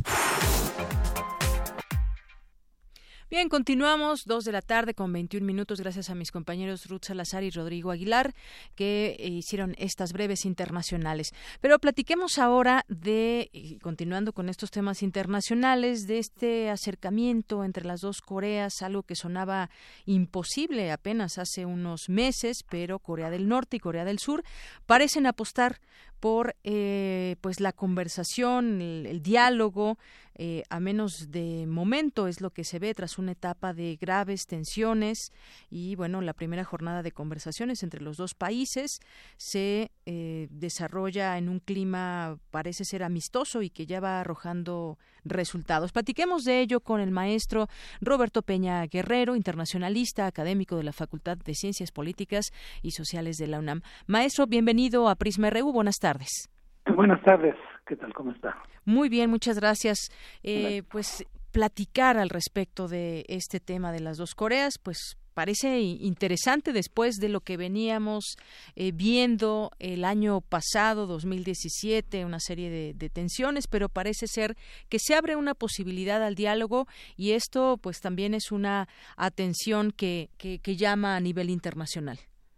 Bien, continuamos, dos de la tarde con veintiún minutos, gracias a mis compañeros Ruth Salazar y Rodrigo Aguilar, que hicieron estas breves internacionales. Pero platiquemos ahora de, continuando con estos temas internacionales, de este acercamiento entre las dos Coreas, algo que sonaba imposible apenas hace unos meses, pero Corea del Norte y Corea del Sur parecen apostar por eh, pues la conversación, el, el diálogo, eh, a menos de momento es lo que se ve tras una etapa de graves tensiones y bueno, la primera jornada de conversaciones entre los dos países se eh, desarrolla en un clima parece ser amistoso y que ya va arrojando resultados. Platiquemos de ello con el maestro Roberto Peña Guerrero, internacionalista, académico de la Facultad de Ciencias Políticas y Sociales de la UNAM. Maestro, bienvenido a Prisma R U. Buenas tardes. Buenas tardes. ¿Qué tal? ¿Cómo está? Muy bien, muchas gracias. Eh, pues platicar al respecto de este tema de las dos Coreas, pues parece interesante después de lo que veníamos eh, viendo el año pasado, dos mil diecisiete, una serie de, de tensiones, pero parece ser que se abre una posibilidad al diálogo y esto pues también es una atención que, que, que llama a nivel internacional.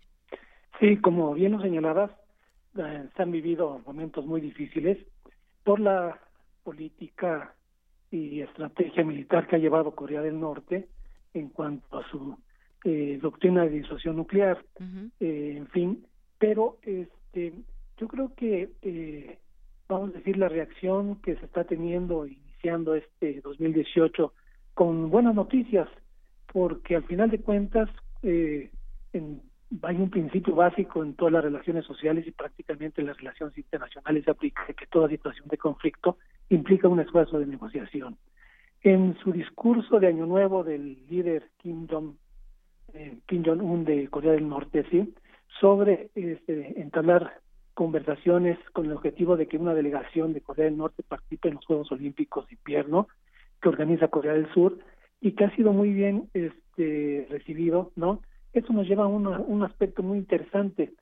Sí, como bien lo señalabas, eh, se han vivido momentos muy difíciles por la política y estrategia militar que ha llevado Corea del Norte en cuanto a su eh, doctrina de disuasión nuclear, uh-huh. eh, en fin, pero este, yo creo que, eh, vamos a decir, la reacción que se está teniendo iniciando este dos mil dieciocho con buenas noticias, porque al final de cuentas eh, en hay un principio básico en todas las relaciones sociales y prácticamente en las relaciones internacionales se aplica que toda situación de conflicto implica un esfuerzo de negociación. En su discurso de Año Nuevo del líder Kim Jong eh, Kim Jong-un de Corea del Norte, sí, sobre este, entablar conversaciones con el objetivo de que una delegación de Corea del Norte participe en los Juegos Olímpicos de Invierno que organiza Corea del Sur y que ha sido muy bien este, recibido, ¿no? Eso nos lleva a un, un aspecto muy interesante,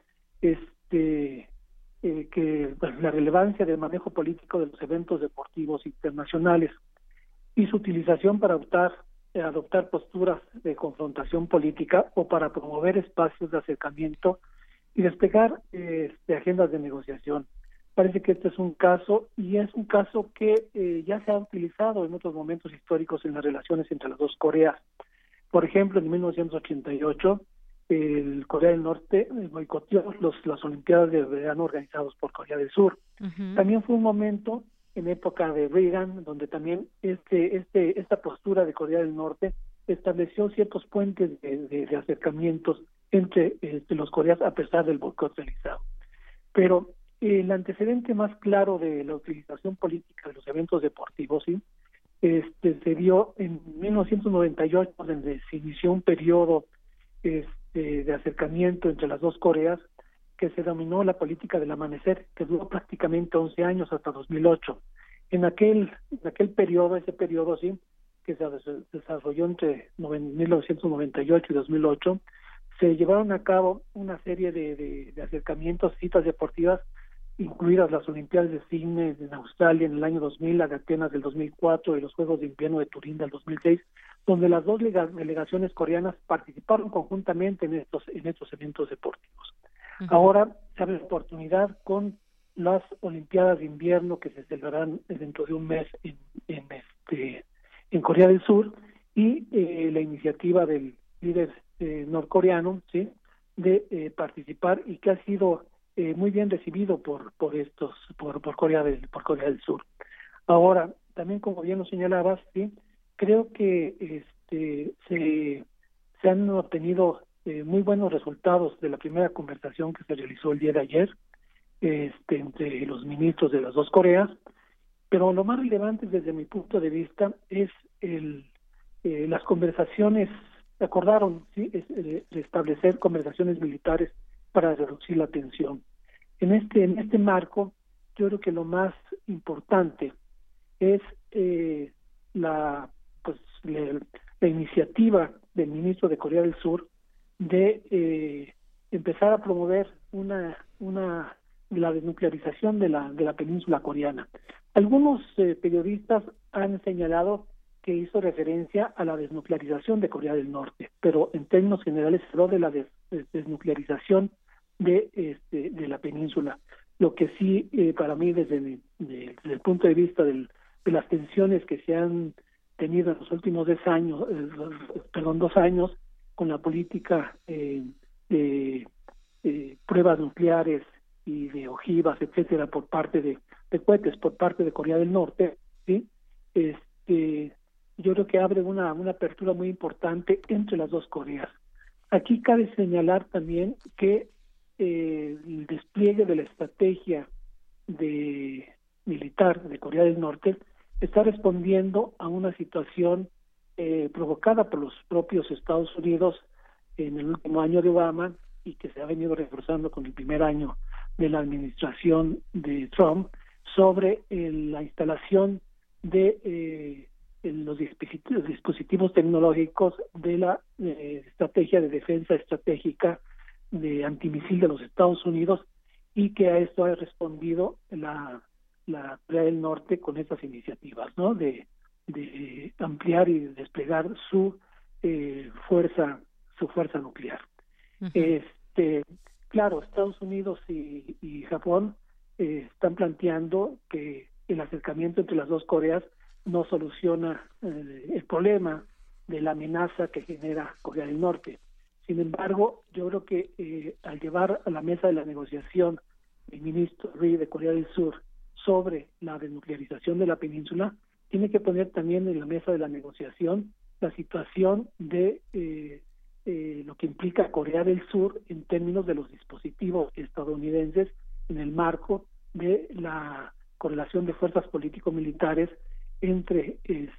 este, eh, que pues, la relevancia del manejo político de los eventos deportivos internacionales y su utilización para adoptar, eh, adoptar posturas de confrontación política o para promover espacios de acercamiento y despegar eh, de agendas de negociación. Parece que este es un caso y es un caso que eh, ya se ha utilizado en otros momentos históricos en las relaciones entre las dos Coreas. Por ejemplo, en mil novecientos ochenta y ocho, el Corea del Norte boicoteó los, las Olimpiadas de verano organizadas por Corea del Sur. Uh-huh. También fue un momento en época de Reagan, donde también este, este, esta postura de Corea del Norte estableció ciertos puentes de, de, de acercamientos entre este, los coreanos a pesar del boicot realizado. Pero eh, el antecedente más claro de la utilización política de los eventos deportivos, ¿sí? Este, se dio en mil novecientos noventa y ocho, donde se inició un periodo este, de acercamiento entre las dos Coreas que se denominó la política del amanecer, que duró prácticamente once años hasta dos mil ocho. En aquel, en aquel periodo, ese periodo sí, que se desarrolló entre mil novecientos noventa y ocho y dos mil ocho, se llevaron a cabo una serie de, de, de acercamientos, citas deportivas, incluidas las Olimpiadas de Sydney en Australia en el año dos mil, la de Atenas del dos mil cuatro y los Juegos de Invierno de Turín del dos mil seis, donde las dos delegaciones coreanas participaron conjuntamente en estos en estos eventos deportivos. Uh-huh. Ahora se abre la oportunidad con las Olimpiadas de Invierno que se celebrarán dentro de un mes en, en, este, en Corea del Sur y eh, la iniciativa del líder eh, norcoreano, ¿sí?, de eh, participar y que ha sido Eh, muy bien recibido por por estos por por Corea del por Corea del Sur. Ahora también, como bien lo señalabas, sí, creo que este se se han obtenido eh, muy buenos resultados de la primera conversación que se realizó el día de ayer este entre los ministros de las dos Coreas, pero lo más relevante desde mi punto de vista es el eh, las conversaciones acordaron sí es, eh, establecer conversaciones militares para reducir la tensión. En este en este marco, yo creo que lo más importante es eh, la pues la, la iniciativa del ministro de Corea del Sur de eh, empezar a promover una una la desnuclearización de la de la península coreana. Algunos eh, periodistas han señalado que hizo referencia a la desnuclearización de Corea del Norte, pero en términos generales se habló de la des, desnuclearización de este de la península. Lo que sí eh, para mí desde, mi, de, desde el punto de vista del, de las tensiones que se han tenido en los últimos dos años, eh, perdón dos años con la política eh, de eh, pruebas nucleares y de ojivas, etcétera, por parte de, de cohetes por parte de Corea del Norte, ¿sí? Este, yo creo que abre una, una apertura muy importante entre las dos Coreas. Aquí cabe señalar también que eh, el despliegue de la estrategia de militar de Corea del Norte está respondiendo a una situación eh, provocada por los propios Estados Unidos en el último año de Obama y que se ha venido reforzando con el primer año de la administración de Trump sobre eh, la instalación de eh, los dispositivos, dispositivos tecnológicos de la eh, estrategia de defensa estratégica de antimisil de los Estados Unidos, y que a esto ha respondido la, la Corea del Norte con estas iniciativas, ¿no? De, de ampliar y desplegar su eh, fuerza su fuerza nuclear. Uh-huh. Este, claro, Estados Unidos y, y Japón eh, están planteando que el acercamiento entre las dos Coreas no soluciona eh, el problema de la amenaza que genera Corea del Norte. Sin embargo, yo creo que eh, al llevar a la mesa de la negociación el ministro Ri de Corea del Sur sobre la desnuclearización de la península, tiene que poner también en la mesa de la negociación la situación de eh, eh, lo que implica Corea del Sur en términos de los dispositivos estadounidenses en el marco de la correlación de fuerzas político-militares entre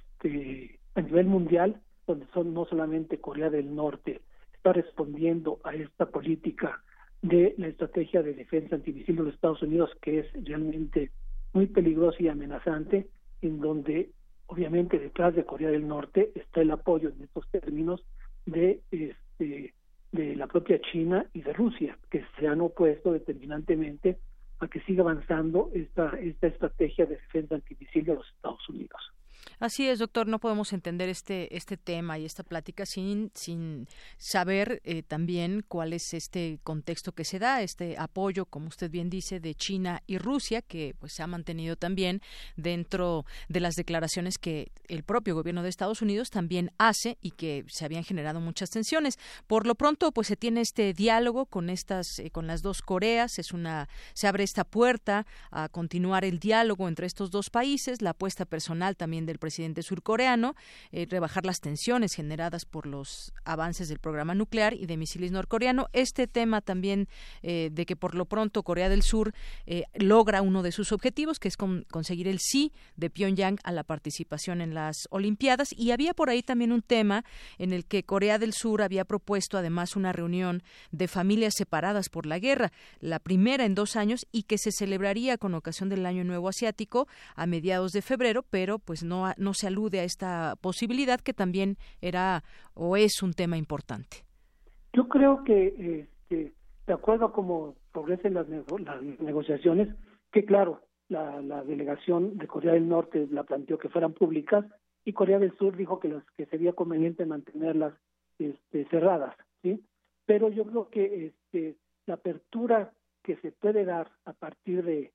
este a nivel mundial, donde son no solamente Corea del Norte está respondiendo a esta política de la estrategia de defensa antimisil de los Estados Unidos, que es realmente muy peligrosa y amenazante, en donde obviamente detrás de Corea del Norte está el apoyo en estos términos de este de la propia China y de Rusia, que se han opuesto determinantemente a que siga avanzando esta esta estrategia de defensa antimisil de los Estados Unidos. Así es, doctor, no podemos entender este este tema y esta plática sin sin saber eh, también cuál es este contexto que se da, este apoyo, como usted bien dice, de China y Rusia, que pues se ha mantenido también dentro de las declaraciones que el propio gobierno de Estados Unidos también hace y que se habían generado muchas tensiones. Por lo pronto, pues se tiene este diálogo con estas eh, con las dos Coreas, es una se abre esta puerta a continuar el diálogo entre estos dos países, la apuesta personal también del presidente surcoreano, eh, rebajar las tensiones generadas por los avances del programa nuclear y de misiles norcoreano. Este tema también eh, de que por lo pronto Corea del Sur eh, logra uno de sus objetivos, que es con, conseguir el sí de Pyongyang a la participación en las Olimpiadas. Y había por ahí también un tema en el que Corea del Sur había propuesto además una reunión de familias separadas por la guerra, la primera en dos años, y que se celebraría con ocasión del Año Nuevo Asiático a mediados de febrero, pero pues no no se alude a esta posibilidad, que también era o es un tema importante. Yo creo que este, de acuerdo a cómo progresen las, nego- las negociaciones, que claro, la, la delegación de Corea del Norte la planteó que fueran públicas y Corea del Sur dijo que las que sería conveniente mantenerlas este, cerradas, ¿sí? Pero yo creo que este, la apertura que se puede dar a partir de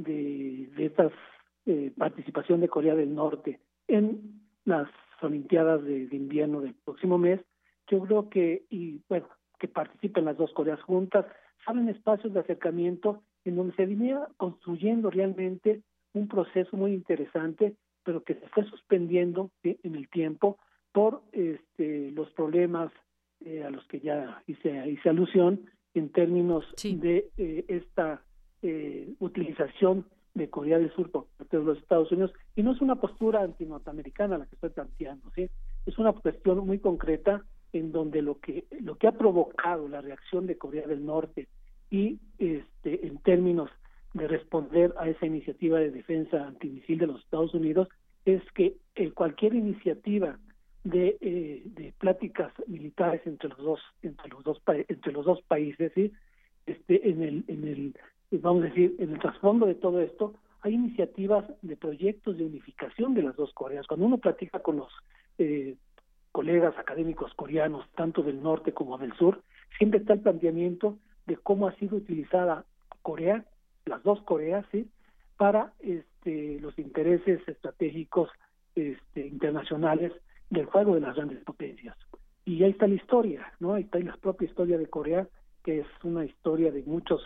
de, de esta eh, participación de Corea del Norte en las Olimpiadas de, de invierno del próximo mes, yo creo que, y bueno, que participen las dos Coreas juntas, abren espacios de acercamiento en donde se venía construyendo realmente un proceso muy interesante, pero que se fue suspendiendo, ¿sí?, en el tiempo por este, los problemas eh, a los que ya hice, hice alusión en términos sí. de eh, esta eh, utilización de Corea del Sur por parte de los Estados Unidos, y no es una postura anti-norteamericana la que estoy planteando, ¿sí? Es una cuestión muy concreta en donde lo que lo que ha provocado la reacción de Corea del Norte y este en términos de responder a esa iniciativa de defensa antimisil de los Estados Unidos es que eh, cualquier iniciativa de eh, de pláticas militares entre los dos entre los dos entre los dos países, ¿sí?, este en el en el vamos a decir, en el trasfondo de todo esto, hay iniciativas de proyectos de unificación de las dos Coreas. Cuando uno platica con los eh, colegas académicos coreanos, tanto del norte como del sur, siempre está el planteamiento de cómo ha sido utilizada Corea, las dos Coreas, ¿sí?, para este, los intereses estratégicos este, internacionales del juego de las grandes potencias. Y ahí está la historia, ¿no? Ahí está la propia historia de Corea, que es una historia de muchos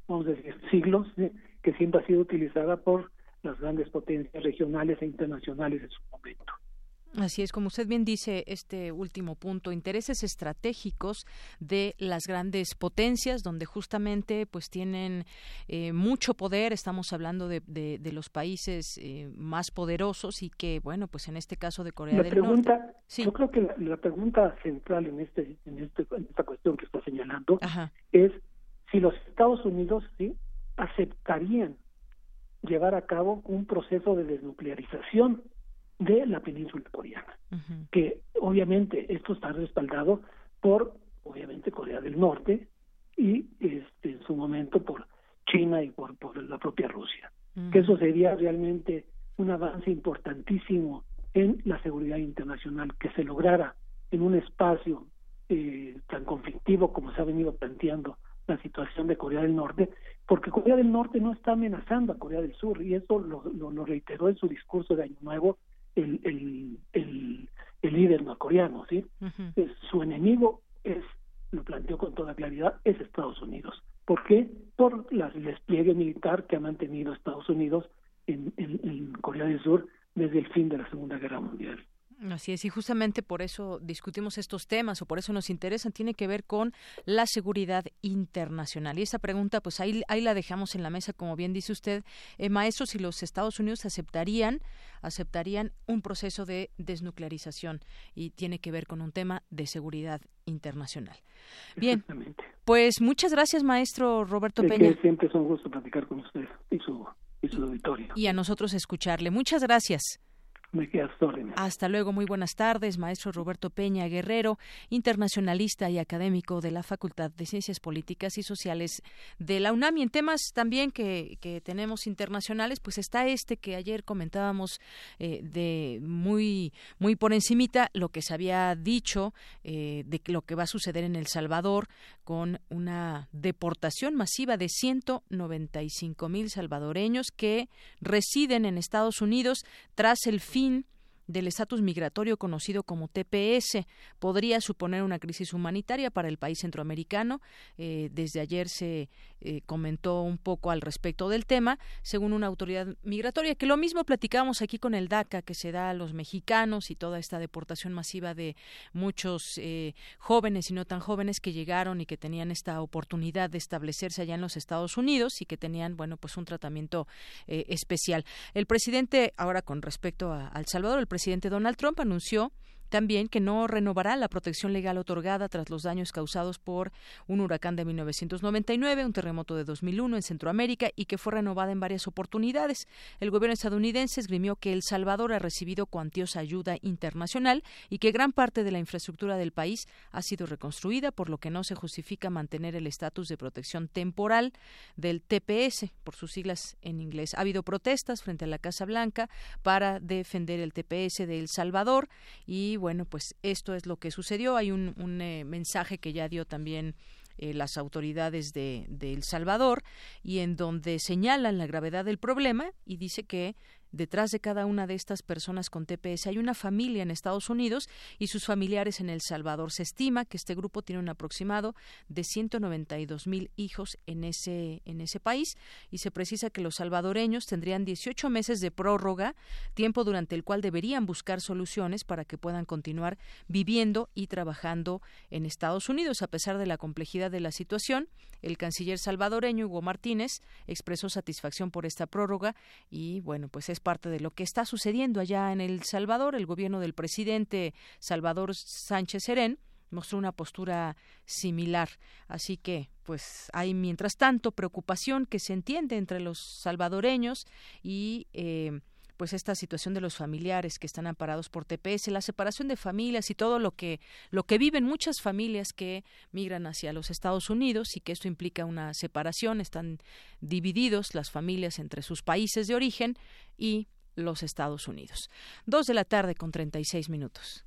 vamos a decir, siglos, ¿sí? que siempre ha sido utilizada por las grandes potencias regionales e internacionales en su momento. Así es, como usted bien dice, este último punto, intereses estratégicos de las grandes potencias, donde justamente pues tienen eh, mucho poder. Estamos hablando de, de, de los países eh, más poderosos y que, bueno, pues en este caso de Corea la del pregunta, Norte. Sí. Yo creo que la, la pregunta central en este, en este, en esta cuestión que está señalando Ajá. es si los Estados Unidos sí aceptarían llevar a cabo un proceso de desnuclearización de la península coreana, uh-huh. que obviamente esto está respaldado por, obviamente, Corea del Norte y este, en su momento por China y por, por la propia Rusia, uh-huh. que eso sería realmente un avance importantísimo en la seguridad internacional, que se lograra en un espacio eh, tan conflictivo como se ha venido planteando la situación de Corea del Norte, porque Corea del Norte no está amenazando a Corea del Sur, y eso lo, lo, lo reiteró en su discurso de Año Nuevo el, el, el, el líder norcoreano, ¿sí? Uh-huh. Es, su enemigo es, lo planteó con toda claridad, es Estados Unidos. ¿Por qué? Por la, el despliegue militar que ha mantenido Estados Unidos en, en, en Corea del Sur desde el fin de la Segunda Guerra Mundial. Así es, y justamente por eso discutimos estos temas, o por eso nos interesan, tiene que ver con la seguridad internacional. Y esa pregunta, pues ahí, ahí la dejamos en la mesa, como bien dice usted, eh, maestro, si los Estados Unidos aceptarían, aceptarían un proceso de desnuclearización, y tiene que ver con un tema de seguridad internacional. Bien, pues muchas gracias, maestro Roberto de Peña. Que siempre es un gusto platicar con usted y su, y su auditorio. Y a nosotros escucharle. Muchas gracias. Me quedas órdenes. Hasta luego, muy buenas tardes, maestro Roberto Peña Guerrero, internacionalista y académico de la Facultad de Ciencias Políticas y Sociales de la UNAM. Y en temas también que, que tenemos internacionales, pues está este que ayer comentábamos eh, de muy muy por encimita, lo que se había dicho eh, de lo que va a suceder en El Salvador con una deportación masiva de ciento noventa y cinco mil salvadoreños que residen en Estados Unidos tras el fin del estatus migratorio conocido como T P S. Podría suponer una crisis humanitaria para el país centroamericano. Eh, desde ayer se eh, comentó un poco al respecto del tema, según una autoridad migratoria, que lo mismo platicábamos aquí con el DACA, que se da a los mexicanos y toda esta deportación masiva de muchos eh, jóvenes y no tan jóvenes que llegaron y que tenían esta oportunidad de establecerse allá en los Estados Unidos y que tenían, bueno, pues un tratamiento eh, especial. El presidente, ahora con respecto a, a El Salvador, el presidente El presidente Donald Trump anunció también que no renovará la protección legal otorgada tras los daños causados por un huracán de mil novecientos noventa y nueve, un terremoto de dos mil uno en Centroamérica y que fue renovada en varias oportunidades. El gobierno estadounidense esgrimió que El Salvador ha recibido cuantiosa ayuda internacional y que gran parte de la infraestructura del país ha sido reconstruida, por lo que no se justifica mantener el estatus de protección temporal del T P S, por sus siglas en inglés. Ha habido protestas frente a la Casa Blanca para defender el T P S de El Salvador y bueno, pues esto es lo que sucedió. Hay un, un eh, mensaje que ya dio también eh, las autoridades de, de El Salvador y en donde señalan la gravedad del problema y dice que detrás de cada una de estas personas con T P S hay una familia en Estados Unidos y sus familiares en El Salvador. Se estima que este grupo tiene un aproximado de ciento noventa y dos mil hijos en ese, en ese país y se precisa que los salvadoreños tendrían dieciocho meses de prórroga, tiempo durante el cual deberían buscar soluciones para que puedan continuar viviendo y trabajando en Estados Unidos. A pesar de la complejidad de la situación, el canciller salvadoreño Hugo Martínez expresó satisfacción por esta prórroga y bueno, pues es parte de lo que está sucediendo allá en El Salvador. El gobierno del presidente Salvador Sánchez Serén mostró una postura similar. Así que, pues, hay mientras tanto preocupación que se entiende entre los salvadoreños y eh, pues esta situación de los familiares que están amparados por T P S, la separación de familias y todo lo que lo que viven muchas familias que migran hacia los Estados Unidos y que esto implica una separación. Están divididos las familias entre sus países de origen y los Estados Unidos. Dos de la tarde con treinta y seis minutos.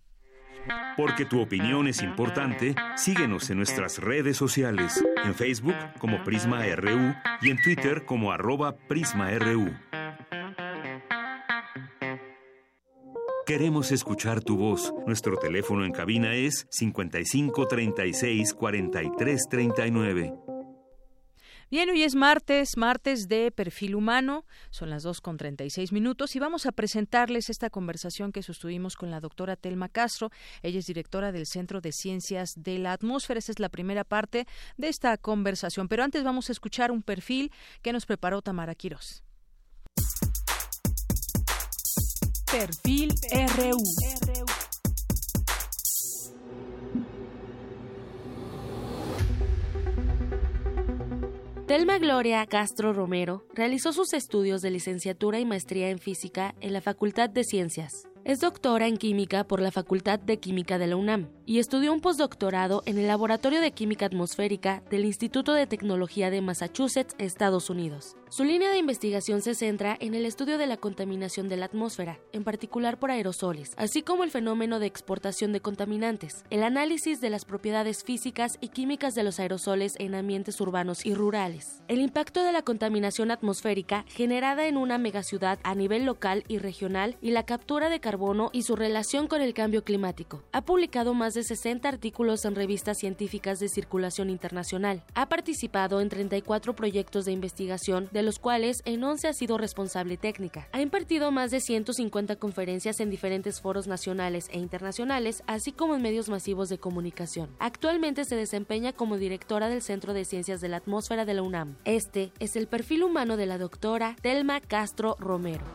Porque tu opinión es importante, síguenos en nuestras redes sociales, en Facebook como Prisma R U y en Twitter como arroba PrismaRU. Queremos escuchar tu voz. Nuestro teléfono en cabina es cincuenta y cinco treinta y seis cuarenta y tres treinta y nueve. Bien, hoy es martes, martes de Perfil Humano, son las dos con treinta y seis minutos y vamos a presentarles esta conversación que sostuvimos con la doctora Telma Castro. Ella es directora del Centro de Ciencias de la Atmósfera. Esta es la primera parte de esta conversación, pero antes vamos a escuchar un perfil que nos preparó Tamara Quirós. Perfil R U. Telma Gloria Castro Romero realizó sus estudios de licenciatura y maestría en física en la Facultad de Ciencias. Es doctora en química por la Facultad de Química de la UNAM y estudió un postdoctorado en el Laboratorio de Química Atmosférica del Instituto de Tecnología de Massachusetts, Estados Unidos. Su línea de investigación se centra en el estudio de la contaminación de la atmósfera, en particular por aerosoles, así como el fenómeno de exportación de contaminantes, el análisis de las propiedades físicas y químicas de los aerosoles en ambientes urbanos y rurales, el impacto de la contaminación atmosférica generada en una megaciudad a nivel local y regional y la captura de carbono y su relación con el cambio climático. Ha publicado más de sesenta artículos en revistas científicas de circulación internacional. Ha participado en treinta y cuatro proyectos de investigación, de los cuales en once ha sido responsable técnica. Ha impartido más de ciento cincuenta conferencias en diferentes foros nacionales e internacionales, así como en medios masivos de comunicación. Actualmente se desempeña como directora del Centro de Ciencias de la Atmósfera de la UNAM. Este es el perfil humano de la doctora Telma Castro Romero.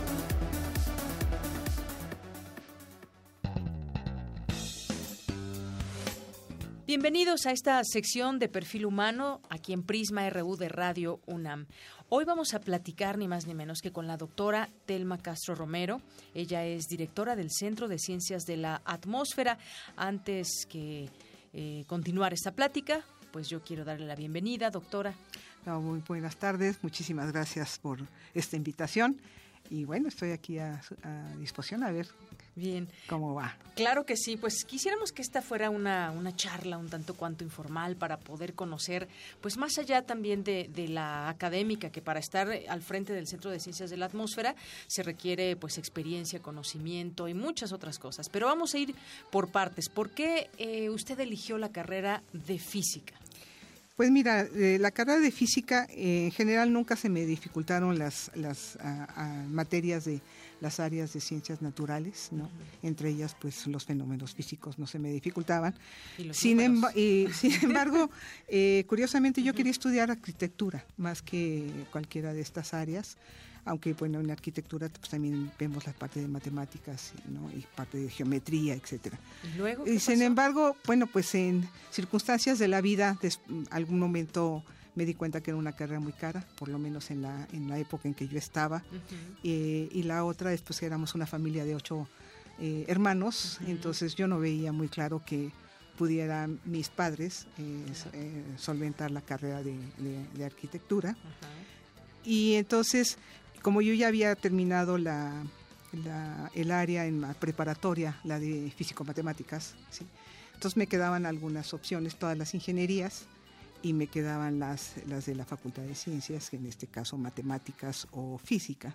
Bienvenidos a esta sección de Perfil Humano aquí en Prisma R U de Radio UNAM. Hoy vamos a platicar ni más ni menos que con la doctora Telma Castro Romero. Ella es directora del Centro de Ciencias de la Atmósfera. Antes que eh, continuar esta plática, pues yo quiero darle la bienvenida, doctora. No, muy buenas tardes, muchísimas gracias por esta invitación. Y bueno, estoy aquí a, a disposición a ver Bien. cómo va. Claro que sí, pues quisiéramos que esta fuera una, una charla un tanto cuanto informal para poder conocer, pues más allá también de, de la académica, que para estar al frente del Centro de Ciencias de la Atmósfera se requiere pues experiencia, conocimiento y muchas otras cosas. Pero vamos a ir por partes. ¿Por qué eh, usted eligió la carrera de física? Pues mira, eh, la carrera de física eh, en general nunca se me dificultaron las, las a, a materias de las áreas de ciencias naturales, ¿no? Uh-huh. Entre ellas, pues los fenómenos físicos no se me dificultaban. ¿Y sin, emba- y, sin embargo, eh, curiosamente yo uh-huh. quería estudiar arquitectura más que cualquiera de estas áreas. Aunque, bueno, en arquitectura pues, también vemos la parte de matemáticas, ¿no? Y parte de geometría, etcétera. ¿Y luego y sin pasó? embargo, bueno, pues en circunstancias de la vida, en algún momento me di cuenta que era una carrera muy cara, por lo menos en la en la época en que yo estaba. Uh-huh. eh, y la otra es pues que éramos una familia de ocho eh, hermanos, uh-huh. entonces yo no veía muy claro que pudieran mis padres eh, eh, solventar la carrera de, de, de arquitectura. Uh-huh. Y entonces, como yo ya había terminado la, la, el área en la preparatoria, la de físico-matemáticas, ¿sí? Entonces me quedaban algunas opciones, todas las ingenierías, y me quedaban las, las de la Facultad de Ciencias, en este caso matemáticas o física.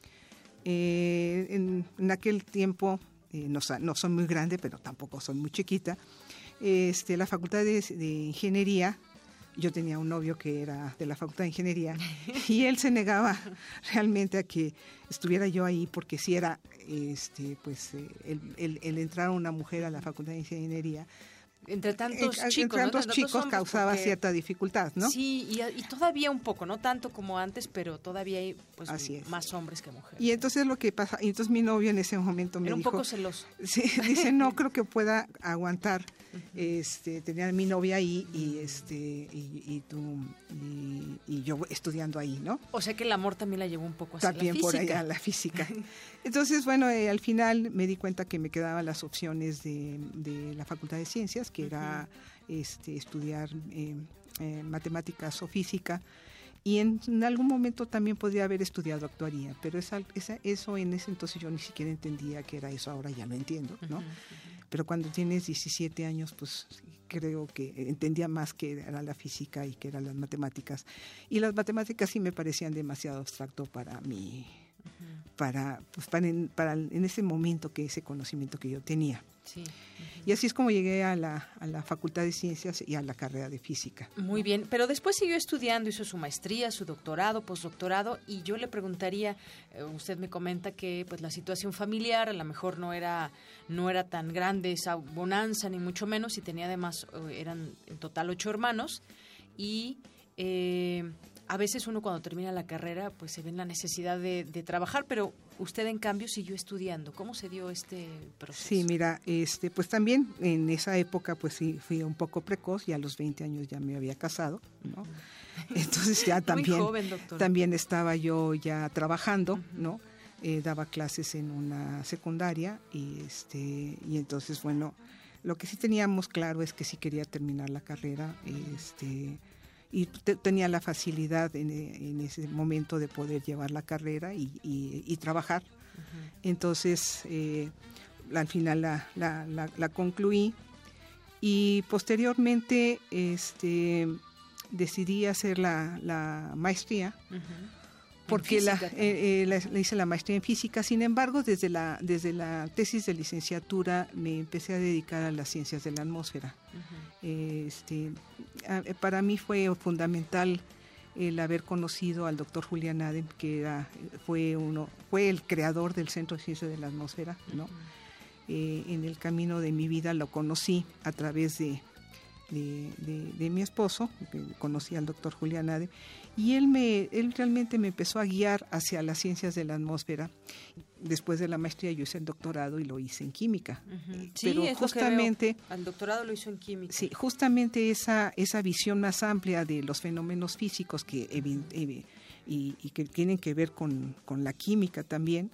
Eh, en, en aquel tiempo, eh, no, no soy muy grande, pero tampoco soy muy chiquita, este, la Facultad de, de Ingeniería, yo tenía un novio que era de la Facultad de Ingeniería y él se negaba realmente a que estuviera yo ahí porque si era este pues el, el, el entrar a una mujer a la Facultad de Ingeniería entre tantos en, chicos, entre tantos ¿no? chicos tantos causaba porque, cierta dificultad, ¿no? Sí, y, y todavía un poco, no tanto como antes, pero todavía hay pues Así es. más hombres que mujeres. Y entonces lo que pasa, y entonces mi novio en ese momento me Era dijo, un poco celoso. Sí, dice, no creo que pueda aguantar. Uh-huh. Este, tenía a mi novia ahí y este y, y tú y, y yo estudiando ahí, ¿no? O sea que el amor también la llevó un poco hacia también la física. También por allá la física. Entonces, bueno, eh, al final me di cuenta que me quedaban las opciones de, de la Facultad de Ciencias, que uh-huh. era este, estudiar eh, eh, matemáticas o física. Y en, en algún momento también podría haber estudiado actuaría, pero esa, esa, eso en ese entonces yo ni siquiera entendía que era eso, ahora ya lo entiendo, ¿no? Uh-huh, uh-huh. Pero cuando tienes diecisiete años, pues creo que entendía más que era la física y que eran las matemáticas. Y las matemáticas sí me parecían demasiado abstracto para mí, uh-huh. para, pues para, en, para en ese momento que ese conocimiento que yo tenía. Sí. Y así es como llegué a la, a la Facultad de Ciencias y a la carrera de Física. Muy bien, pero después siguió estudiando, hizo su maestría, su doctorado, postdoctorado, y yo le preguntaría, eh, usted me comenta que pues la situación familiar a lo mejor no era no era tan grande esa bonanza, ni mucho menos, y tenía además, eh, eran en total ocho hermanos, y eh, a veces uno cuando termina la carrera pues se ve en la necesidad de, de trabajar, pero usted en cambio siguió estudiando. ¿Cómo se dio este proceso? Sí, mira, este, pues también en esa época pues sí fui un poco precoz, y a los veinte años ya me había casado, ¿no? Entonces ya también, Muy joven, doctora. también estaba yo ya trabajando, uh-huh. ¿no? Eh, daba clases en una secundaria y este y entonces bueno, lo que sí teníamos claro es que sí quería terminar la carrera, este y te, tenía la facilidad en, en ese momento de poder llevar la carrera y, y, y trabajar. Uh-huh. Entonces, eh, al final la, la, la, la concluí, y posteriormente este, decidí hacer la, la maestría. Uh-huh. Porque la, eh, eh, la, la hice la maestría en física. Sin embargo, desde la desde la tesis de licenciatura me empecé a dedicar a las ciencias de la atmósfera. Uh-huh. eh, este, a, para mí fue fundamental el haber conocido al doctor Julián Adem, que era, fue uno fue el creador del Centro de Ciencias de la Atmósfera, ¿no? Uh-huh. Eh, en el camino de mi vida lo conocí a través de De, de, de mi esposo, que conocí al doctor Julián Adem, y él me él realmente me empezó a guiar hacia las ciencias de la atmósfera. Después de la maestría yo hice el doctorado y lo hice en química. Uh-huh. Sí, pero es justamente lo que veo. Al doctorado lo hizo en química. Sí, justamente esa esa visión más amplia de los fenómenos físicos que uh-huh. y, y que tienen que ver con, con la química también,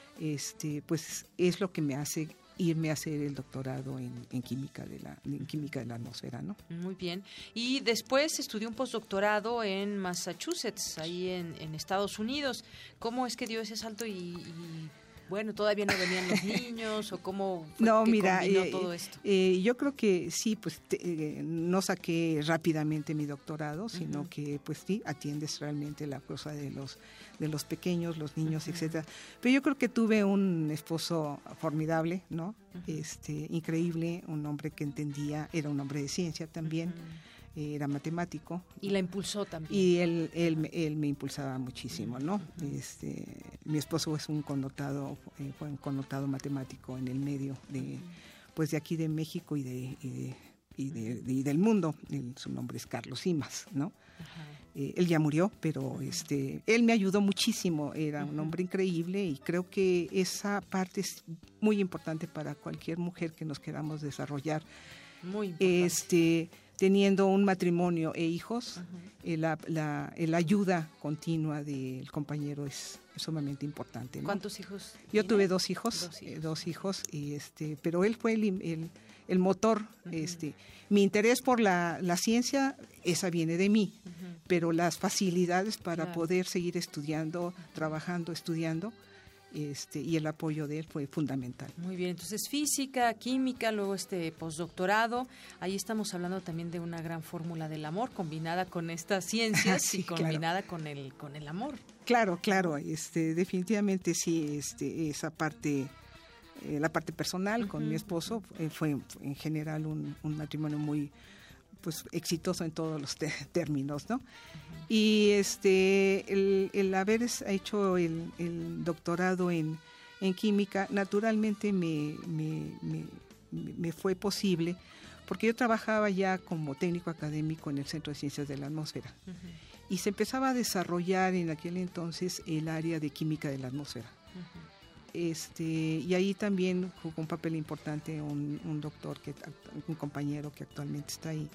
este pues es lo que me hace irme a hacer el doctorado en, en química de la en química de la atmósfera, ¿no? Muy bien. Y después estudió un postdoctorado en Massachusetts, ahí en, en Estados Unidos. ¿Cómo es que dio ese salto y, y bueno, todavía no venían los niños o cómo fue no, que mira, combinó eh, todo esto? Eh, yo creo que sí, pues te, eh, no saqué rápidamente mi doctorado, sino uh-huh. que pues sí atiendes realmente la cosa de los de los pequeños, los niños, uh-huh. etcétera. Pero yo creo que tuve un esposo formidable, ¿no? Uh-huh. Este, increíble, un hombre que entendía, era un hombre de ciencia también. Uh-huh. Era matemático. Y la impulsó también. Y él, él, él me impulsaba muchísimo, ¿no? Uh-huh. Este, mi esposo es un connotado, eh, fue un connotado matemático en el medio de, uh-huh. pues de aquí de México y de, y de, y de, de, y del mundo. Él, su nombre es Carlos Simas, ¿no? Uh-huh. Eh, él ya murió, pero este, él me ayudó muchísimo. Era uh-huh. un hombre increíble, y creo que esa parte es muy importante para cualquier mujer que nos queramos desarrollar. Muy importante. Este, teniendo un matrimonio e hijos, uh-huh. eh, la, la, la ayuda continua del compañero es, es sumamente importante, ¿no? ¿Cuántos hijos? Yo tiene? tuve dos hijos, dos hijos, eh, dos hijos y este, pero él fue el, el, el motor. Uh-huh. Este, mi interés por la, la ciencia, esa viene de mí, uh-huh. pero las facilidades para claro. poder seguir estudiando, trabajando, estudiando, Este, y el apoyo de él fue fundamental. Muy bien, entonces física, química, luego este postdoctorado, ahí estamos hablando también de una gran fórmula del amor combinada con estas ciencias sí, y combinada claro. con el con el amor. Claro, claro, este, definitivamente sí, este, esa parte, eh, la parte personal uh-huh, con mi esposo uh-huh. fue, fue en general un, un matrimonio muy pues exitoso en todos los te- términos, ¿no? Uh-huh. Y este el, el haber hecho el, el doctorado en, en química, naturalmente me, me, me, me fue posible, porque yo trabajaba ya como técnico académico en el Centro de Ciencias de la Atmósfera. Uh-huh. Y se empezaba a desarrollar en aquel entonces el área de química de la atmósfera. Uh-huh. Este, y ahí también jugó un papel importante un, un doctor, que, un compañero que actualmente está ahí,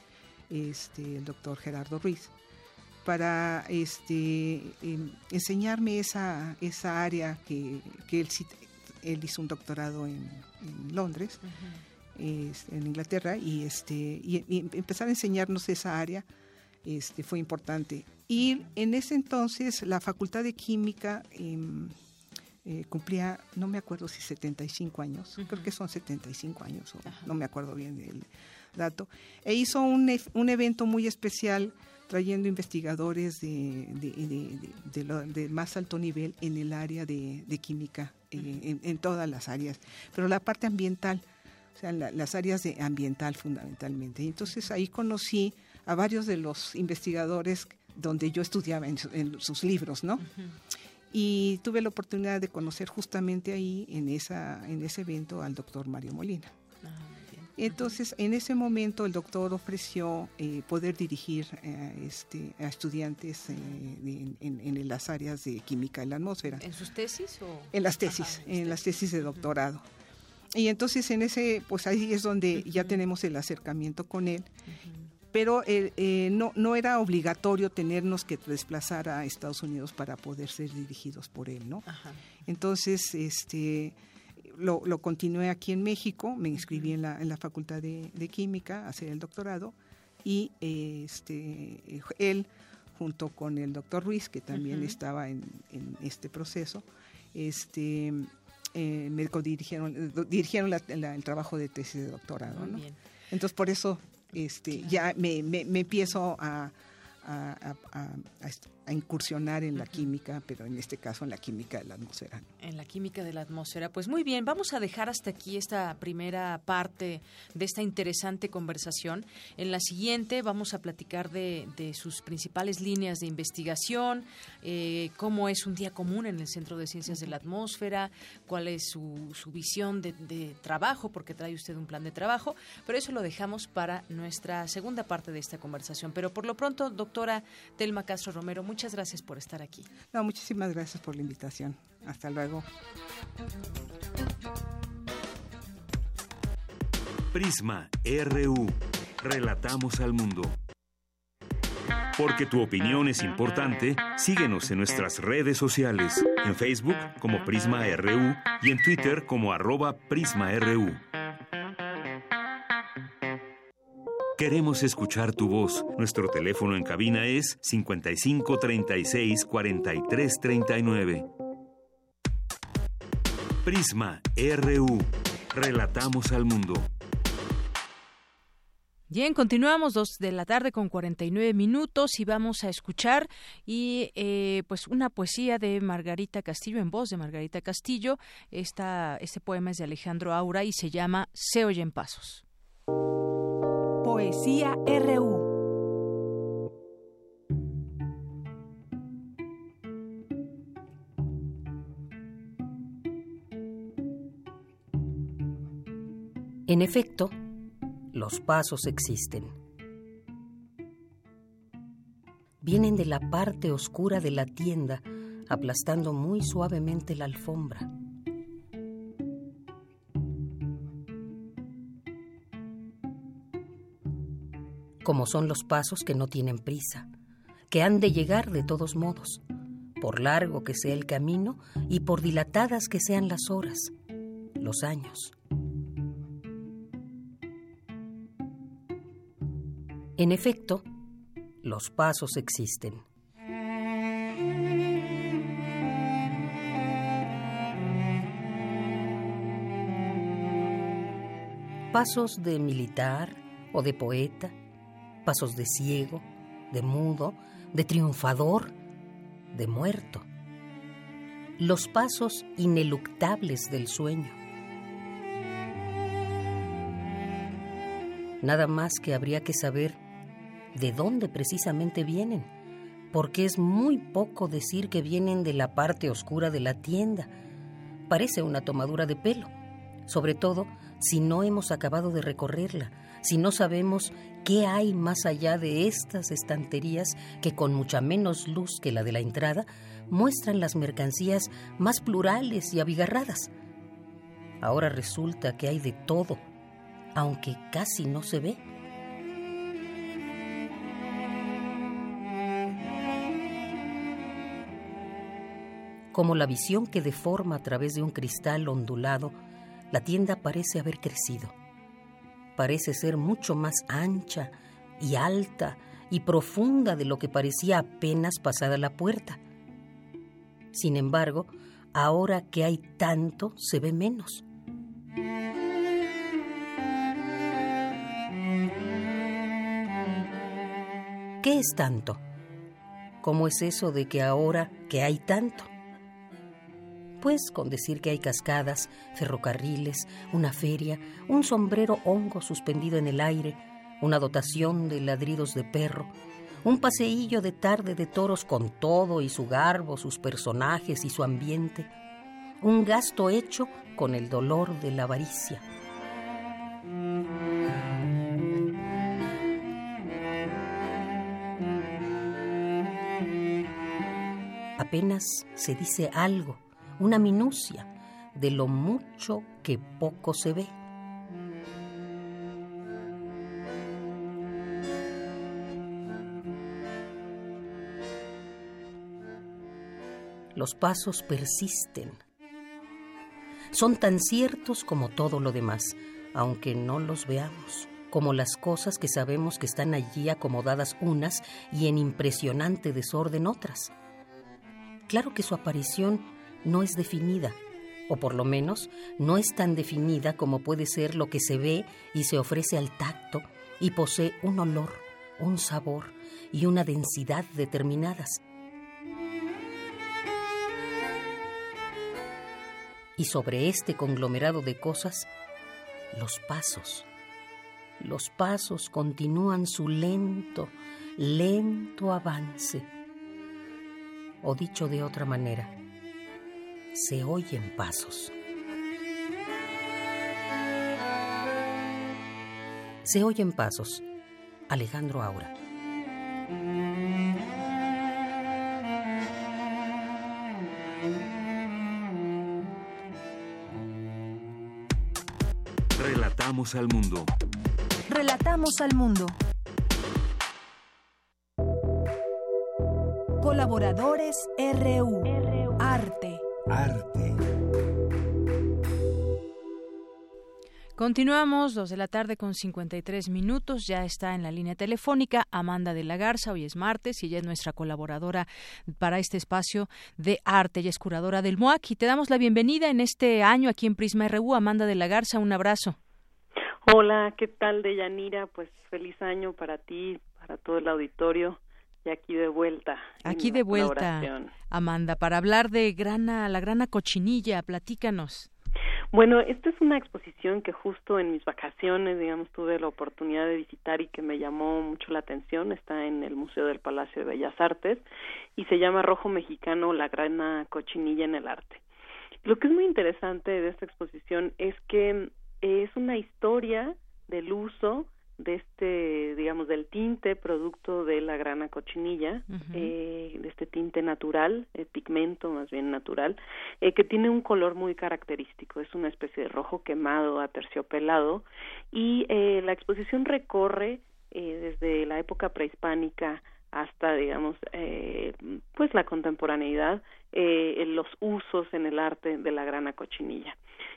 Este, el doctor Gerardo Ruiz, para este, eh, enseñarme esa, esa área que, que él, él hizo un doctorado en, en Londres, uh-huh. es, en Inglaterra, y, este, y, y empezar a enseñarnos esa área este, fue importante. Y en ese entonces la Facultad de Química eh, eh, cumplía, no me acuerdo si setenta y cinco años, uh-huh. creo que son setenta y cinco años, o uh-huh. no me acuerdo bien del dato, e hizo un, un evento muy especial trayendo investigadores de, de, de, de, de, lo, de más alto nivel en el área de, de química, uh-huh. eh, en, en todas las áreas, pero la parte ambiental, o sea, la, las áreas de ambiental fundamentalmente. Y entonces ahí conocí a varios de los investigadores donde yo estudiaba en, en sus libros, ¿no? Uh-huh. Y tuve la oportunidad de conocer justamente ahí, en, esa, en ese evento, al doctor Mario Molina. Entonces, en ese momento el doctor ofreció eh, poder dirigir eh, este, a estudiantes eh, de, en, en las áreas de química de la atmósfera. ¿En sus tesis? O? En las tesis, Ajá, en, en las tesis de doctorado. Uh-huh. Y entonces en ese, pues ahí es donde uh-huh. ya tenemos el acercamiento con él. Uh-huh. Pero eh, eh, no, no era obligatorio tenernos que desplazar a Estados Unidos para poder ser dirigidos por él, ¿no? Ajá. Entonces, este... Lo, lo continué aquí en México, me inscribí en la, en la Facultad de, de Química a hacer el doctorado y eh, este, él, junto con el doctor Ruiz, que también uh-huh. estaba en, en este proceso, este, eh, me dirigieron, dirigieron la, la, el trabajo de tesis de doctorado. ¿no? Entonces, por eso este, claro. ya me, me, me empiezo a... A, a, a, a incursionar en la uh-huh. química, pero en este caso en la química de la atmósfera. En la química de la atmósfera. Pues muy bien, vamos a dejar hasta aquí esta primera parte de esta interesante conversación. En la siguiente vamos a platicar de, de sus principales líneas de investigación, eh, cómo es un día común en el Centro de Ciencias de la Atmósfera, cuál es su, su visión de, de trabajo, porque trae usted un plan de trabajo, pero eso lo dejamos para nuestra segunda parte de esta conversación. Pero por lo pronto, doctora Thelma Castro Romero, muchas gracias por estar aquí. No, muchísimas gracias por la invitación. Hasta luego. Prisma R U. Relatamos al mundo. Porque tu opinión es importante, síguenos en nuestras redes sociales. En Facebook como Prisma R U y en Twitter como arroba Prisma R U. Queremos escuchar tu voz. Nuestro teléfono en cabina es cincuenta y cinco treinta y seis cuarenta y tres treinta y nueve. Prisma R U. Relatamos al mundo. Bien, continuamos dos de la tarde con cuarenta y nueve minutos y vamos a escuchar y eh, pues una poesía de Margarita Castillo, en voz de Margarita Castillo. Esta, este poema es de Alejandro Aura y se llama Se oyen pasos. Poesía R U. En efecto, los pasos existen. Vienen de la parte oscura de la tienda, aplastando muy suavemente la alfombra. Como son los pasos que no tienen prisa, que han de llegar de todos modos, por largo que sea el camino y por dilatadas que sean las horas, los años. En efecto, los pasos existen. Pasos de militar o de poeta, pasos de ciego, de mudo, de triunfador, de muerto. Los pasos ineluctables del sueño. Nada más que habría que saber de dónde precisamente vienen, porque es muy poco decir que vienen de la parte oscura de la tienda. Parece una tomadura de pelo, sobre todo si no hemos acabado de recorrerla, si no sabemos qué hay más allá de estas estanterías que con mucha menos luz que la de la entrada muestran las mercancías más plurales y abigarradas. Ahora resulta que hay de todo, aunque casi no se ve. Como la visión que deforma a través de un cristal ondulado, la tienda parece haber crecido. Parece ser mucho más ancha y alta y profunda de lo que parecía apenas pasada la puerta. Sin embargo, ahora que hay tanto, se ve menos. ¿Qué es tanto? ¿Cómo es eso de que ahora que hay tanto? pues con decir que hay cascadas, ferrocarriles, una feria, un sombrero hongo suspendido en el aire, una dotación de ladridos de perro, un paseillo de tarde de toros con todo y su garbo, sus personajes y su ambiente, un gasto hecho con el dolor de la avaricia. Apenas se dice algo, una minucia, de lo mucho que poco se ve. Los pasos persisten. Son tan ciertos como todo lo demás, aunque no los veamos, como las cosas que sabemos que están allí acomodadas unas y en impresionante desorden otras. Claro que su aparición no es definida, o por lo menos no es tan definida como puede ser lo que se ve y se ofrece al tacto y posee un olor, un sabor y una densidad determinadas. Y sobre este conglomerado de cosas, los pasos. Los pasos continúan su lento, lento avance. O dicho de otra manera, se oyen pasos. Se oyen pasos. Alejandro Aura. Relatamos al mundo. Relatamos al mundo. Colaboradores R U. Arte. Arte. Continuamos, dos de la tarde con cincuenta y tres minutos. Ya está en la línea telefónica Amanda de la Garza. Hoy es martes y ella es nuestra colaboradora para este espacio de arte. Ella es curadora del M O A C y te damos la bienvenida en este año aquí en Prisma R U. Amanda de la Garza, un abrazo. Hola, ¿qué tal, Deyanira? Pues feliz año para ti, para todo el auditorio. Y aquí de vuelta. Aquí de vuelta, Amanda, para hablar de grana, la grana cochinilla. Platícanos. Bueno, esta es una exposición que justo en mis vacaciones, digamos, tuve la oportunidad de visitar y que me llamó mucho la atención. Está en el Museo del Palacio de Bellas Artes y se llama Rojo Mexicano, la grana cochinilla en el arte. Lo que es muy interesante de esta exposición es que es una historia del uso de este, digamos, del tinte producto de la grana cochinilla, uh-huh. eh, de este tinte natural, eh, pigmento más bien natural, eh, que tiene un color muy característico, es una especie de rojo quemado, aterciopelado, y eh, la exposición recorre eh, desde la época prehispánica hasta, digamos, eh, pues la contemporaneidad, eh, los usos en el arte de la grana cochinilla.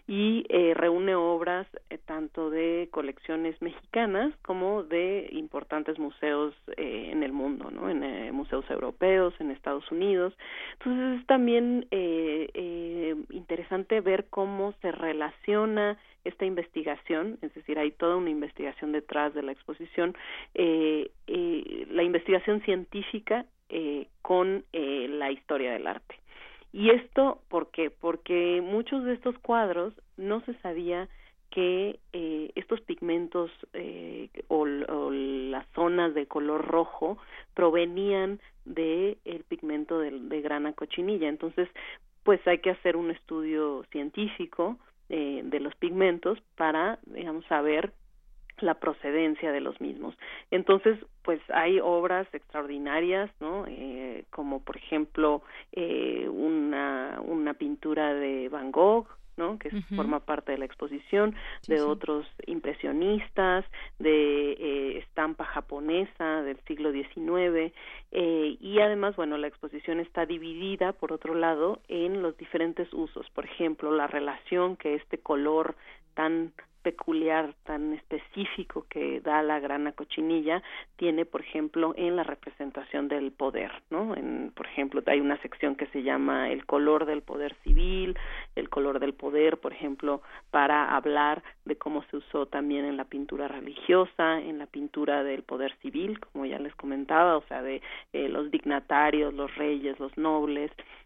Y eh, reúne obras eh, tanto de colecciones mexicanas como de importantes museos eh, en el mundo, ¿no? En eh, museos europeos, en Estados Unidos. Entonces es también eh, eh, interesante ver cómo se relaciona esta investigación, es decir, hay toda una investigación detrás de la exposición, eh, eh, la investigación científica eh, con eh, la historia del arte. ¿Y esto por qué? Porque muchos de estos cuadros no se sabía que eh, estos pigmentos eh, o, o las zonas de color rojo provenían de el pigmento de, de grana cochinilla. Entonces, pues hay que hacer un estudio científico eh, de los pigmentos para, digamos, saber la procedencia de los mismos. Entonces, pues hay obras extraordinarias, ¿no? Eh, como por ejemplo eh, una una pintura de Van Gogh, ¿no? Que uh-huh. forma parte de la exposición, sí, de sí. otros impresionistas, de eh, estampa japonesa del siglo diecinueve, eh, y además, bueno, la exposición está dividida, por otro lado, en los diferentes usos. Por ejemplo, la relación que este color tan peculiar, tan específico que da la grana cochinilla tiene, por ejemplo, en la representación del poder, ¿no? En, por ejemplo, hay una sección que se llama el color del poder civil, el color del poder, por ejemplo, para hablar de cómo se usó también en la pintura religiosa, en la pintura del poder civil, como ya les comentaba, o sea, de eh, los dignatarios, los reyes, los nobles,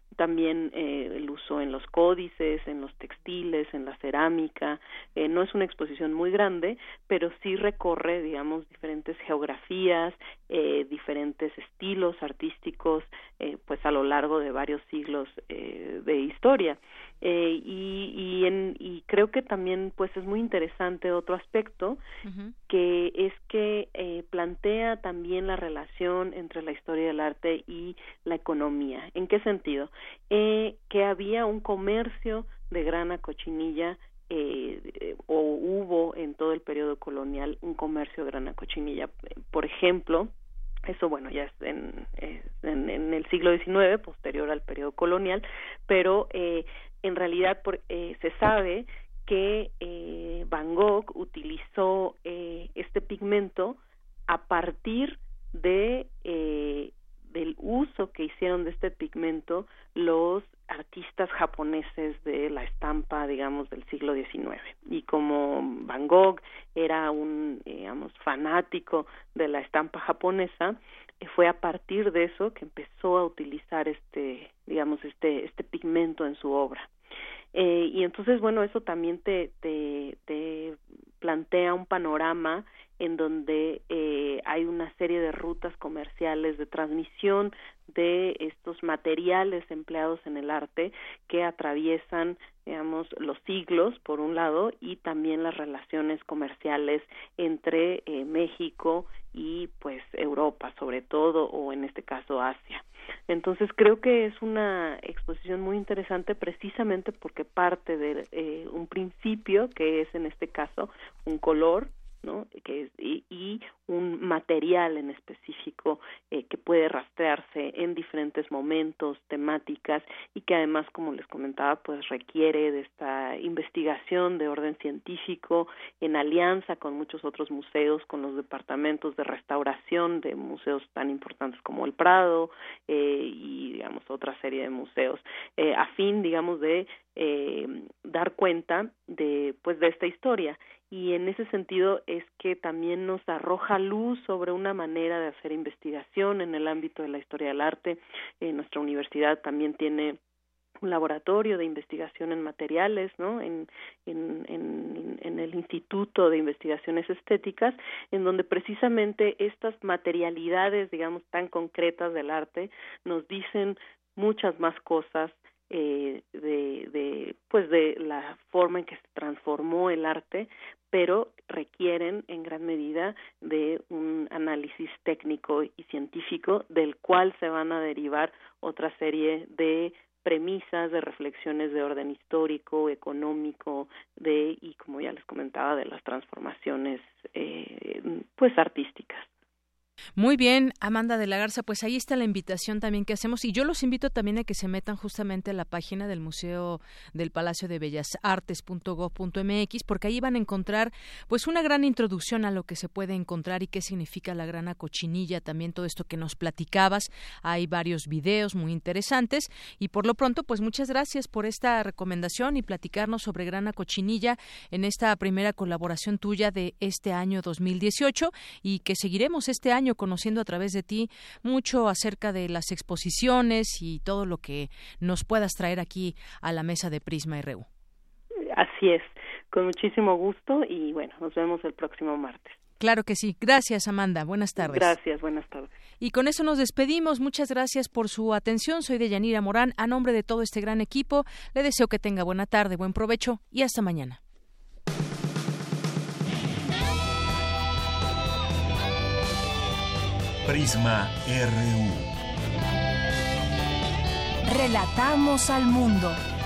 también eh, el uso en los códices, en los textiles, en la cerámica. Eh, no es una exposición muy grande, pero sí recorre, digamos, diferentes geografías, eh, diferentes estilos artísticos, eh, pues a lo largo de varios siglos eh, de historia. Eh, y, y, en, y creo que también pues es muy interesante otro aspecto, uh-huh. que es que eh, plantea también la relación entre la historia del arte y la economía. ¿En qué sentido? Eh, que había un comercio de grana cochinilla, eh, eh, o hubo en todo el periodo colonial un comercio de grana cochinilla. Por ejemplo, eso, bueno, ya es en, en, en el siglo diecinueve, posterior al periodo colonial, pero eh, en realidad por, eh, se sabe que eh, Van Gogh utilizó eh, este pigmento a partir de eh, del uso que hicieron de este pigmento los artistas japoneses de la estampa, digamos, del siglo diecinueve. Y como Van Gogh era un, digamos, fanático de la estampa japonesa, fue a partir de eso que empezó a utilizar este, digamos, este, este pigmento en su obra. Eh, y entonces, bueno, eso también te, te, te plantea un panorama en donde eh, hay una serie de rutas comerciales de transmisión de estos materiales empleados en el arte que atraviesan, digamos, los siglos, por un lado, y también las relaciones comerciales entre eh, México y, pues, Europa, sobre todo, o en este caso, Asia. Entonces, creo que es una exposición muy interesante precisamente porque parte de eh, un principio, que es, en este caso, un color, ¿no? Que es, y, y un material en específico eh, que puede rastrearse en diferentes momentos, temáticas, y que además, como les comentaba, pues requiere de esta investigación de orden científico en alianza con muchos otros museos, con los departamentos de restauración de museos tan importantes como el Prado eh, y, digamos, otra serie de museos, eh, a fin, digamos, de eh, dar cuenta de, pues, de esta historia. Y en ese sentido es que también nos arroja luz sobre una manera de hacer investigación en el ámbito de la historia del arte. Eh, nuestra universidad también tiene un laboratorio de investigación en materiales, ¿no? En, en, en, en el Instituto de Investigaciones Estéticas, en donde precisamente estas materialidades, digamos, tan concretas del arte nos dicen muchas más cosas eh, de, de, pues, de la forma en que se transformó el arte, pero requieren en gran medida de un análisis técnico y científico del cual se van a derivar otra serie de premisas, de reflexiones de orden histórico, económico, de, y como ya les comentaba, de las transformaciones eh, pues artísticas. Muy bien, Amanda de la Garza, pues ahí está la invitación también que hacemos, y yo los invito también a que se metan justamente a la página del Museo del Palacio de Bellas Artes punto gob punto eme equis, porque ahí van a encontrar pues una gran introducción a lo que se puede encontrar y qué significa la grana cochinilla, también todo esto que nos platicabas. Hay varios videos muy interesantes, y por lo pronto pues muchas gracias por esta recomendación y platicarnos sobre grana cochinilla en esta primera colaboración tuya de este año dos mil dieciocho, y que seguiremos este año conociendo a través de ti mucho acerca de las exposiciones y todo lo que nos puedas traer aquí a la mesa de Prisma R U. Así es, con muchísimo gusto, y bueno, nos vemos el próximo martes. Claro que sí. Gracias, Amanda. Buenas tardes. Gracias, buenas tardes. Y con eso nos despedimos. Muchas gracias por su atención. Soy Deyanira Morán. A nombre de todo este gran equipo, le deseo que tenga buena tarde, buen provecho y hasta mañana. Prisma R U. Relatamos al mundo.